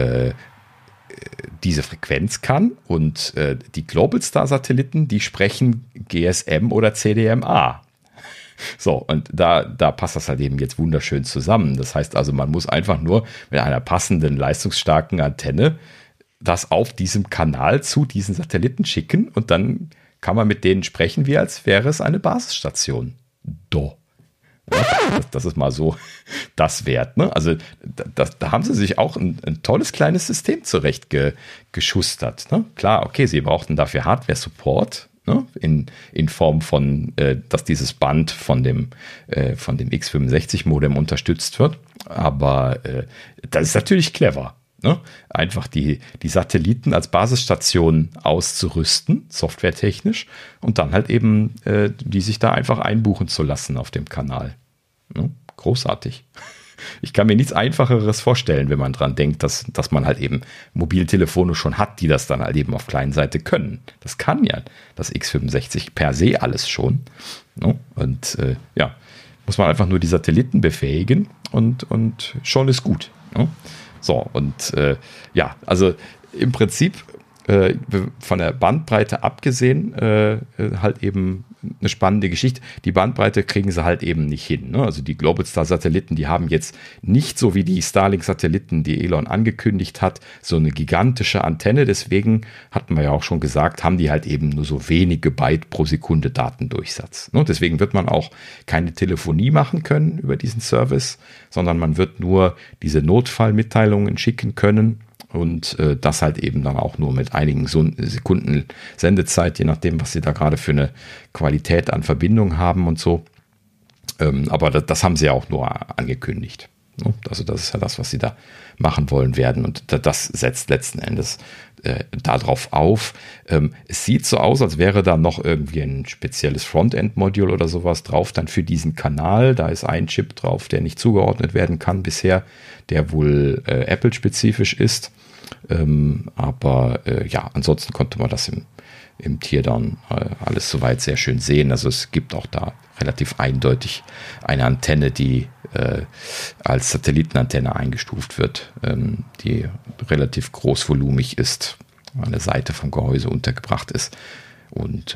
diese Frequenz kann und die Globalstar-Satelliten, die sprechen GSM oder CDMA. So, und da passt das halt eben jetzt wunderschön zusammen. Das heißt also, man muss einfach nur mit einer passenden, leistungsstarken Antenne das auf diesem Kanal zu diesen Satelliten schicken und dann kann man mit denen sprechen, wie als wäre es eine Basisstation. Das ist mal so das Wert. Ne? Also da haben sie sich auch ein tolles kleines System zurecht geschustert. Ne? Klar, okay, sie brauchten dafür Hardware-Support, ne? in Form von, dass dieses Band von dem X65-Modem unterstützt wird. Aber das ist natürlich clever. Ne? Einfach die Satelliten als Basisstation auszurüsten, softwaretechnisch, und dann halt eben die sich da einfach einbuchen zu lassen auf dem Kanal. Ne? Großartig. Ich kann mir nichts Einfacheres vorstellen, wenn man dran denkt, dass man halt eben Mobiltelefone schon hat, die das dann halt eben auf Kleinseite können. Das kann ja das X65 per se alles schon. No? Und muss man einfach nur die Satelliten befähigen und schon ist gut. No? So, und also im Prinzip von der Bandbreite abgesehen, halt eben eine spannende Geschichte. Die Bandbreite kriegen sie halt eben nicht hin. Ne? Also die Globalstar-Satelliten, die haben jetzt nicht so wie die Starlink-Satelliten, die Elon angekündigt hat, so eine gigantische Antenne. Deswegen, hatten wir ja auch schon gesagt, haben die halt eben nur so wenige Byte pro Sekunde Datendurchsatz. Ne? Deswegen wird man auch keine Telefonie machen können über diesen Service, sondern man wird nur diese Notfallmitteilungen schicken können. Und das halt eben dann auch nur mit einigen Sekunden Sendezeit, je nachdem, was sie da gerade für eine Qualität an Verbindung haben und so. Aber das haben sie ja auch nur angekündigt. Also das ist ja das, was sie da machen wollen werden. Und das setzt letzten Endes darauf auf. Es sieht so aus, als wäre da noch irgendwie ein spezielles Frontend-Modul oder sowas drauf, dann für diesen Kanal. Da ist ein Chip drauf, der nicht zugeordnet werden kann bisher, der wohl Apple-spezifisch ist. Aber ansonsten konnte man das im Teardown alles soweit sehr schön sehen. Also es gibt auch da relativ eindeutig eine Antenne, die als Satellitenantenne eingestuft wird, die relativ großvolumig ist, an der Seite vom Gehäuse untergebracht ist. Und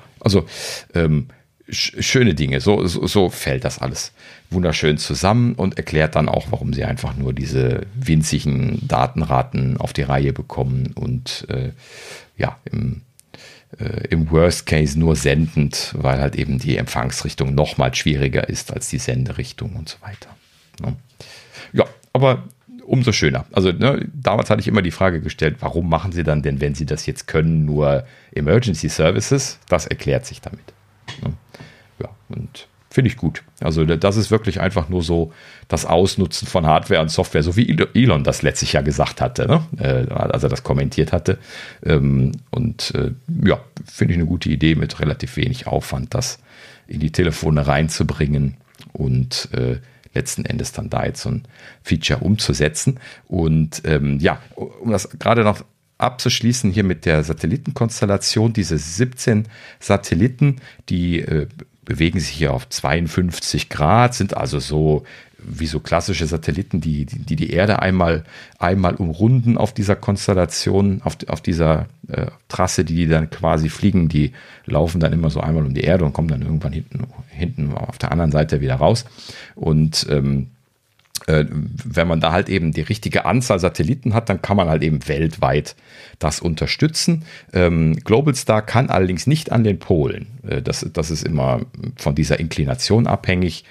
schöne Dinge. So fällt das alles wunderschön zusammen und erklärt dann auch, warum sie einfach nur diese winzigen Datenraten auf die Reihe bekommen und im Worst Case nur sendend, weil halt eben die Empfangsrichtung noch mal schwieriger ist als die Senderichtung und so weiter. Ne? Ja, aber umso schöner. Also damals hatte ich immer die Frage gestellt, warum machen sie dann denn, wenn sie das jetzt können, nur Emergency Services? Das erklärt sich damit. Ne? Ja, und finde ich gut. Also das ist wirklich einfach nur so das Ausnutzen von Hardware und Software, so wie Elon das letztes Jahr gesagt hatte, ne? Als er das kommentiert hatte. Finde ich eine gute Idee, mit relativ wenig Aufwand das in die Telefone reinzubringen und letzten Endes dann da jetzt so ein Feature umzusetzen. Und um das gerade noch abzuschließen hier mit der Satellitenkonstellation, diese 17 Satelliten, die bewegen sich hier auf 52 Grad, sind also so wie so klassische Satelliten, die Erde einmal umrunden auf dieser Konstellation, auf dieser Trasse, die dann quasi fliegen. Die laufen dann immer so einmal um die Erde und kommen dann irgendwann hinten auf der anderen Seite wieder raus. Und wenn man da halt eben die richtige Anzahl Satelliten hat, dann kann man halt eben weltweit das unterstützen. Globalstar kann allerdings nicht an den Polen. Das ist immer von dieser Inklination abhängig.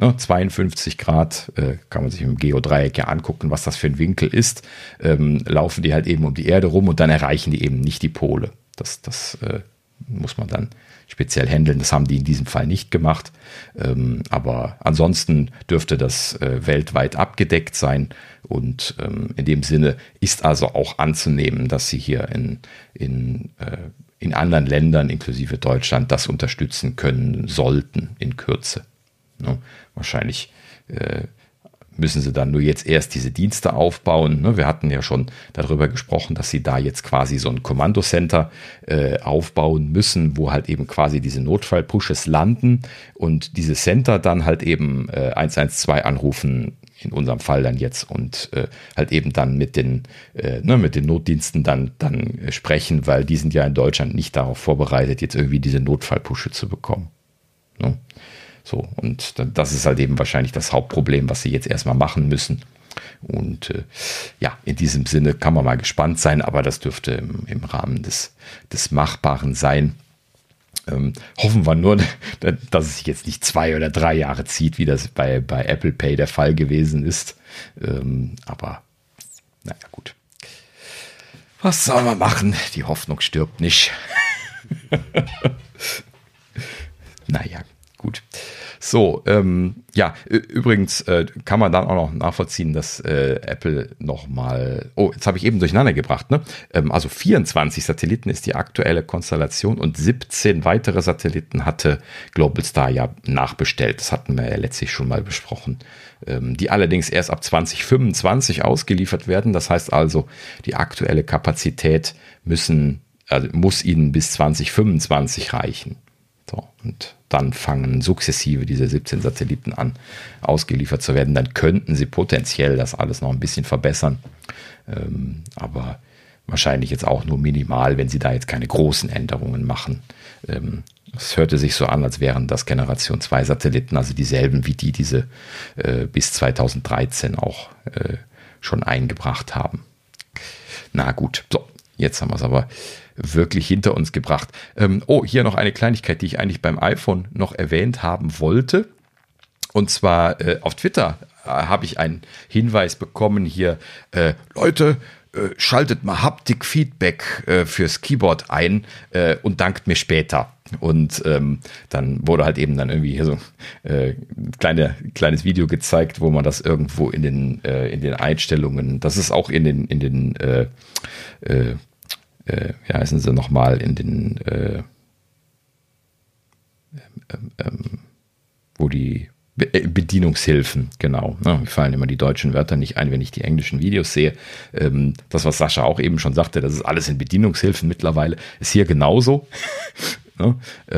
52 Grad, kann man sich im Geodreieck ja angucken, was das für ein Winkel ist. Laufen die halt eben um die Erde rum und dann erreichen die eben nicht die Pole. Das muss man dann speziell handeln. Das haben die in diesem Fall nicht gemacht. Aber ansonsten dürfte das weltweit abgedeckt sein. Und in dem Sinne ist also auch anzunehmen, dass sie hier in anderen Ländern, inklusive Deutschland, das unterstützen können sollten in Kürze. Ne? Wahrscheinlich müssen sie dann nur jetzt erst diese Dienste aufbauen. Ne? Wir hatten ja schon darüber gesprochen, dass sie da jetzt quasi so ein Kommandocenter aufbauen müssen, wo halt eben quasi diese Notfall-Pushes landen und diese Center dann halt eben 112 anrufen, in unserem Fall dann jetzt, und halt eben dann mit den Notdiensten dann sprechen, weil die sind ja in Deutschland nicht darauf vorbereitet, jetzt irgendwie diese Notfall-Pushe zu bekommen. Ne? So, und das ist halt eben wahrscheinlich das Hauptproblem, was sie jetzt erstmal machen müssen. Und in diesem Sinne kann man mal gespannt sein, aber das dürfte im Rahmen des Machbaren sein. Hoffen wir nur, dass es sich jetzt nicht 2 oder 3 Jahre zieht, wie das bei Apple Pay der Fall gewesen ist. Aber naja, gut. Was soll man machen? Die Hoffnung stirbt nicht. Naja, gut. So, ja, übrigens kann man dann auch noch nachvollziehen, dass Apple nochmal, jetzt habe ich eben durcheinander gebracht, ne? Also 24 Satelliten ist die aktuelle Konstellation und 17 weitere Satelliten hatte Globalstar ja nachbestellt. Das hatten wir ja letztlich schon mal besprochen. Die allerdings erst ab 2025 ausgeliefert werden. Das heißt also, die aktuelle Kapazität muss ihnen bis 2025 reichen. So, und dann fangen sukzessive diese 17 Satelliten an, ausgeliefert zu werden. Dann könnten sie potenziell das alles noch ein bisschen verbessern. Aber wahrscheinlich jetzt auch nur minimal, wenn sie da jetzt keine großen Änderungen machen. Es hörte sich so an, als wären das Generation 2 Satelliten, also dieselben wie diese bis 2013 auch schon eingebracht haben. Na gut, so, jetzt haben wir es aber wirklich hinter uns gebracht. Hier noch eine Kleinigkeit, die ich eigentlich beim iPhone noch erwähnt haben wollte. Und zwar auf Twitter habe ich einen Hinweis bekommen hier, Leute, schaltet mal Haptik-Feedback fürs Keyboard ein und dankt mir später. Und dann wurde halt eben dann irgendwie hier so ein kleines Video gezeigt, wo man das irgendwo in den Einstellungen, das ist auch in den wie heißen sie nochmal, in den wo die Bedienungshilfen, genau. Ne, mir fallen immer die deutschen Wörter nicht ein, wenn ich die englischen Videos sehe. Das, was Sascha auch eben schon sagte, das ist alles in Bedienungshilfen mittlerweile, ist hier genauso. Ne?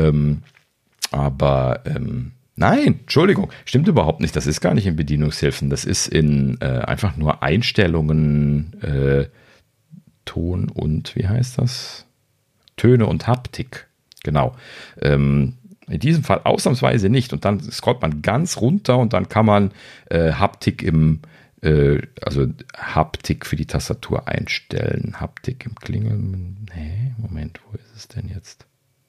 Nein, Entschuldigung, stimmt überhaupt nicht. Das ist gar nicht in Bedienungshilfen. Das ist in einfach nur Einstellungen, Ton und, wie heißt das? Töne und Haptik. Genau. In diesem Fall ausnahmsweise nicht. Und dann scrollt man ganz runter und dann kann man Haptik also Haptik für die Tastatur einstellen. Haptik im Klingeln. Nee, Moment, wo ist es denn jetzt?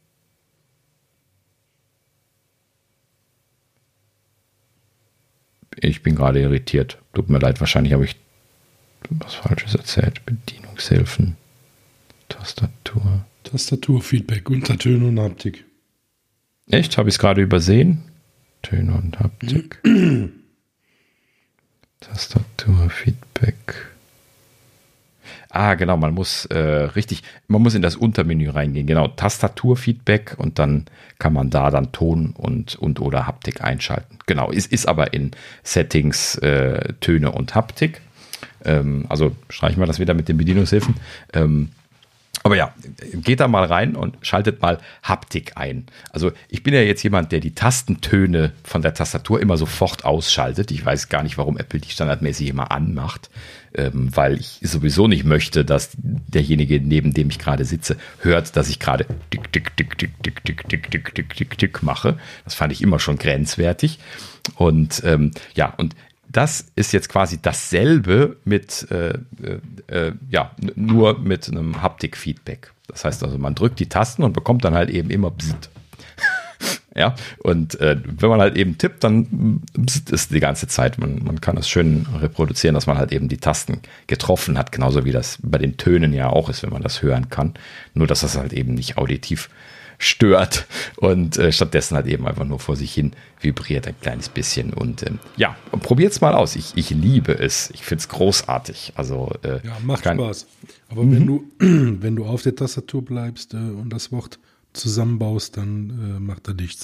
Ich bin gerade irritiert. Tut mir leid, wahrscheinlich habe ich was Falsches erzählt. Bedienungshilfen. Tastaturfeedback, Untertöne und Haptik. Echt? Habe ich es gerade übersehen? Töne und Haptik. Tastaturfeedback. Genau, man muss in das Untermenü reingehen. Genau, Tastaturfeedback und dann kann man da dann Ton und oder Haptik einschalten. Genau, ist aber in Settings Töne und Haptik. Also streichen wir das wieder mit den Bedienungshilfen. Aber ja, geht da mal rein und schaltet mal Haptik ein. Also ich bin ja jetzt jemand, der die Tastentöne von der Tastatur immer sofort ausschaltet. Ich weiß gar nicht, warum Apple die standardmäßig immer anmacht, weil ich sowieso nicht möchte, dass derjenige, neben dem ich gerade sitze, hört, dass ich gerade tick, tick, tick, tick, tick, tick, tick, tick, tick, tick, tick mache. Das fand ich immer schon grenzwertig. Und und das ist jetzt quasi dasselbe mit, nur mit einem Haptik-Feedback. Das heißt also, man drückt die Tasten und bekommt dann halt eben immer Bzzzt. Ja, und wenn man halt eben tippt, dann Bzzzt ist die ganze Zeit. Man kann das schön reproduzieren, dass man halt eben die Tasten getroffen hat, genauso wie das bei den Tönen ja auch ist, wenn man das hören kann. Nur, dass das halt eben nicht auditiv stört und stattdessen halt eben einfach nur vor sich hin vibriert ein kleines bisschen und probiert es mal aus. Ich liebe es. Ich finde es großartig. Also macht Spaß. Aber wenn du auf der Tastatur bleibst und das Wort zusammenbaust, dann macht er nichts.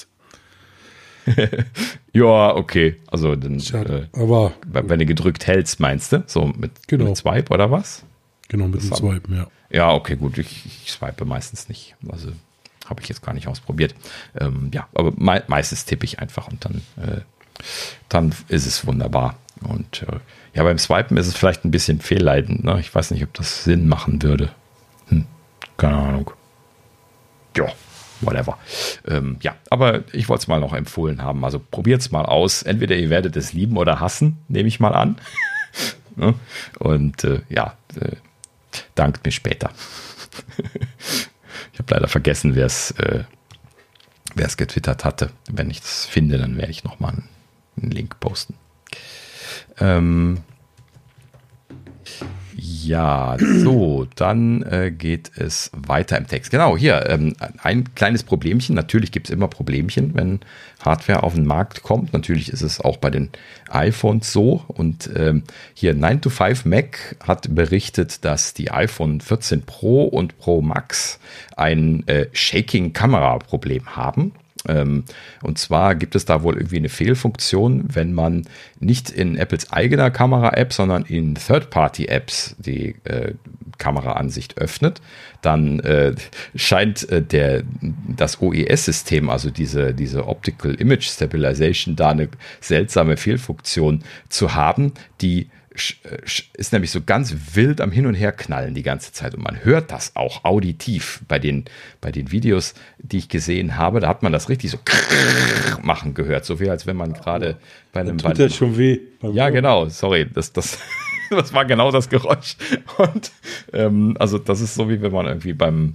Ja, okay. Also dann, aber wenn du gedrückt hältst, meinst du? So mit Swipe oder was? Genau, mit dem Swipen, ja. Ja, okay, gut. Ich swipe meistens nicht. Also habe ich jetzt gar nicht ausprobiert. Aber meistens tippe ich einfach und dann ist es wunderbar. Und beim Swipen ist es vielleicht ein bisschen fehlleitend. Ne? Ich weiß nicht, ob das Sinn machen würde. Keine Ahnung. Ja, whatever. Aber ich wollte es mal noch empfohlen haben. Also probiert es mal aus. Entweder ihr werdet es lieben oder hassen, nehme ich mal an. Und dankt mir später. Ich habe leider vergessen, wer es getwittert hatte. Wenn ich das finde, dann werde ich nochmal einen Link posten. Ja, so, dann geht es weiter im Text. Genau, hier ein kleines Problemchen. Natürlich gibt es immer Problemchen, wenn Hardware auf den Markt kommt. Natürlich ist es auch bei den iPhones so. Und hier 9to5Mac hat berichtet, dass die iPhone 14 Pro und Pro Max ein Shaking-Kamera-Problem haben. Und zwar gibt es da wohl irgendwie eine Fehlfunktion, wenn man nicht in Apples eigener Kamera-App, sondern in Third-Party-Apps die Kameraansicht öffnet, dann scheint das OIS-System, also diese Optical Image Stabilization, da eine seltsame Fehlfunktion zu haben, die ist nämlich so ganz wild am Hin- und Herknallen die ganze Zeit. Und man hört das auch auditiv bei den Videos, die ich gesehen habe. Da hat man das richtig so machen gehört. So wie als wenn man gerade bei einem... Tut das schon weh. Ja, genau. Sorry, das war genau das Geräusch. Und also das ist so, wie wenn man irgendwie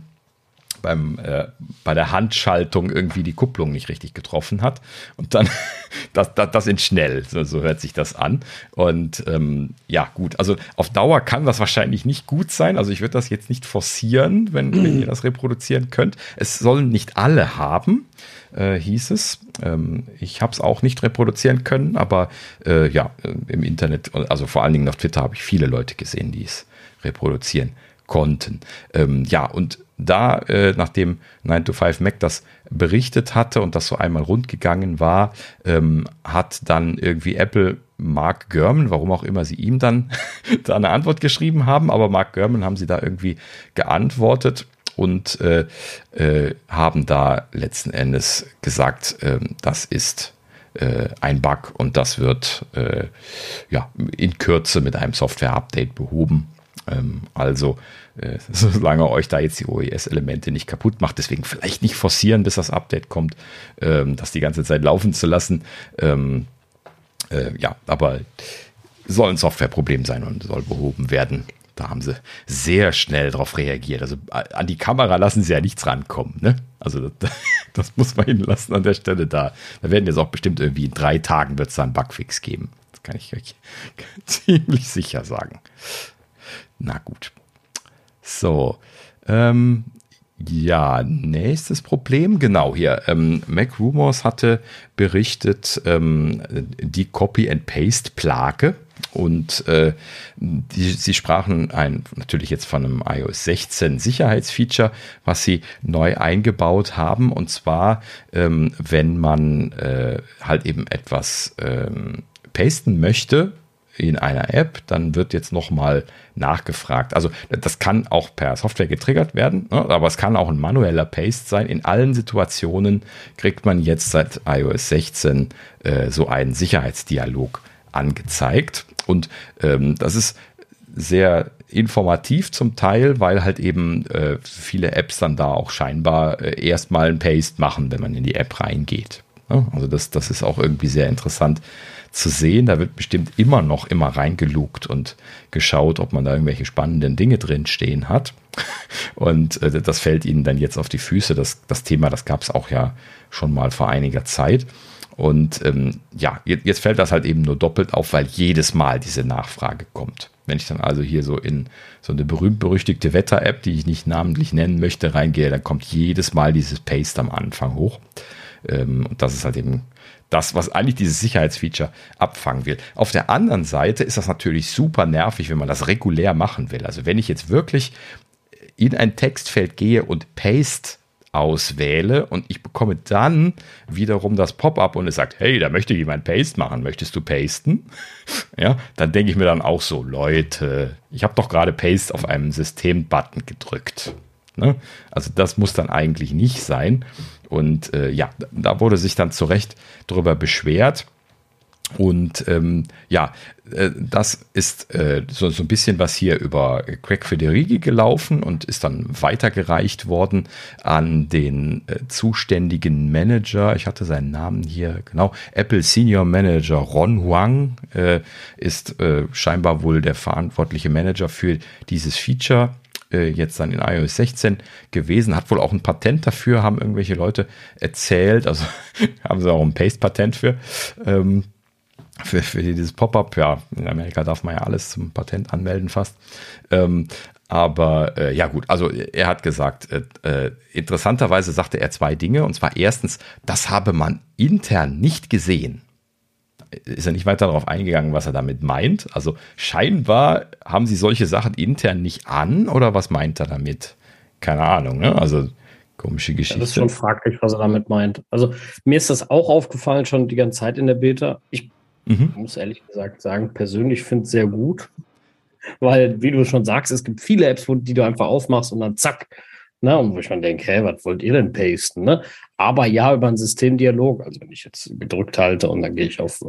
bei der Handschaltung irgendwie die Kupplung nicht richtig getroffen hat und dann das in schnell, so hört sich das an. Und ja gut, also auf Dauer kann das wahrscheinlich nicht gut sein, also ich würde das jetzt nicht forcieren, wenn ihr das reproduzieren könnt. Es sollen nicht alle haben, hieß es. Ich habe es auch nicht reproduzieren können, aber ja, im Internet, also vor allen Dingen auf Twitter habe ich viele Leute gesehen, die es reproduzieren konnten. Ja, und da, nachdem 9to5Mac das berichtet hatte und das so einmal rund gegangen war, hat dann irgendwie Apple Mark Gurman, warum auch immer sie ihm dann da eine Antwort geschrieben haben, aber Mark Gurman haben sie da irgendwie geantwortet und haben da letzten Endes gesagt, das ist ein Bug und das wird ja, in Kürze mit einem Software-Update behoben. Also, solange euch da jetzt die OIS-Elemente nicht kaputt macht, deswegen vielleicht nicht forcieren, bis das Update kommt, das die ganze Zeit laufen zu lassen. Ja, aber soll ein Softwareproblem sein und soll behoben werden. Da haben sie sehr schnell drauf reagiert. Also an die Kamera lassen sie ja nichts rankommen, ne? Also das muss man ihnen lassen an der Stelle da. Da werden jetzt auch bestimmt irgendwie in 3 Tagen wird es da einen Bugfix geben. Das kann ich euch ziemlich sicher sagen. Na gut. So. Ja, nächstes Problem. Genau, hier. Mac Rumors hatte berichtet, die Copy-and-Paste-Plage. Und sie sprachen natürlich jetzt von einem iOS 16 Sicherheitsfeature, was sie neu eingebaut haben. Und zwar, wenn man halt eben etwas pasten möchte in einer App, dann wird jetzt nochmal nachgefragt. Also das kann auch per Software getriggert werden, ne? Aber es kann auch ein manueller Paste sein. In allen Situationen kriegt man jetzt seit iOS 16 so einen Sicherheitsdialog angezeigt. Und das ist sehr informativ zum Teil, weil halt eben viele Apps dann da auch scheinbar erstmal einen Paste machen, wenn man in die App reingeht. Ja? Also das ist auch irgendwie sehr interessant zu sehen. Da wird bestimmt immer reingelugt und geschaut, ob man da irgendwelche spannenden Dinge drin stehen hat. Und das fällt ihnen dann jetzt auf die Füße. Das Thema, das gab es auch ja schon mal vor einiger Zeit. Und ja, jetzt fällt das halt eben nur doppelt auf, weil jedes Mal diese Nachfrage kommt. Wenn ich dann also hier so in so eine berühmt-berüchtigte Wetter-App, die ich nicht namentlich nennen möchte, reingehe, dann kommt jedes Mal dieses Paste am Anfang hoch. Und das ist halt eben das, was eigentlich dieses Sicherheitsfeature abfangen will. Auf der anderen Seite ist das natürlich super nervig, wenn man das regulär machen will. Also wenn ich jetzt wirklich in ein Textfeld gehe und Paste auswähle und ich bekomme dann wiederum das Pop-up und es sagt, hey, da möchte jemand Paste machen, möchtest du pasten? Ja, dann denke ich mir dann auch so, Leute, ich habe doch gerade Paste auf einem System-Button gedrückt. Ne? Also das muss dann eigentlich nicht sein. Und ja, da wurde sich dann zu Recht darüber beschwert. Und ja, das ist so ein bisschen was hier über Craig Federighi gelaufen und ist dann weitergereicht worden an den zuständigen Manager. Ich hatte seinen Namen hier, genau. Apple Senior Manager Ron Huang ist scheinbar wohl der verantwortliche Manager für dieses Feature. Jetzt dann in iOS 16 gewesen, hat wohl auch ein Patent dafür, haben irgendwelche Leute erzählt, also haben sie auch ein Paste-Patent für. für dieses Pop-up, ja, in Amerika darf man ja alles zum Patent anmelden fast. Aber ja gut, also er hat gesagt, interessanterweise sagte er 2 Dinge. Und zwar erstens, das habe man intern nicht gesehen. Ist er nicht weiter darauf eingegangen, was er damit meint? Also scheinbar haben sie solche Sachen intern nicht an, oder was meint er damit? Keine Ahnung, ne? Also komische Geschichte. Das ist schon fraglich, was er damit meint. Also mir ist das auch aufgefallen, schon die ganze Zeit in der Beta. Ich muss ehrlich gesagt sagen, persönlich finde es sehr gut. Weil, wie du schon sagst, es gibt viele Apps, die du einfach aufmachst und dann zack. Ne? Und wo ich mir denke, hey, was wollt ihr denn pasten? Ne? Aber ja, über einen Systemdialog, also wenn ich jetzt gedrückt halte und dann gehe ich auf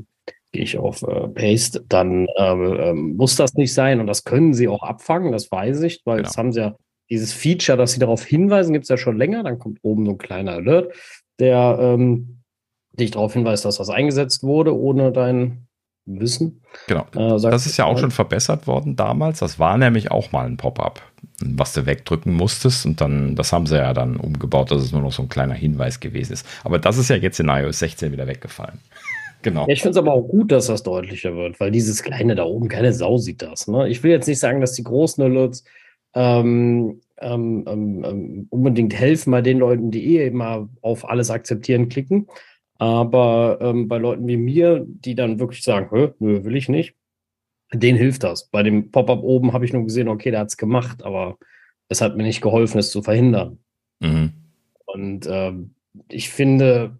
Paste, dann muss das nicht sein. Und das können sie auch abfangen, das weiß ich, weil das haben sie ja, dieses Feature, dass sie darauf hinweisen, gibt es ja schon länger. Dann kommt oben so ein kleiner Alert, der dich darauf hinweist, dass das eingesetzt wurde, ohne dein Wissen. Genau. Das ist ja auch schon verbessert worden damals. Das war nämlich auch mal ein Pop-up, was du wegdrücken musstest. Und dann, das haben sie ja dann umgebaut, dass es nur noch so ein kleiner Hinweis gewesen ist. Aber das ist ja jetzt in iOS 16 wieder weggefallen. Genau. Ja, ich finde es aber auch gut, dass das deutlicher wird, weil dieses kleine da oben, keine Sau sieht das. Ne? Ich will jetzt nicht sagen, dass die großen Alerts unbedingt helfen bei den Leuten, die immer auf alles akzeptieren klicken. Aber bei Leuten wie mir, die dann wirklich sagen, nö, will ich nicht, denen hilft das. Bei dem Pop-up oben habe ich nur gesehen, okay, der hat es gemacht, aber es hat mir nicht geholfen, es zu verhindern. Und ich finde,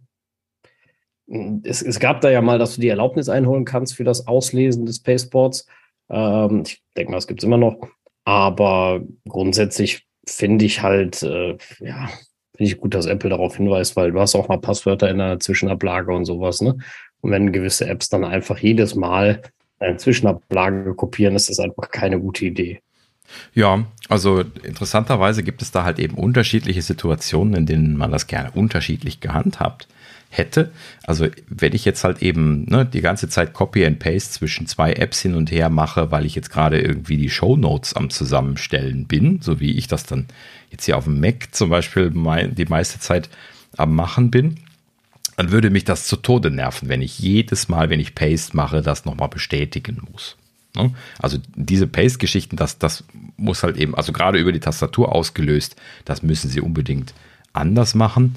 es gab da ja mal, dass du die Erlaubnis einholen kannst für das Auslesen des Pasteboards. Ich denke mal, das gibt es immer noch. Aber grundsätzlich finde ich halt, finde ich gut, dass Apple darauf hinweist, weil du hast auch mal Passwörter in einer Zwischenablage und sowas, ne? Und wenn gewisse Apps dann einfach jedes Mal eine Zwischenablage kopieren, ist das einfach keine gute Idee. Ja, also interessanterweise gibt es da halt eben unterschiedliche Situationen, in denen man das gerne unterschiedlich gehandhabt hätte. Also wenn ich jetzt halt eben die ganze Zeit Copy and Paste zwischen 2 Apps hin und her mache, weil ich jetzt gerade irgendwie die Shownotes am Zusammenstellen bin, so wie ich das dann jetzt hier auf dem Mac zum Beispiel die meiste Zeit am Machen bin, dann würde mich das zu Tode nerven, wenn ich jedes Mal, wenn ich Paste mache, das nochmal bestätigen muss. Also diese Paste-Geschichten, das muss halt eben, also gerade über die Tastatur ausgelöst, das müssen sie unbedingt anders machen.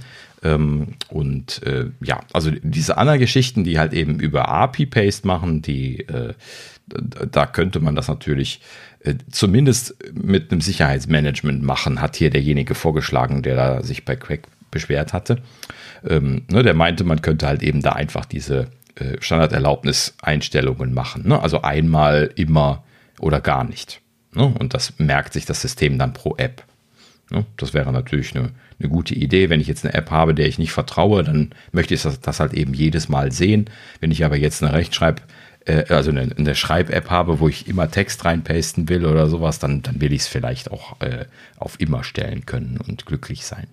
Also diese anderen Geschichten, die halt eben über API-Paste machen, da könnte man das natürlich zumindest mit einem Sicherheitsmanagement machen, hat hier derjenige vorgeschlagen, der da sich bei Craig beschwert hatte. Der meinte, man könnte halt eben da einfach diese Standarderlaubniseinstellungen machen. Also einmal, immer oder gar nicht. Und das merkt sich das System dann pro App. Das wäre natürlich eine gute Idee. Wenn ich jetzt eine App habe, der ich nicht vertraue, dann möchte ich das halt eben jedes Mal sehen. Wenn ich aber jetzt eine eine Schreib-App habe, wo ich immer Text reinpasten will oder sowas, dann will ich es vielleicht auch auf immer stellen können und glücklich sein.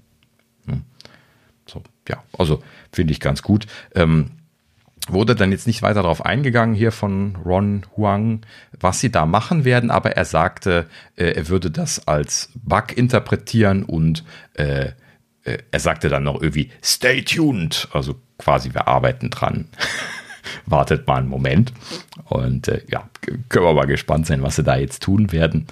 Also finde ich ganz gut. Wurde dann jetzt nicht weiter darauf eingegangen hier von Ron Huang, was sie da machen werden, aber er sagte, er würde das als Bug interpretieren und er sagte dann noch irgendwie stay tuned, also quasi wir arbeiten dran. Wartet mal einen Moment und können wir mal gespannt sein, was sie da jetzt tun werden.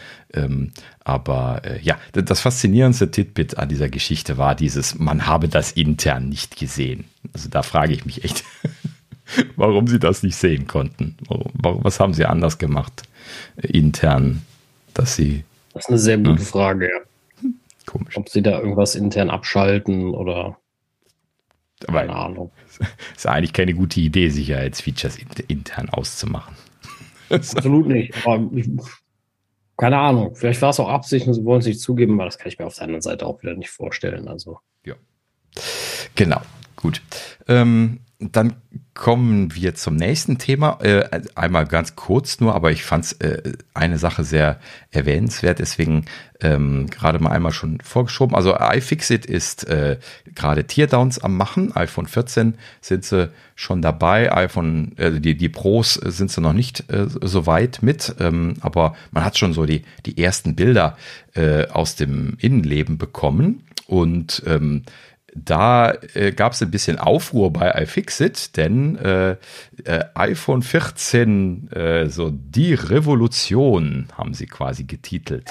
Das faszinierendste Titbit an dieser Geschichte war man habe das intern nicht gesehen. Also da frage ich mich echt, warum sie das nicht sehen konnten. Was haben sie anders gemacht intern, dass sie... Das ist eine sehr gute Frage, ja. Komisch. Ob sie da irgendwas intern abschalten oder... Keine Ahnung. Ist ja eigentlich keine gute Idee, Sicherheitsfeatures intern auszumachen. Absolut nicht. Aber keine Ahnung. Vielleicht war es auch Absicht und sie wollen es nicht zugeben, aber das kann ich mir auf der anderen Seite auch wieder nicht vorstellen. Also. Ja. Genau. Gut. Dann kommen wir zum nächsten Thema. Einmal ganz kurz nur, aber ich fand es eine Sache sehr erwähnenswert, deswegen gerade mal einmal schon vorgeschoben. Also iFixit ist gerade Teardowns am Machen. iPhone 14 sind sie schon dabei. Die Pros sind sie noch nicht so weit mit, aber man hat schon so die ersten Bilder aus dem Innenleben bekommen und da gab es ein bisschen Aufruhr bei iFixit, denn iPhone 14, so die Revolution, haben sie quasi getitelt.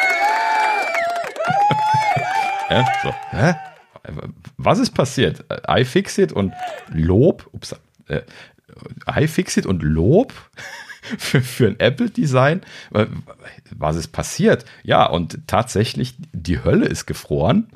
Ja, so, hä? Was ist passiert? iFixit und Lob, iFixit und Lob für ein Apple-Design. Was ist passiert? Ja, und tatsächlich, die Hölle ist gefroren.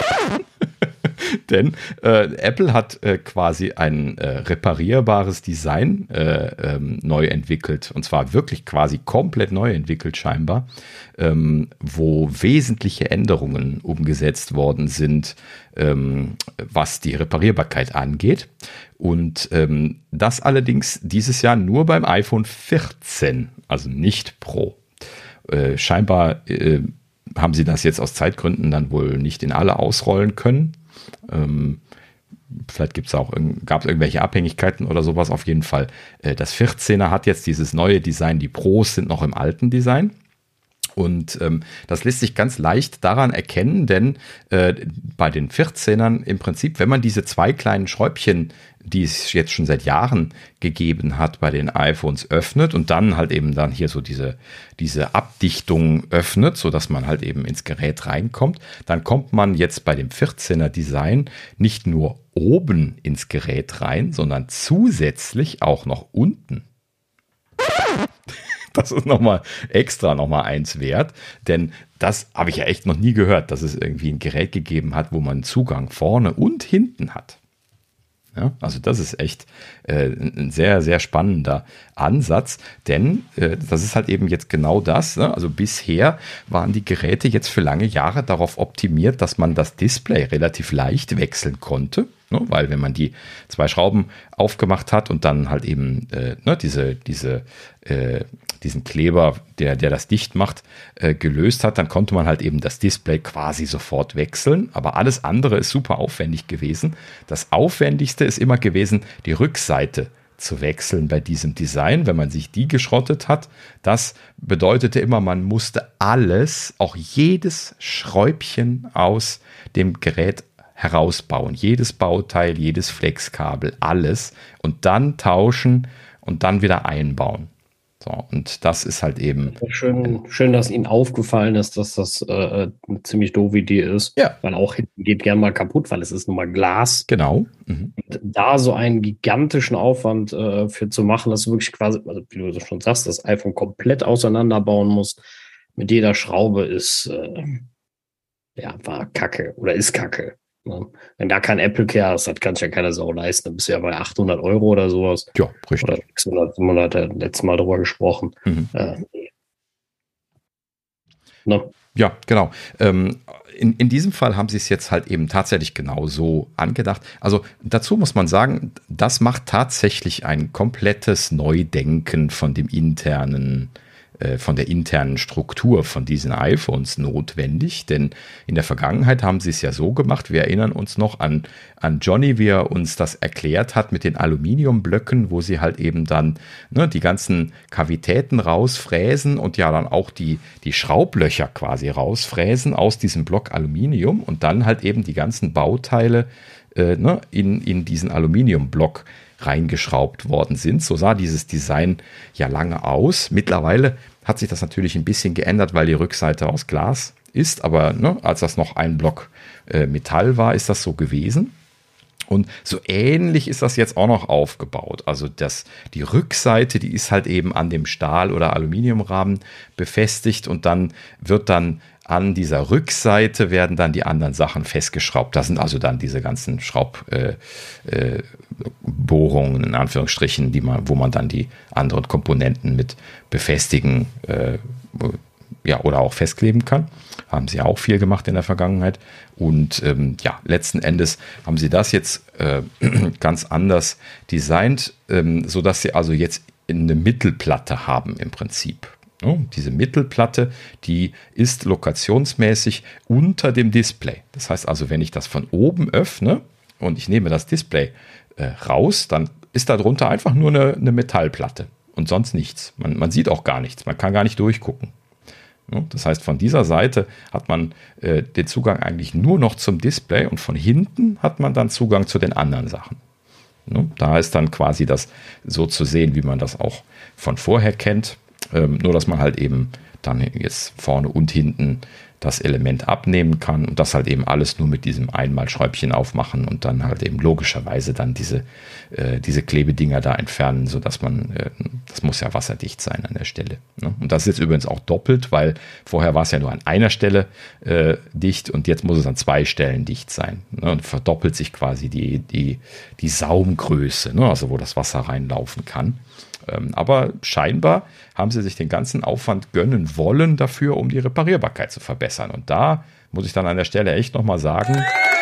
Denn Apple hat quasi ein reparierbares Design neu entwickelt. Und zwar wirklich quasi komplett neu entwickelt scheinbar, wo wesentliche Änderungen umgesetzt worden sind, was die Reparierbarkeit angeht. Und das allerdings dieses Jahr nur beim iPhone 14, also nicht Pro. Scheinbar haben sie das jetzt aus Zeitgründen dann wohl nicht in alle ausrollen können. Vielleicht gab es irgendwelche Abhängigkeiten oder sowas. Auf jeden Fall, das 14er hat jetzt dieses neue Design. Die Pros sind noch im alten Design. Und das lässt sich ganz leicht daran erkennen, denn bei den 14ern im Prinzip, wenn man diese zwei kleinen Schräubchen, die es jetzt schon seit Jahren gegeben hat, bei den iPhones öffnet und dann halt eben dann hier so diese Abdichtung öffnet, sodass man halt eben ins Gerät reinkommt, dann kommt man jetzt bei dem 14er Design nicht nur oben ins Gerät rein, sondern zusätzlich auch noch unten. Das ist nochmal eins wert, denn das habe ich ja echt noch nie gehört, dass es irgendwie ein Gerät gegeben hat, wo man Zugang vorne und hinten hat. Ja, also das ist echt ein sehr, sehr spannender Ansatz, denn das ist halt eben jetzt genau das. Ne? Also bisher waren die Geräte jetzt für lange Jahre darauf optimiert, dass man das Display relativ leicht wechseln konnte. Ne? Weil wenn man die zwei Schrauben aufgemacht hat und dann halt eben diesen Kleber, der das dicht macht, gelöst hat, dann konnte man halt eben das Display quasi sofort wechseln. Aber alles andere ist super aufwendig gewesen. Das Aufwendigste ist immer gewesen, die Rückseite zu wechseln bei diesem Design, wenn man sich die geschrottet hat. Das bedeutete immer, man musste alles, auch jedes Schräubchen aus dem Gerät herausbauen. Jedes Bauteil, jedes Flexkabel, alles. Und dann tauschen und dann wieder einbauen. So, und das ist halt eben. Schön, dass Ihnen aufgefallen ist, dass das eine ziemlich doofe Idee ist. Ja. Weil auch hinten geht gern mal kaputt, weil es ist nun mal Glas. Genau. Mhm. Und da so einen gigantischen Aufwand für zu machen, dass du wirklich quasi, also wie du schon sagst, das iPhone komplett auseinanderbauen musst, mit jeder Schraube ist, war Kacke oder ist Kacke. Ne? Wenn da kein Apple Care hast, das kann sich ja keiner Sau leisten. Dann bist du ja bei 800 € oder sowas. Ja, richtig. Oder 600, 700, hat letztes Mal drüber gesprochen. Mhm. Ne? Ja, genau. In diesem Fall haben sie es jetzt halt eben tatsächlich genau so angedacht. Also dazu muss man sagen, das macht tatsächlich ein komplettes Neudenken von der internen Struktur von diesen iPhones notwendig, denn in der Vergangenheit haben sie es ja so gemacht, wir erinnern uns noch an Johnny, wie er uns das erklärt hat mit den Aluminiumblöcken, wo sie halt eben dann die ganzen Kavitäten rausfräsen und ja dann auch die Schraublöcher quasi rausfräsen aus diesem Block Aluminium und dann halt eben die ganzen Bauteile in diesen Aluminiumblock reingeschraubt worden sind. So sah dieses Design ja lange aus. Mittlerweile hat sich das natürlich ein bisschen geändert, weil die Rückseite aus Glas ist, aber als das noch ein Block Metall war, ist das so gewesen. Und so ähnlich ist das jetzt auch noch aufgebaut. Also die Rückseite, die ist halt eben an dem Stahl- oder Aluminiumrahmen befestigt und dann wird dann an dieser Rückseite werden dann die anderen Sachen festgeschraubt. Das sind also dann diese ganzen Bohrungen in Anführungsstrichen, wo man dann die anderen Komponenten mit befestigen oder auch festkleben kann. Haben sie auch viel gemacht in der Vergangenheit. Und letzten Endes haben sie das jetzt ganz anders designt, sodass sie also jetzt eine Mittelplatte haben im Prinzip. Diese Mittelplatte, die ist lokationsmäßig unter dem Display. Das heißt also, wenn ich das von oben öffne und ich nehme das Display raus, dann ist darunter einfach nur eine Metallplatte und sonst nichts. Man sieht auch gar nichts, man kann gar nicht durchgucken. Das heißt, von dieser Seite hat man den Zugang eigentlich nur noch zum Display und von hinten hat man dann Zugang zu den anderen Sachen. Da ist dann quasi das so zu sehen, wie man das auch von vorher kennt, nur dass man halt eben dann jetzt vorne und hinten das Element abnehmen kann und das halt eben alles nur mit diesem Einmalschräubchen aufmachen und dann halt eben logischerweise dann diese Klebedinger da entfernen, sodass man, das muss ja wasserdicht sein an der Stelle. Und das ist jetzt übrigens auch doppelt, weil vorher war es ja nur an einer Stelle dicht und jetzt muss es an 2 Stellen dicht sein. Und verdoppelt sich quasi die Saumgröße, also wo das Wasser reinlaufen kann. Aber scheinbar haben sie sich den ganzen Aufwand gönnen wollen dafür, um die Reparierbarkeit zu verbessern. Und da muss ich dann an der Stelle echt nochmal sagen,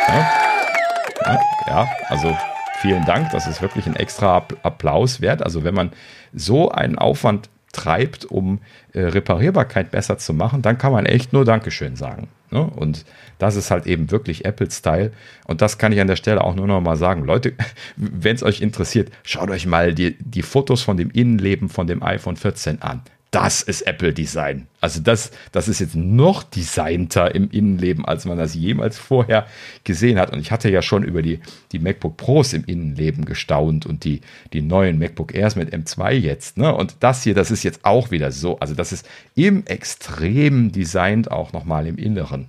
also vielen Dank, das ist wirklich ein extra Applaus wert. Also wenn man so einen Aufwand treibt, um Reparierbarkeit besser zu machen, dann kann man echt nur Dankeschön sagen. Und das ist halt eben wirklich Apple-Style. Und das kann ich an der Stelle auch nur noch mal sagen. Leute, wenn es euch interessiert, schaut euch mal die Fotos von dem Innenleben von dem iPhone 14 an. Das ist Apple-Design. Also das ist jetzt noch designter im Innenleben, als man das jemals vorher gesehen hat. Und ich hatte ja schon über die MacBook Pros im Innenleben gestaunt und die neuen MacBook Airs mit M2 jetzt. Und das hier, das ist jetzt auch wieder so. Also das ist im Extrem designt auch nochmal im Inneren.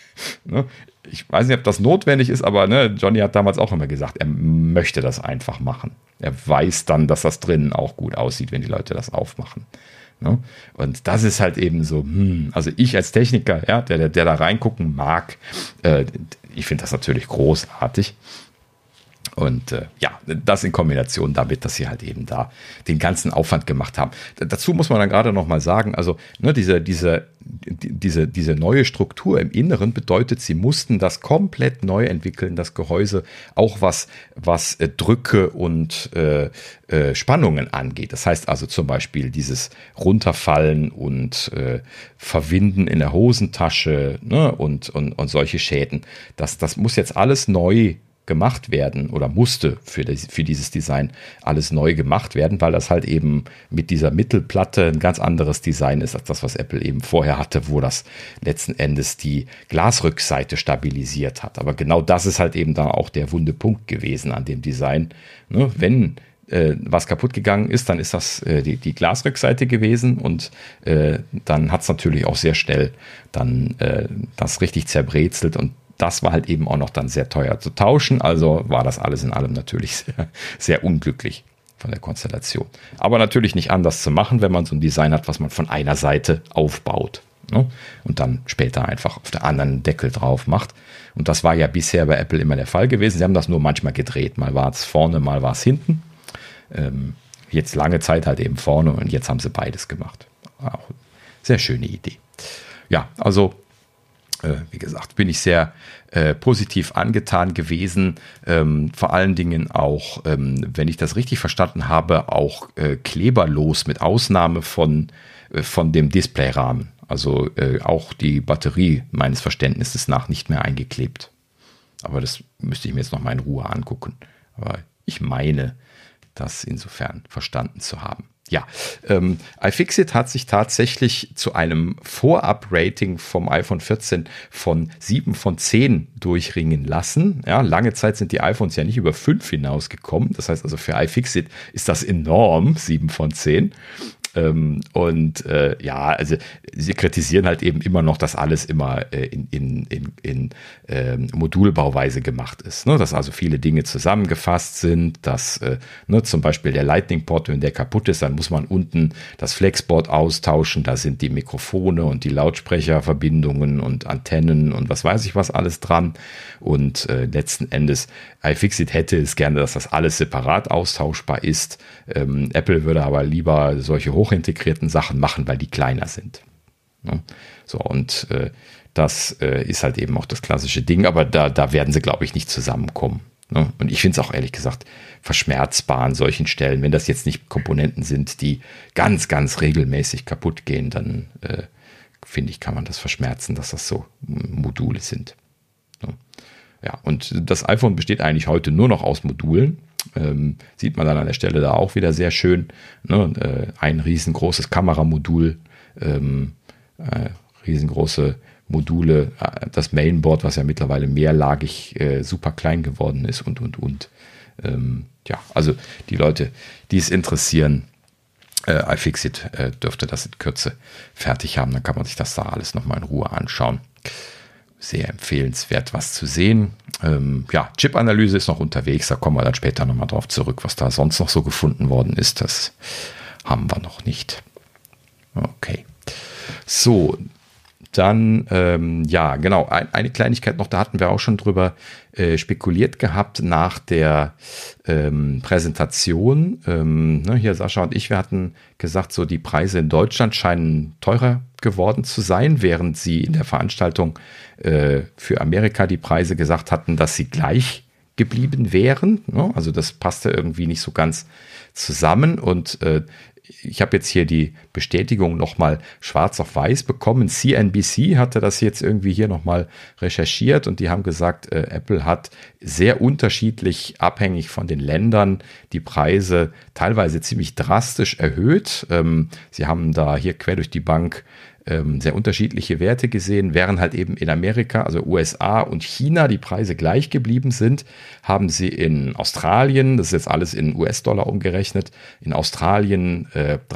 Ich weiß nicht, ob das notwendig ist, aber Johnny hat damals auch immer gesagt, er möchte das einfach machen. Er weiß dann, dass das drinnen auch gut aussieht, wenn die Leute das aufmachen. Und das ist halt eben so, also ich als Techniker, der da reingucken mag, ich finde das natürlich großartig. Und das in Kombination damit, dass sie halt eben da den ganzen Aufwand gemacht haben. Dazu muss man dann gerade noch mal sagen, also diese neue Struktur im Inneren bedeutet, sie mussten das komplett neu entwickeln, das Gehäuse, auch was Drücke und Spannungen angeht. Das heißt also zum Beispiel dieses Runterfallen und Verwinden in der Hosentasche, und solche Schäden. Das muss jetzt alles neu gemacht werden oder musste für dieses Design alles neu gemacht werden, weil das halt eben mit dieser Mittelplatte ein ganz anderes Design ist als das, was Apple eben vorher hatte, wo das letzten Endes die Glasrückseite stabilisiert hat. Aber genau das ist halt eben dann auch der wunde Punkt gewesen an dem Design. Wenn was kaputt gegangen ist, dann ist das die Glasrückseite gewesen und dann hat es natürlich auch sehr schnell dann das richtig zerbrezelt und das war halt eben auch noch dann sehr teuer zu tauschen, also war das alles in allem natürlich sehr, sehr unglücklich von der Konstellation. Aber natürlich nicht anders zu machen, wenn man so ein Design hat, was man von einer Seite aufbaut, und dann später einfach auf der anderen Deckel drauf macht. Und das war ja bisher bei Apple immer der Fall gewesen. Sie haben das nur manchmal gedreht. Mal war es vorne, mal war es hinten. Jetzt lange Zeit halt eben vorne und jetzt haben sie beides gemacht. Auch sehr schöne Idee. Ja, also wie gesagt, bin ich sehr positiv angetan gewesen. Vor allen Dingen auch, wenn ich das richtig verstanden habe, auch kleberlos mit Ausnahme von dem Displayrahmen. Also auch die Batterie meines Verständnisses nach nicht mehr eingeklebt. Aber das müsste ich mir jetzt noch mal in Ruhe angucken. Aber ich meine, das insofern verstanden zu haben. Ja, iFixit hat sich tatsächlich zu einem Vorab-Rating vom iPhone 14 von 7 von 10 durchringen lassen. Ja, lange Zeit sind die iPhones ja nicht über 5 hinausgekommen. Das heißt also für iFixit ist das enorm, 7 von 10. Also sie kritisieren halt eben immer noch, dass alles immer in Modulbauweise gemacht ist. Ne? Dass also viele Dinge zusammengefasst sind, dass zum Beispiel der Lightning-Port, wenn der kaputt ist, dann muss man unten das Flexboard austauschen. Da sind die Mikrofone und die Lautsprecherverbindungen und Antennen und was weiß ich was alles dran. Und letzten Endes, iFixit hätte es gerne, dass das alles separat austauschbar ist. Apple würde aber lieber solche hochintegrierten Sachen machen, weil die kleiner sind. Ne? So, und das ist halt eben auch das klassische Ding, aber da werden sie, glaube ich, nicht zusammenkommen. Ne? Und ich finde es auch ehrlich gesagt verschmerzbar an solchen Stellen. Wenn das jetzt nicht Komponenten sind, die ganz, ganz regelmäßig kaputt gehen, dann finde ich, kann man das verschmerzen, dass das so Module sind. Ne? Ja, und das iPhone besteht eigentlich heute nur noch aus Modulen. Sieht man dann an der Stelle da auch wieder sehr schön. Ne? Ein riesengroßes Kameramodul, riesengroße Module, das Mainboard, was ja mittlerweile mehrlagig super klein geworden ist und. Ja, also die Leute, die es interessieren, iFixit dürfte das in Kürze fertig haben. Dann kann man sich das da alles nochmal in Ruhe anschauen. Sehr empfehlenswert, was zu sehen. Ja, Chip-Analyse ist noch unterwegs. Da kommen wir dann später nochmal drauf zurück, was da sonst noch so gefunden worden ist. Das haben wir noch nicht. Okay. So, dann, ja, genau, eine Kleinigkeit noch, da hatten wir auch schon drüber spekuliert gehabt nach der Präsentation. Hier Sascha und ich, wir hatten gesagt, so die Preise in Deutschland scheinen teurer geworden zu sein, während sie in der Veranstaltung für Amerika die Preise gesagt hatten, dass sie gleich geblieben wären. Also das passte irgendwie nicht so ganz zusammen und ich habe jetzt hier die Bestätigung nochmal schwarz auf weiß bekommen. CNBC hatte das jetzt irgendwie hier nochmal recherchiert und die haben gesagt, Apple hat sehr unterschiedlich, abhängig von den Ländern, die Preise teilweise ziemlich drastisch erhöht. Sie haben da hier quer durch die Bank sehr unterschiedliche Werte gesehen, während halt eben in Amerika, also USA und China, die Preise gleich geblieben sind, haben sie in Australien, das ist jetzt alles in US-Dollar umgerechnet, in Australien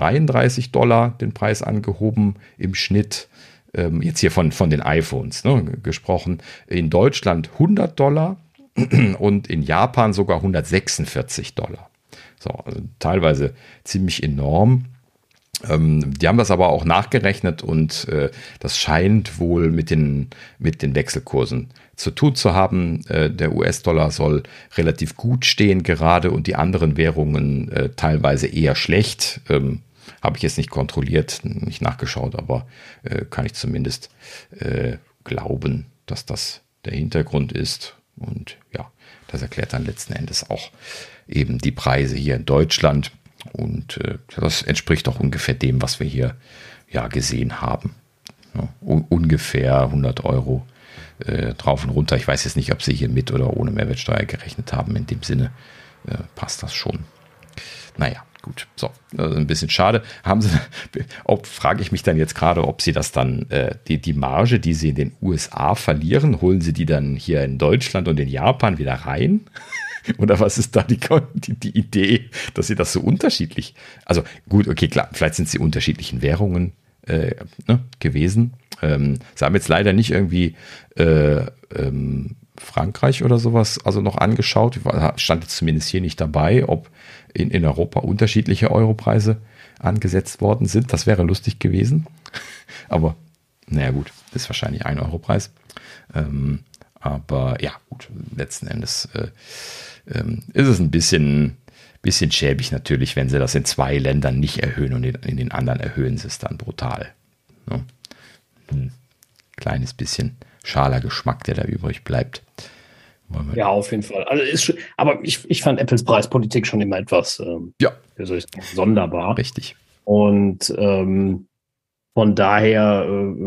$33 den Preis angehoben im Schnitt, jetzt hier von den iPhones gesprochen, in Deutschland $100 und in Japan sogar $146. So, also teilweise ziemlich enorm. Die haben das aber auch nachgerechnet und das scheint wohl mit den Wechselkursen zu tun zu haben. Der US-Dollar soll relativ gut stehen gerade und die anderen Währungen teilweise eher schlecht. Habe ich jetzt nicht kontrolliert, nicht nachgeschaut, aber kann ich zumindest glauben, dass das der Hintergrund ist. Und ja, das erklärt dann letzten Endes auch eben die Preise hier in Deutschland. Und das entspricht auch ungefähr dem, was wir hier ja gesehen haben. Ja, ungefähr 100 Euro drauf und runter. Ich weiß jetzt nicht, ob sie hier mit oder ohne Mehrwertsteuer gerechnet haben. In dem Sinne passt das schon. Naja, gut. So, also ein bisschen schade. Frage ich mich dann jetzt gerade, ob sie das dann, die Marge, die sie in den USA verlieren, holen sie die dann hier in Deutschland und in Japan wieder rein? Oder was ist da die Idee, dass sie das so unterschiedlich, also gut, okay, klar, vielleicht sind sie unterschiedlichen Währungen gewesen. Sie haben jetzt leider nicht irgendwie Frankreich oder sowas also noch angeschaut, stand jetzt zumindest hier nicht dabei, ob in Europa unterschiedliche Europreise angesetzt worden sind. Das wäre lustig gewesen, aber naja gut, ist wahrscheinlich ein Europreis. Aber ja, gut, letzten Endes ist es ein bisschen schäbig natürlich, wenn sie das in zwei Ländern nicht erhöhen und in den anderen erhöhen sie es dann brutal. Ne? Kleines bisschen schaler Geschmack, der da übrig bleibt. Ja, auf jeden Fall. Also aber ich fand Apples Preispolitik schon immer etwas wie soll ich sagen, sonderbar. Richtig. Und von daher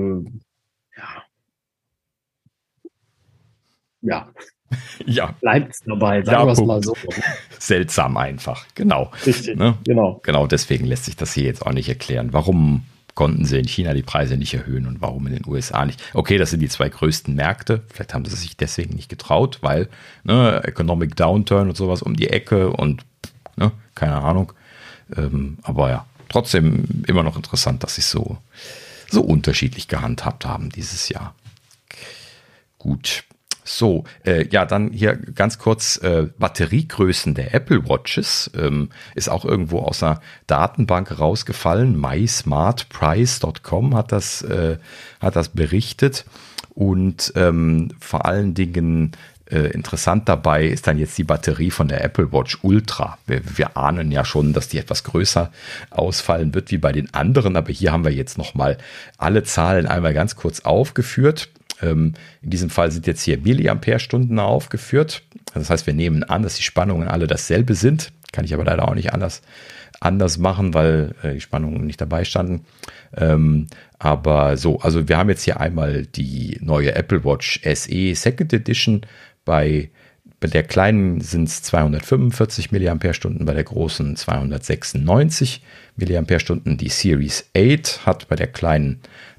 ja, bleibt es dabei, sagen wir es mal so. Seltsam einfach, genau. Richtig, ne? Genau, deswegen lässt sich das hier jetzt auch nicht erklären. Warum konnten sie in China die Preise nicht erhöhen und warum in den USA nicht? Okay, das sind die zwei größten Märkte. Vielleicht haben sie sich deswegen nicht getraut, weil Economic Downturn und sowas um die Ecke und keine Ahnung. Aber ja, trotzdem immer noch interessant, dass sie es so unterschiedlich gehandhabt haben dieses Jahr. Gut. So, dann hier ganz kurz Batteriegrößen der Apple Watches ist auch irgendwo aus einer Datenbank rausgefallen. MySmartPrice.com hat das berichtet und vor allen Dingen interessant dabei ist dann jetzt die Batterie von der Apple Watch Ultra. Wir ahnen ja schon, dass die etwas größer ausfallen wird wie bei den anderen, aber hier haben wir jetzt nochmal alle Zahlen einmal ganz kurz aufgeführt. In diesem Fall sind jetzt hier Milliampere-Stunden aufgeführt. Das heißt, wir nehmen an, dass die Spannungen alle dasselbe sind. Kann ich aber leider auch nicht anders machen, weil die Spannungen nicht dabei standen. Aber so, also wir haben jetzt hier einmal die neue Apple Watch SE Second Edition bei Bei der kleinen sind es 245 mAh, bei der großen 296 mAh. Die Series 8 hat bei der kleinen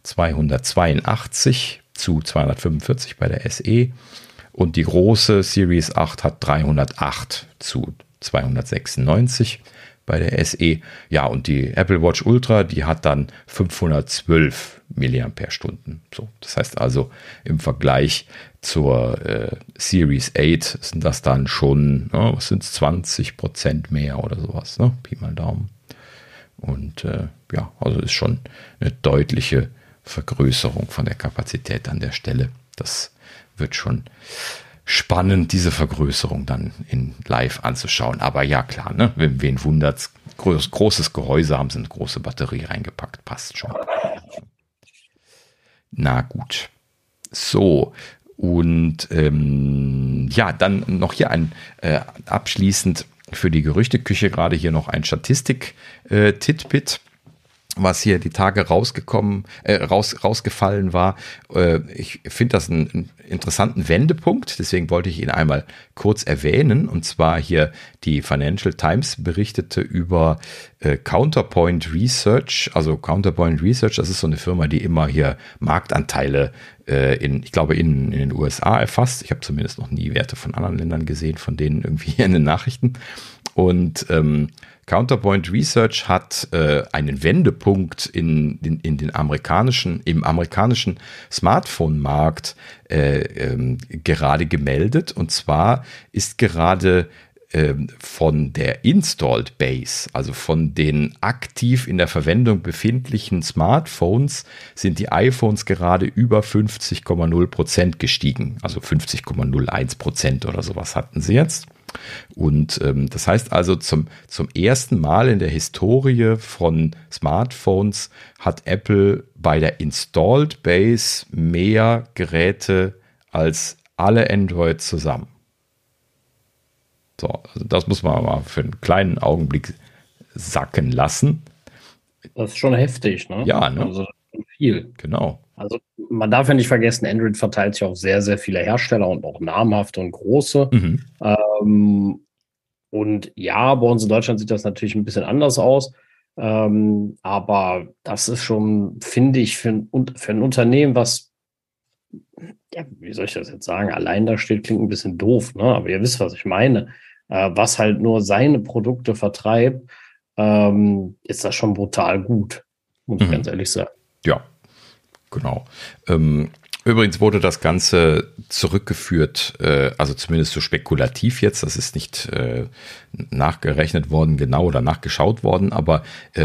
282 zu 245 bei der SE und die große Series 8 hat 308 zu 296 bei der SE. Ja, und die Apple Watch Ultra, die hat dann 512 mAh. So, das heißt also im Vergleich zur Series 8 sind das dann schon, was sind es, 20% mehr oder sowas, ne? Pi mal Daumen. Und ja, also ist schon eine deutliche Vergrößerung von der Kapazität an der Stelle. Das wird schon spannend, diese Vergrößerung dann in live anzuschauen. Aber ja, klar, ne? Wen wundert's? Großes Gehäuse, haben sie eine große Batterie reingepackt, passt schon. Na gut. So, und ja, dann noch hier abschließend für die Gerüchteküche gerade hier noch ein Statistik-Titbit, was hier die Tage rausgefallen war. Ich finde das einen interessanten Wendepunkt, deswegen wollte ich ihn einmal kurz erwähnen. Und zwar hier die Financial Times berichtete über Counterpoint Research. Also Counterpoint Research, das ist so eine Firma, die immer hier Marktanteile ich glaube in den USA erfasst. Ich habe zumindest noch nie Werte von anderen Ländern gesehen, von denen irgendwie in den Nachrichten. Und Counterpoint Research hat einen Wendepunkt im amerikanischen Smartphone-Markt gerade gemeldet. Und zwar ist gerade von der Installed Base, also von den aktiv in der Verwendung befindlichen Smartphones, sind die iPhones gerade über 50,0% gestiegen. Also 50,01% oder sowas hatten sie jetzt. Und das heißt also, zum ersten Mal in der Historie von Smartphones hat Apple bei der Installed Base mehr Geräte als alle Android zusammen. So, also das muss man mal für einen kleinen Augenblick sacken lassen. Das ist schon heftig, ne? Ja, ne? Also viel. Genau. Also man darf ja nicht vergessen, Android verteilt sich auf sehr, sehr viele Hersteller und auch namhafte und große. Und ja, bei uns in Deutschland sieht das natürlich ein bisschen anders aus. Aber das ist schon, finde ich, für ein Unternehmen, was, ja, wie soll ich das jetzt sagen, allein da steht, klingt ein bisschen doof, ne? Aber ihr wisst, was ich meine. Was halt nur seine Produkte vertreibt, ist das schon brutal gut, muss ich ganz ehrlich sagen. Ja, genau. Übrigens wurde das Ganze zurückgeführt, also zumindest so spekulativ jetzt, das ist nicht nachgerechnet worden, genau oder nachgeschaut worden, aber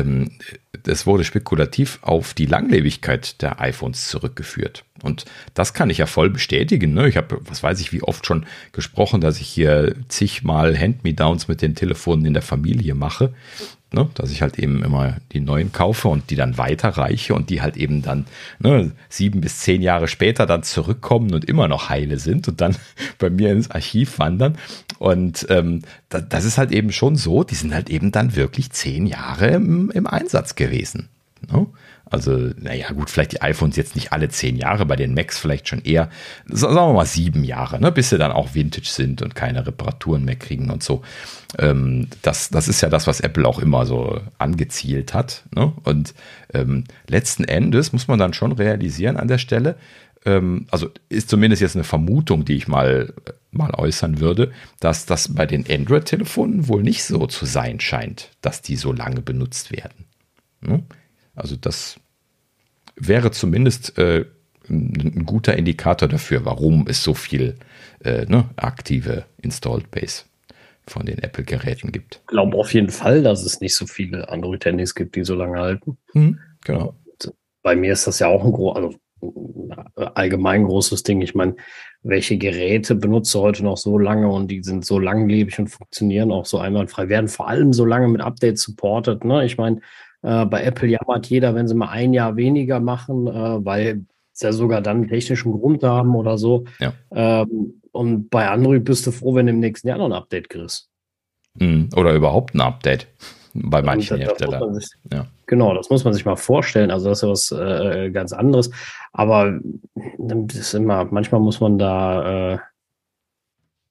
es wurde spekulativ auf die Langlebigkeit der iPhones zurückgeführt. Und das kann ich ja voll bestätigen. Ne? Ich habe, was weiß ich, wie oft schon gesprochen, dass ich hier zigmal Hand-me-Downs mit den Telefonen in der Familie mache. Ne, dass ich halt eben immer die neuen kaufe und die dann weiterreiche und die halt eben dann 7 bis 10 Jahre später dann zurückkommen und immer noch heile sind und dann bei mir ins Archiv wandern. Und das ist halt eben schon so, die sind halt eben dann wirklich 10 Jahre im Einsatz gewesen. Ne? Also, naja, gut, vielleicht die iPhones jetzt nicht alle 10 Jahre, bei den Macs vielleicht schon eher, sagen wir mal 7 Jahre, ne, bis sie dann auch Vintage sind und keine Reparaturen mehr kriegen und so. Das ist ja das, was Apple auch immer so angezielt hat. Ne? Und letzten Endes muss man dann schon realisieren an der Stelle, also ist zumindest jetzt eine Vermutung, die ich mal äußern würde, dass das bei den Android-Telefonen wohl nicht so zu sein scheint, dass die so lange benutzt werden. Ne? Also das wäre zumindest ein guter Indikator dafür, warum es so viel aktive Installed Base von den Apple-Geräten gibt. Ich glaube auf jeden Fall, dass es nicht so viele Android-Handys gibt, die so lange halten. Genau. Und bei mir ist das ja auch ein allgemein großes Ding. Ich meine, welche Geräte benutze heute noch so lange und die sind so langlebig und funktionieren auch so einwandfrei, werden vor allem so lange mit Updates supported. Ne? Ich meine, bei Apple jammert jeder, wenn sie mal ein Jahr weniger machen, weil sie ja sogar dann einen technischen Grund haben oder so. Ja. Und bei Android bist du froh, wenn du im nächsten Jahr noch ein Update kriegst. Oder überhaupt ein Update bei manchen Herstellern. Ja. Genau, das muss man sich mal vorstellen. Also das ist ja was ganz anderes. Aber das ist immer, manchmal muss man da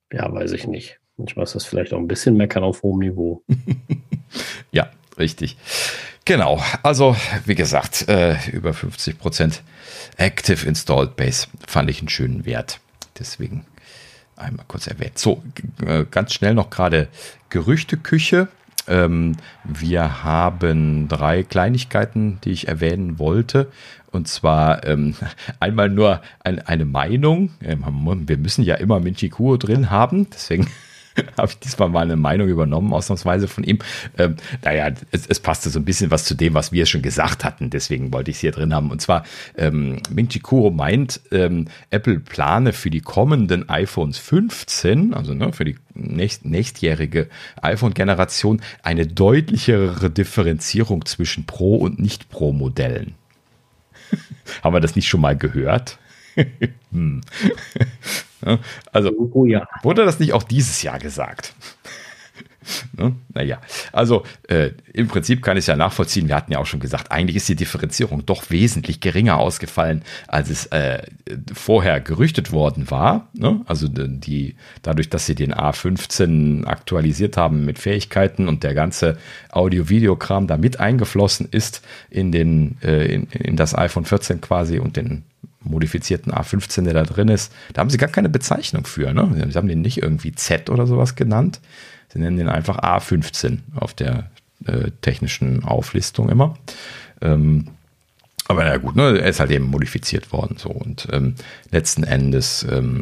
Ja, weiß ich nicht. Manchmal ist das vielleicht auch ein bisschen meckern auf hohem Niveau. Ja, richtig. Genau, also wie gesagt, über 50% Active Installed Base fand ich einen schönen Wert. Deswegen einmal kurz erwähnt. So, ganz schnell noch gerade Gerüchteküche. Wir haben 3 Kleinigkeiten, die ich erwähnen wollte. Und zwar einmal nur eine Meinung. Wir müssen ja immer Minchi Kuo drin haben, deswegen habe ich diesmal mal eine Meinung übernommen, ausnahmsweise von ihm. Naja, es passte so ein bisschen was zu dem, was wir schon gesagt hatten, deswegen wollte ich es hier drin haben. Und zwar, Minchi Kuo meint, Apple plane für die kommenden iPhones 15, also für die nächstjährige iPhone-Generation, eine deutlichere Differenzierung zwischen Pro- und Nicht-Pro-Modellen. Haben wir das nicht schon mal gehört? Also, wurde das nicht auch dieses Jahr gesagt? Naja, also im Prinzip kann ich es ja nachvollziehen. Wir hatten ja auch schon gesagt, eigentlich ist die Differenzierung doch wesentlich geringer ausgefallen, als es vorher gerüchtet worden war. Ne? Also dadurch, dass sie den A15 aktualisiert haben mit Fähigkeiten und der ganze Audio-Video-Kram da mit eingeflossen ist in das iPhone 14 quasi und den modifizierten A15, der da drin ist. Da haben sie gar keine Bezeichnung für. Ne? Sie haben den nicht irgendwie Z oder sowas genannt. Sie nennen den einfach A15 auf der technischen Auflistung immer. Aber na gut, ne, er ist halt eben modifiziert worden. So. Und letzten Endes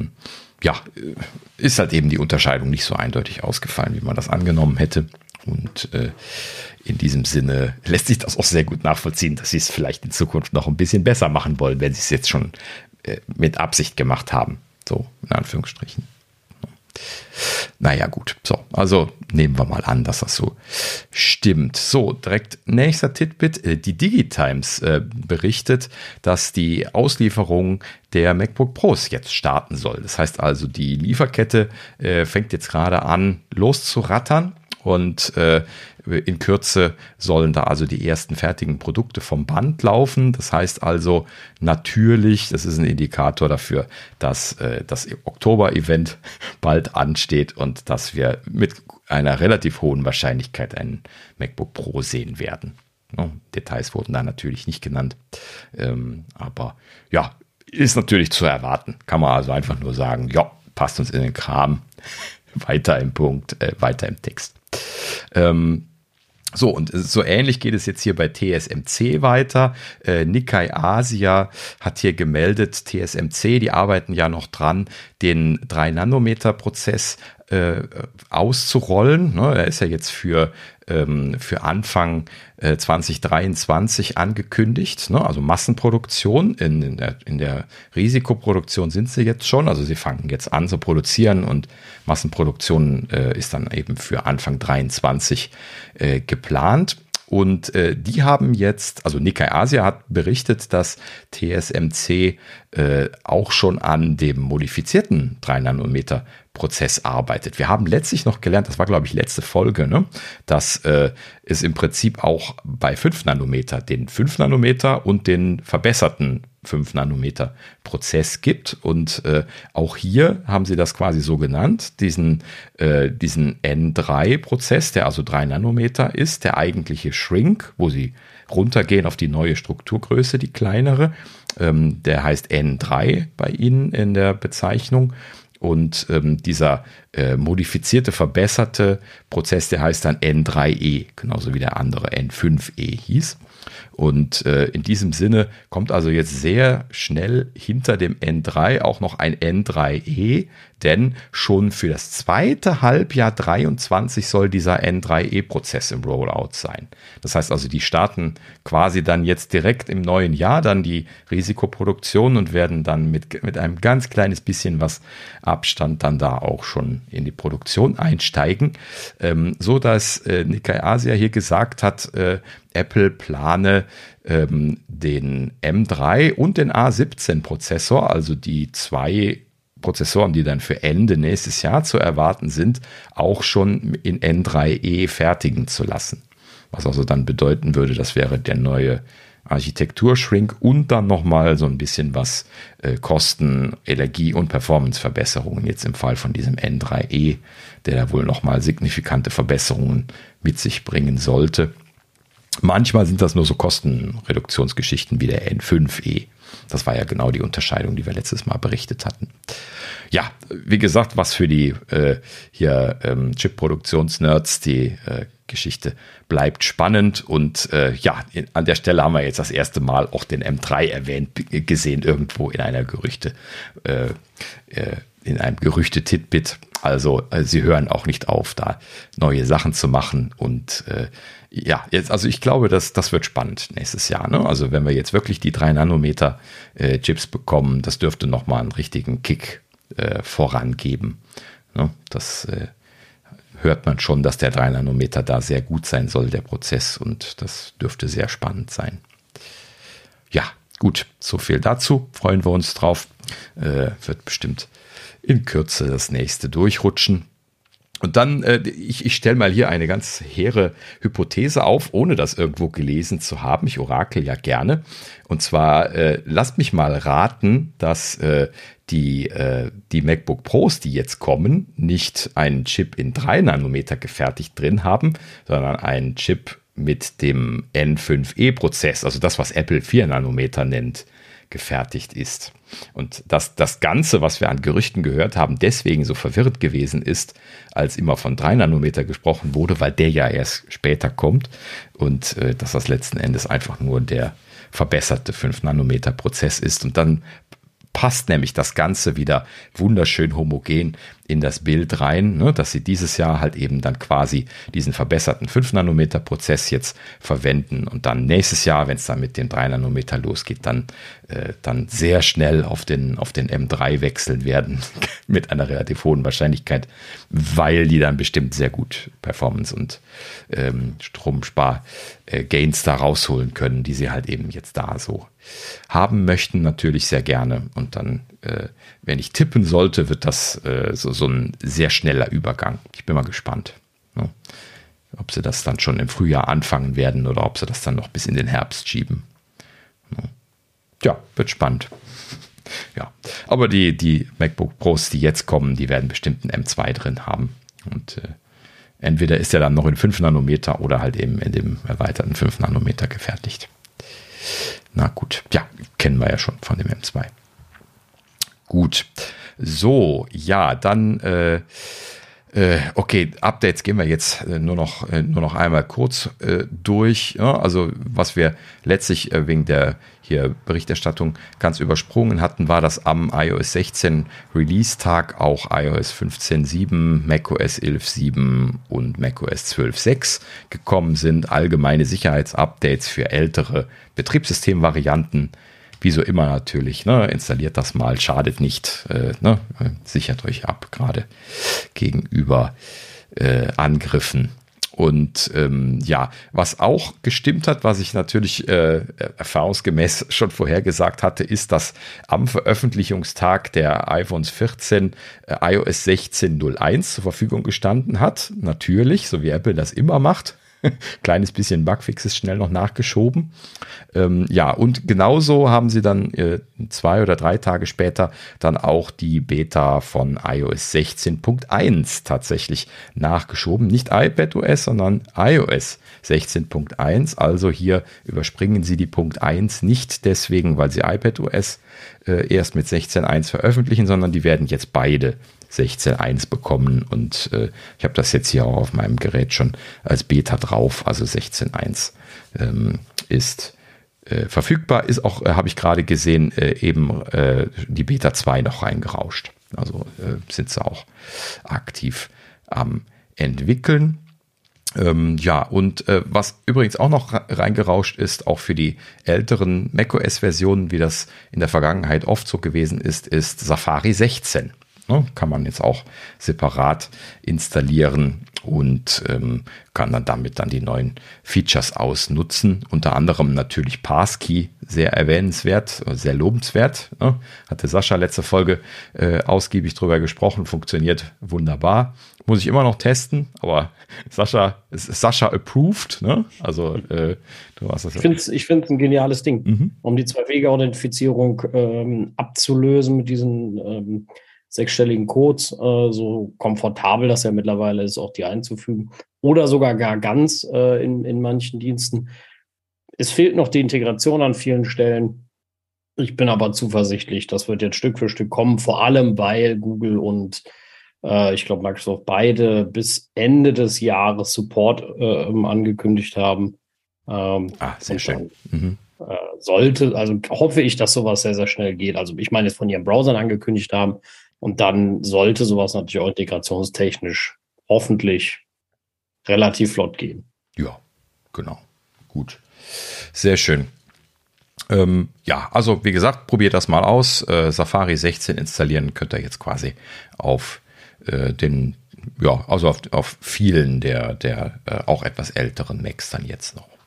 ist halt eben die Unterscheidung nicht so eindeutig ausgefallen, wie man das angenommen hätte. Und in diesem Sinne lässt sich das auch sehr gut nachvollziehen, dass sie es vielleicht in Zukunft noch ein bisschen besser machen wollen, wenn sie es jetzt schon mit Absicht gemacht haben. So, in Anführungsstrichen. Naja, gut. So, also nehmen wir mal an, dass das so stimmt. So, direkt nächster Titbit. Die DigiTimes berichtet, dass die Auslieferung der MacBook Pros jetzt starten soll. Das heißt also, die Lieferkette fängt jetzt gerade an, loszurattern. Und in Kürze sollen da also die ersten fertigen Produkte vom Band laufen. Das heißt also natürlich, das ist ein Indikator dafür, dass das Oktober-Event bald ansteht und dass wir mit einer relativ hohen Wahrscheinlichkeit einen MacBook Pro sehen werden. Details wurden da natürlich nicht genannt. Aber ja, ist natürlich zu erwarten. Kann man also einfach nur sagen, ja, passt uns in den Kram. Weiter im Punkt, weiter im Text. So, und so ähnlich geht es jetzt hier bei TSMC weiter. Nikkei Asia hat hier gemeldet, TSMC, die arbeiten ja noch dran, den 3-Nanometer-Prozess auszurollen. Ne, er ist ja jetzt für Anfang 2023 angekündigt, ne? Also Massenproduktion. In der Risikoproduktion sind sie jetzt schon, also sie fangen jetzt an zu produzieren und Massenproduktion ist dann eben für Anfang 2023 geplant. Und die haben jetzt, also Nikkei Asia hat berichtet, dass TSMC auch schon an dem modifizierten 3-Nanometer-Prozess arbeitet. Wir haben letztlich noch gelernt, das war glaube ich letzte Folge, ne, dass es im Prinzip auch bei 5 Nanometer den 5 Nanometer und den verbesserten 5 Nanometer Prozess gibt und auch hier haben sie das quasi so genannt, diesen N3 Prozess, der also 3 Nanometer ist, der eigentliche Shrink, wo sie runtergehen auf die neue Strukturgröße, die kleinere, der heißt N3 bei ihnen in der Bezeichnung. Und dieser modifizierte, verbesserte Prozess, der heißt dann N3E, genauso wie der andere N5E hieß. Und in diesem Sinne kommt also jetzt sehr schnell hinter dem N3 auch noch ein N3E, denn schon für das zweite Halbjahr 23 soll dieser N3E-Prozess im Rollout sein. Das heißt also, die starten quasi dann jetzt direkt im neuen Jahr dann die Risikoproduktion und werden dann mit einem ganz kleines bisschen was Abstand dann da auch schon in die Produktion einsteigen, so dass Nikkei Asia hier gesagt hat, Apple plane den M3 und den A17-Prozessor, also die 2 Prozessoren, die dann für Ende nächstes Jahr zu erwarten sind, auch schon in N3E fertigen zu lassen. Was also dann bedeuten würde, das wäre der neue Architektur-Shrink und dann nochmal so ein bisschen was Kosten-, Energie- und Performance-Verbesserungen jetzt im Fall von diesem N3E, der da wohl nochmal signifikante Verbesserungen mit sich bringen sollte. Manchmal sind das nur so Kostenreduktionsgeschichten wie der N5E. Das war ja genau die Unterscheidung, die wir letztes Mal berichtet hatten. Ja, wie gesagt, was für die Chip-Produktions-Nerds, die Geschichte bleibt spannend und an der Stelle haben wir jetzt das erste Mal auch den M3 gesehen, irgendwo in einer in einem Gerüchte-Titbit. Also sie hören auch nicht auf, da neue Sachen zu machen und also ich glaube, das wird spannend nächstes Jahr. Ne? Also wenn wir jetzt wirklich die 3 Nanometer Chips bekommen, das dürfte nochmal einen richtigen Kick vorangeben. Ne? Das hört man schon, dass der 3 Nanometer da sehr gut sein soll, der Prozess, und das dürfte sehr spannend sein. Ja, gut, so viel dazu. Freuen wir uns drauf. Wird bestimmt in Kürze das nächste durchrutschen. Und dann, ich stelle mal hier eine ganz hehre Hypothese auf, ohne das irgendwo gelesen zu haben. Ich orakel ja gerne. Und zwar, lasst mich mal raten, dass die MacBook Pros, die jetzt kommen, nicht einen Chip in 3 Nanometer gefertigt drin haben, sondern einen Chip mit dem N5E-Prozess, also das, was Apple 4 Nanometer nennt, gefertigt ist. Und dass das Ganze, was wir an Gerüchten gehört haben, deswegen so verwirrt gewesen ist, als immer von 3 Nanometer gesprochen wurde, weil der ja erst später kommt und dass das letzten Endes einfach nur der verbesserte 5 Nanometer Prozess ist. Und dann passt nämlich das Ganze wieder wunderschön homogen in das Bild rein, ne, dass sie dieses Jahr halt eben dann quasi diesen verbesserten 5 Nanometer Prozess jetzt verwenden und dann nächstes Jahr, wenn es dann mit den 3 Nanometer losgeht, dann sehr schnell auf den M3 wechseln werden mit einer relativ hohen Wahrscheinlichkeit, weil die dann bestimmt sehr gut Performance und Stromspar-Gains da rausholen können, die sie halt eben jetzt da so haben möchten, natürlich sehr gerne. Und dann, wenn ich tippen sollte, wird das so ein sehr schneller Übergang. Ich bin mal gespannt, ne? Ob sie das dann schon im Frühjahr anfangen werden oder ob sie das dann noch bis in den Herbst schieben. Ne? Ja, wird spannend. Ja, aber die MacBook Pros, die jetzt kommen, die werden bestimmt einen M2 drin haben. Und entweder ist er dann noch in 5 Nanometer oder halt eben in dem erweiterten 5 Nanometer gefertigt. Na gut, ja, kennen wir ja schon von dem M2. Gut, so, ja, dann, okay, Updates gehen wir jetzt nur noch einmal kurz durch. Ja, also was wir letztlich wegen der hier Berichterstattung ganz übersprungen hatten, war, dass am iOS 16 Release-Tag auch iOS 15.7, macOS 11.7 und macOS 12.6 gekommen sind. Allgemeine Sicherheitsupdates für ältere Betriebssystemvarianten. Wie so immer natürlich, ne? Installiert das mal, schadet nicht, ne? Sichert euch ab, gerade gegenüber Angriffen. Und ja, was auch gestimmt hat, was ich natürlich erfahrungsgemäß schon vorhergesagt hatte, ist, dass am Veröffentlichungstag der iPhones 14 iOS 16.01 zur Verfügung gestanden hat. Natürlich, so wie Apple das immer macht. Kleines bisschen Bugfixes schnell noch nachgeschoben. Ja, und genauso haben sie dann 2 oder 3 Tage später dann auch die Beta von iOS 16.1 tatsächlich nachgeschoben. Nicht iPadOS, sondern iOS 16.1. Also hier überspringen sie die Punkt 1 nicht deswegen, weil sie iPadOS erst mit 16.1 veröffentlichen, sondern die werden jetzt beide 16.1 bekommen und ich habe das jetzt hier auch auf meinem Gerät schon als Beta drauf, also 16.1 ist verfügbar, ist auch, habe ich gerade gesehen, eben die Beta 2 noch reingerauscht, also sind sie auch aktiv am entwickeln. Ja, und was übrigens auch noch reingerauscht ist, auch für die älteren macOS-Versionen, wie das in der Vergangenheit oft so gewesen ist, ist Safari 16. Ne? Kann man jetzt auch separat installieren und kann dann damit dann die neuen Features ausnutzen. Unter anderem natürlich Passkey, sehr erwähnenswert, sehr lobenswert. Ne? Hatte Sascha letzte Folge ausgiebig drüber gesprochen, funktioniert wunderbar. Muss ich immer noch testen, aber Sascha approved. Ne? Also du hast das. Ich finde es ein geniales Ding, um die Zwei-Wege-Authentifizierung abzulösen mit diesen 6-stelligen Codes, so komfortabel das ja mittlerweile ist, auch die einzufügen. Oder sogar gar ganz in manchen Diensten. Es fehlt noch die Integration an vielen Stellen. Ich bin aber zuversichtlich, das wird jetzt Stück für Stück kommen, vor allem weil Google und ich glaube Microsoft beide bis Ende des Jahres Support angekündigt haben. Sehr schön. Hoffe ich, dass sowas sehr, sehr schnell geht. Also ich meine, jetzt von ihren Browsern angekündigt haben und dann sollte sowas natürlich auch integrationstechnisch hoffentlich relativ flott gehen. Ja, genau. Gut. Sehr schön. Also wie gesagt, probiert das mal aus. Safari 16 installieren könnt ihr jetzt quasi auf auf vielen der auch etwas älteren Macs dann jetzt noch.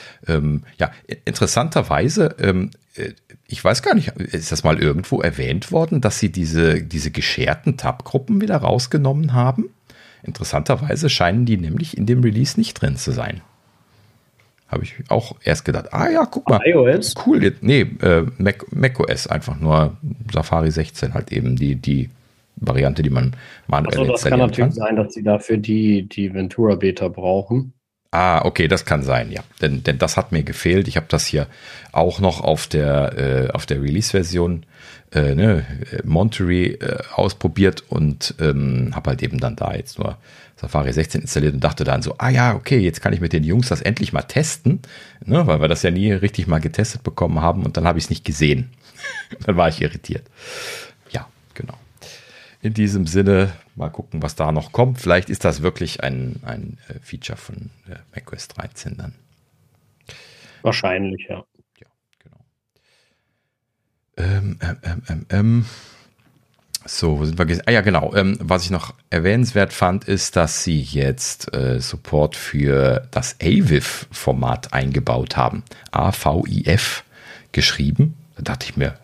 Interessanterweise, ich weiß gar nicht, ist das mal irgendwo erwähnt worden, dass sie diese gescherten Tab-Gruppen wieder rausgenommen haben? Interessanterweise scheinen die nämlich in dem Release nicht drin zu sein. Habe ich auch erst gedacht, guck mal. iOS? Cool, macOS, einfach nur Safari 16 halt eben die Variante, die man manuell das kann natürlich sein, dass sie dafür die Ventura Beta brauchen. Okay, das kann sein, ja. Denn das hat mir gefehlt. Ich habe das hier auch noch auf der Release-Version Monterey ausprobiert und habe halt eben dann da jetzt nur Safari 16 installiert und dachte dann so, okay, jetzt kann ich mit den Jungs das endlich mal testen, ne, weil wir das ja nie richtig mal getestet bekommen haben und dann habe ich es nicht gesehen. Dann war ich irritiert. Ja, genau. In diesem Sinne, mal gucken, was da noch kommt. Vielleicht ist das wirklich ein Feature von macOS 13 dann. Wahrscheinlich, ja. Ja, genau. So, wo sind wir? Genau. Was ich noch erwähnenswert fand, ist, dass sie jetzt Support für das AVIF-Format eingebaut haben. AVIF geschrieben. Da dachte ich mir,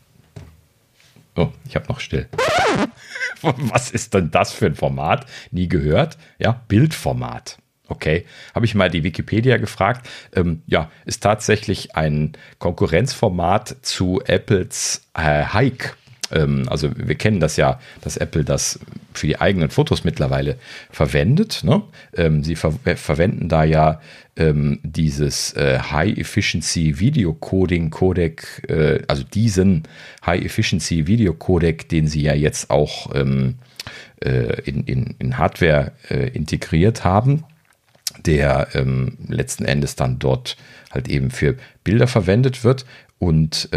ich habe noch still. Was ist denn das für ein Format? Nie gehört. Ja, Bildformat. Okay, habe ich mal die Wikipedia gefragt. Ist tatsächlich ein Konkurrenzformat zu Apples Hike. Also wir kennen das ja, dass Apple das für die eigenen Fotos mittlerweile verwendet. Ne? Sie verwenden da ja dieses High-Efficiency Video Coding Codec, also diesen High-Efficiency Video Codec, den sie ja jetzt auch in Hardware integriert haben, der letzten Endes dann dort halt eben für Bilder verwendet wird. Und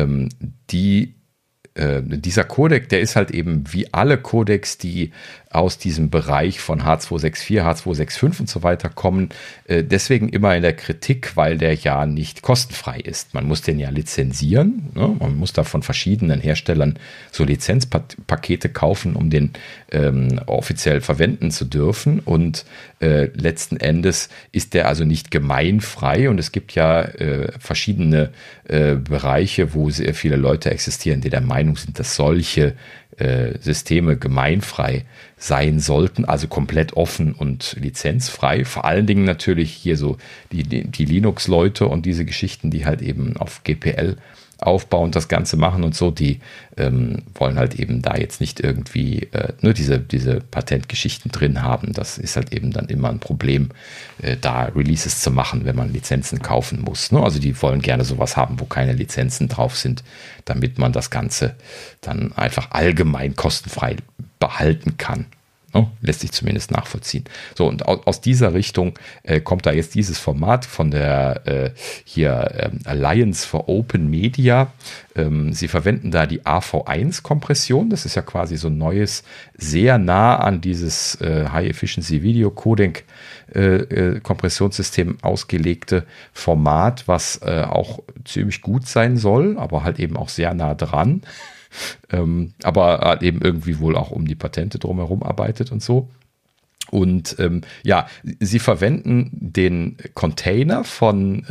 dieser Codec, der ist halt eben wie alle Codecs, die aus diesem Bereich von H264, H265 und so weiter kommen, deswegen immer in der Kritik, weil der ja nicht kostenfrei ist. Man muss den ja lizenzieren, ne? Man muss da von verschiedenen Herstellern so Lizenzpakete kaufen, um den offiziell verwenden zu dürfen und letzten Endes ist der also nicht gemeinfrei und es gibt ja verschiedene Bereiche, wo sehr viele Leute existieren, die der Meinung sind, dass solche Systeme gemeinfrei sein sollten, also komplett offen und lizenzfrei. Vor allen Dingen natürlich hier so die Linux-Leute und diese Geschichten, die halt eben auf GPL aufbauend das Ganze machen und so, die wollen halt eben da jetzt nicht irgendwie nur diese Patentgeschichten drin haben. Das ist halt eben dann immer ein Problem, da Releases zu machen, wenn man Lizenzen kaufen muss. Ne? Also die wollen gerne sowas haben, wo keine Lizenzen drauf sind, damit man das Ganze dann einfach allgemein kostenfrei behalten kann. Oh, lässt sich zumindest nachvollziehen. So, und aus dieser Richtung kommt da jetzt dieses Format von der Alliance for Open Media. Sie verwenden da die AV1-Kompression. Das ist ja quasi so ein neues, sehr nah an dieses High-Efficiency Video Codec Kompressionssystem ausgelegte Format, was auch ziemlich gut sein soll, aber halt eben auch sehr nah dran. aber eben irgendwie wohl auch um die Patente drumherum arbeitet und so. Und sie verwenden den Container von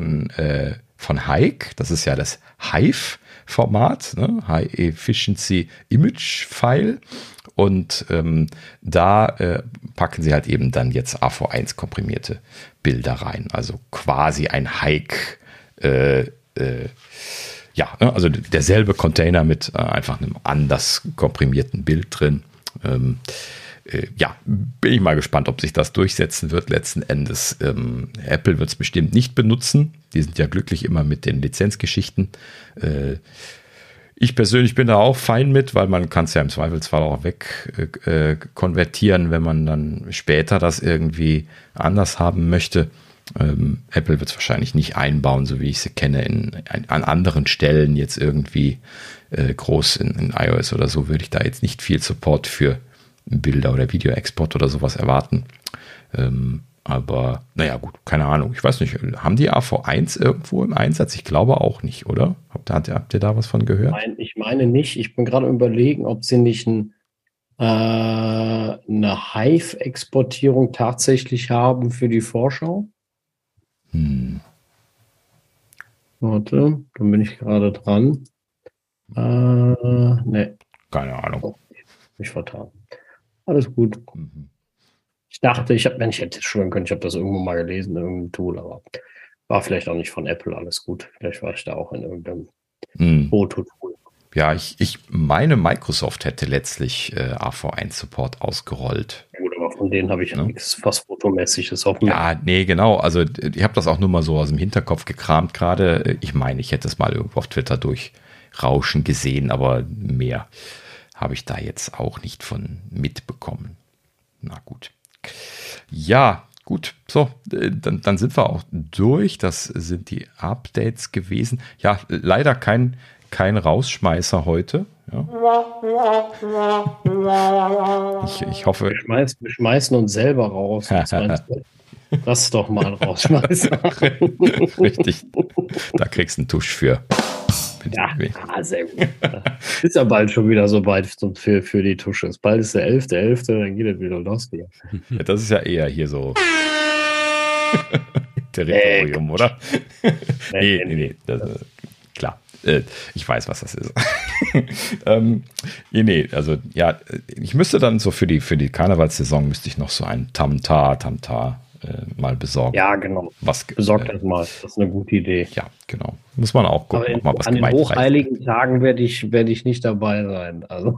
Hike, das ist ja das Hive-Format, ne? High Efficiency Image File. Und da packen sie halt eben dann jetzt AV1 komprimierte Bilder rein. Also quasi ein Hike, also derselbe Container mit einfach einem anders komprimierten Bild drin. Bin ich mal gespannt, ob sich das durchsetzen wird. Letzten Endes, Apple wird es bestimmt nicht benutzen. Die sind ja glücklich immer mit den Lizenzgeschichten. Ich persönlich bin da auch fein mit, weil man kann es ja im Zweifelsfall auch weg konvertieren, wenn man dann später das irgendwie anders haben möchte. Apple wird es wahrscheinlich nicht einbauen, so wie ich sie kenne, an anderen Stellen jetzt irgendwie groß in iOS oder so, würde ich da jetzt nicht viel Support für Bilder- oder Videoexport oder sowas erwarten. Aber naja, gut, keine Ahnung. Ich weiß nicht, haben die AV1 irgendwo im Einsatz? Ich glaube auch nicht, oder? Habt ihr da was von gehört? Nein, ich meine nicht. Ich bin gerade überlegen, ob sie nicht eine Hive-Exportierung tatsächlich haben für die Vorschau. Warte, dann bin ich gerade dran. Ne. Keine Ahnung. Oh, mich vertan. Alles gut. Ich dachte, ich hätte schwören können, ich habe das irgendwo mal gelesen in irgendeinem Tool, aber war vielleicht auch nicht von Apple, alles gut. Vielleicht war ich da auch in irgendeinem Fototool. Ja, ich meine, Microsoft hätte letztlich AV1-Support ausgerollt. Gut, aber von denen habe ich nichts was Fotomäßiges auf mir. Ja, nee, genau. Also ich habe das auch nur mal so aus dem Hinterkopf gekramt gerade. Ich meine, ich hätte es mal irgendwo auf Twitter durchrauschen gesehen, aber mehr habe ich da jetzt auch nicht von mitbekommen. Na gut. Ja, gut. So, dann sind wir auch durch. Das sind die Updates gewesen. Ja, leider kein Rausschmeißer heute. Ja. Ich hoffe. Wir schmeißen uns selber raus. Lass doch mal rausschmeißen. Richtig. Da kriegst du einen Tusch für. Ja, sehr gut. Ist ja bald schon wieder so weit für die Tusche. Bald ist der 11.11., dann geht es wieder los. Ja, das ist ja eher hier so Territorium, oder? Nee. Klar. Ich weiß, was das ist. Also ja, ich müsste dann so für die Karnevalssaison müsste ich noch so ein Tamtar mal besorgen. Ja, genau. Besorgt das mal. Das ist eine gute Idee. Ja, genau. Muss man auch gucken, ob man was an den hochheiligen Tagen werde ich nicht dabei sein. Also.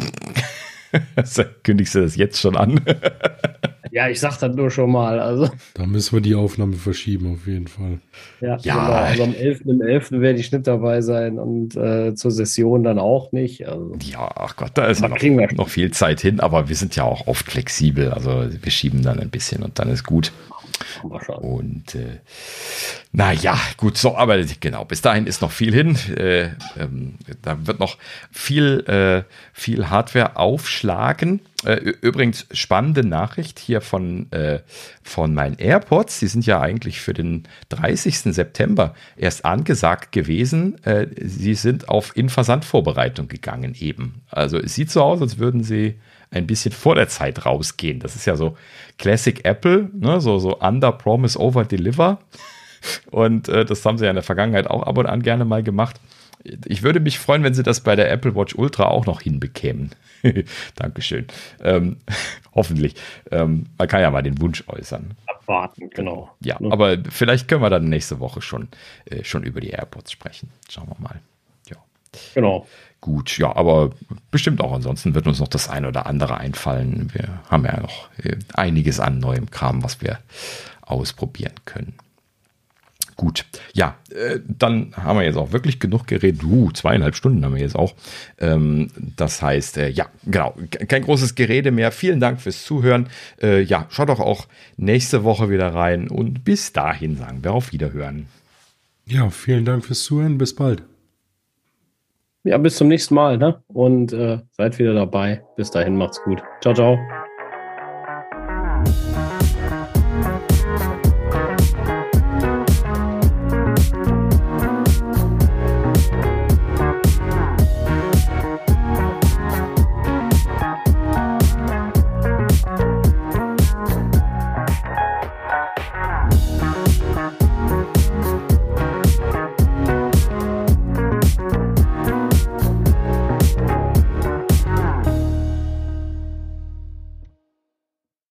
Kündigst du das jetzt schon an? Ja, ich sag das nur schon mal. Also. Da müssen wir die Aufnahme verschieben, auf jeden Fall. Ja. Genau. Also am 11.11. werde ich nicht dabei sein und zur Session dann auch nicht. Also. Ja, ach Gott, da ist noch viel Zeit hin, aber wir sind ja auch oft flexibel. Also wir schieben dann ein bisschen und dann ist gut. Und naja, gut, so, aber genau, bis dahin ist noch viel hin. Da wird noch viel Hardware aufschlagen. Übrigens, spannende Nachricht hier von meinen AirPods. Die sind ja eigentlich für den 30. September erst angesagt gewesen. Sie sind in Versandvorbereitung gegangen eben. Also es sieht so aus, als würden sie ein bisschen vor der Zeit rausgehen. Das ist ja so Classic Apple, ne? so Under Promise, Over Deliver. Und das haben sie ja in der Vergangenheit auch ab und an gerne mal gemacht. Ich würde mich freuen, wenn sie das bei der Apple Watch Ultra auch noch hinbekämen. Dankeschön. Hoffentlich. Man kann ja mal den Wunsch äußern. Abwarten, genau. Ja, aber vielleicht können wir dann nächste Woche schon über die AirPods sprechen. Schauen wir mal. Ja. Genau. Gut, ja, aber bestimmt auch ansonsten wird uns noch das ein oder andere einfallen. Wir haben ja noch einiges an neuem Kram, was wir ausprobieren können. Gut, ja, dann haben wir jetzt auch wirklich genug geredet. 2,5 Stunden haben wir jetzt auch. Das heißt, ja, genau, kein großes Gerede mehr. Vielen Dank fürs Zuhören. Ja, schaut doch auch nächste Woche wieder rein und bis dahin sagen wir auf Wiederhören. Ja, vielen Dank fürs Zuhören. Bis bald. Ja, bis zum nächsten Mal, ne? Und seid wieder dabei. Bis dahin, macht's gut. Ciao, ciao.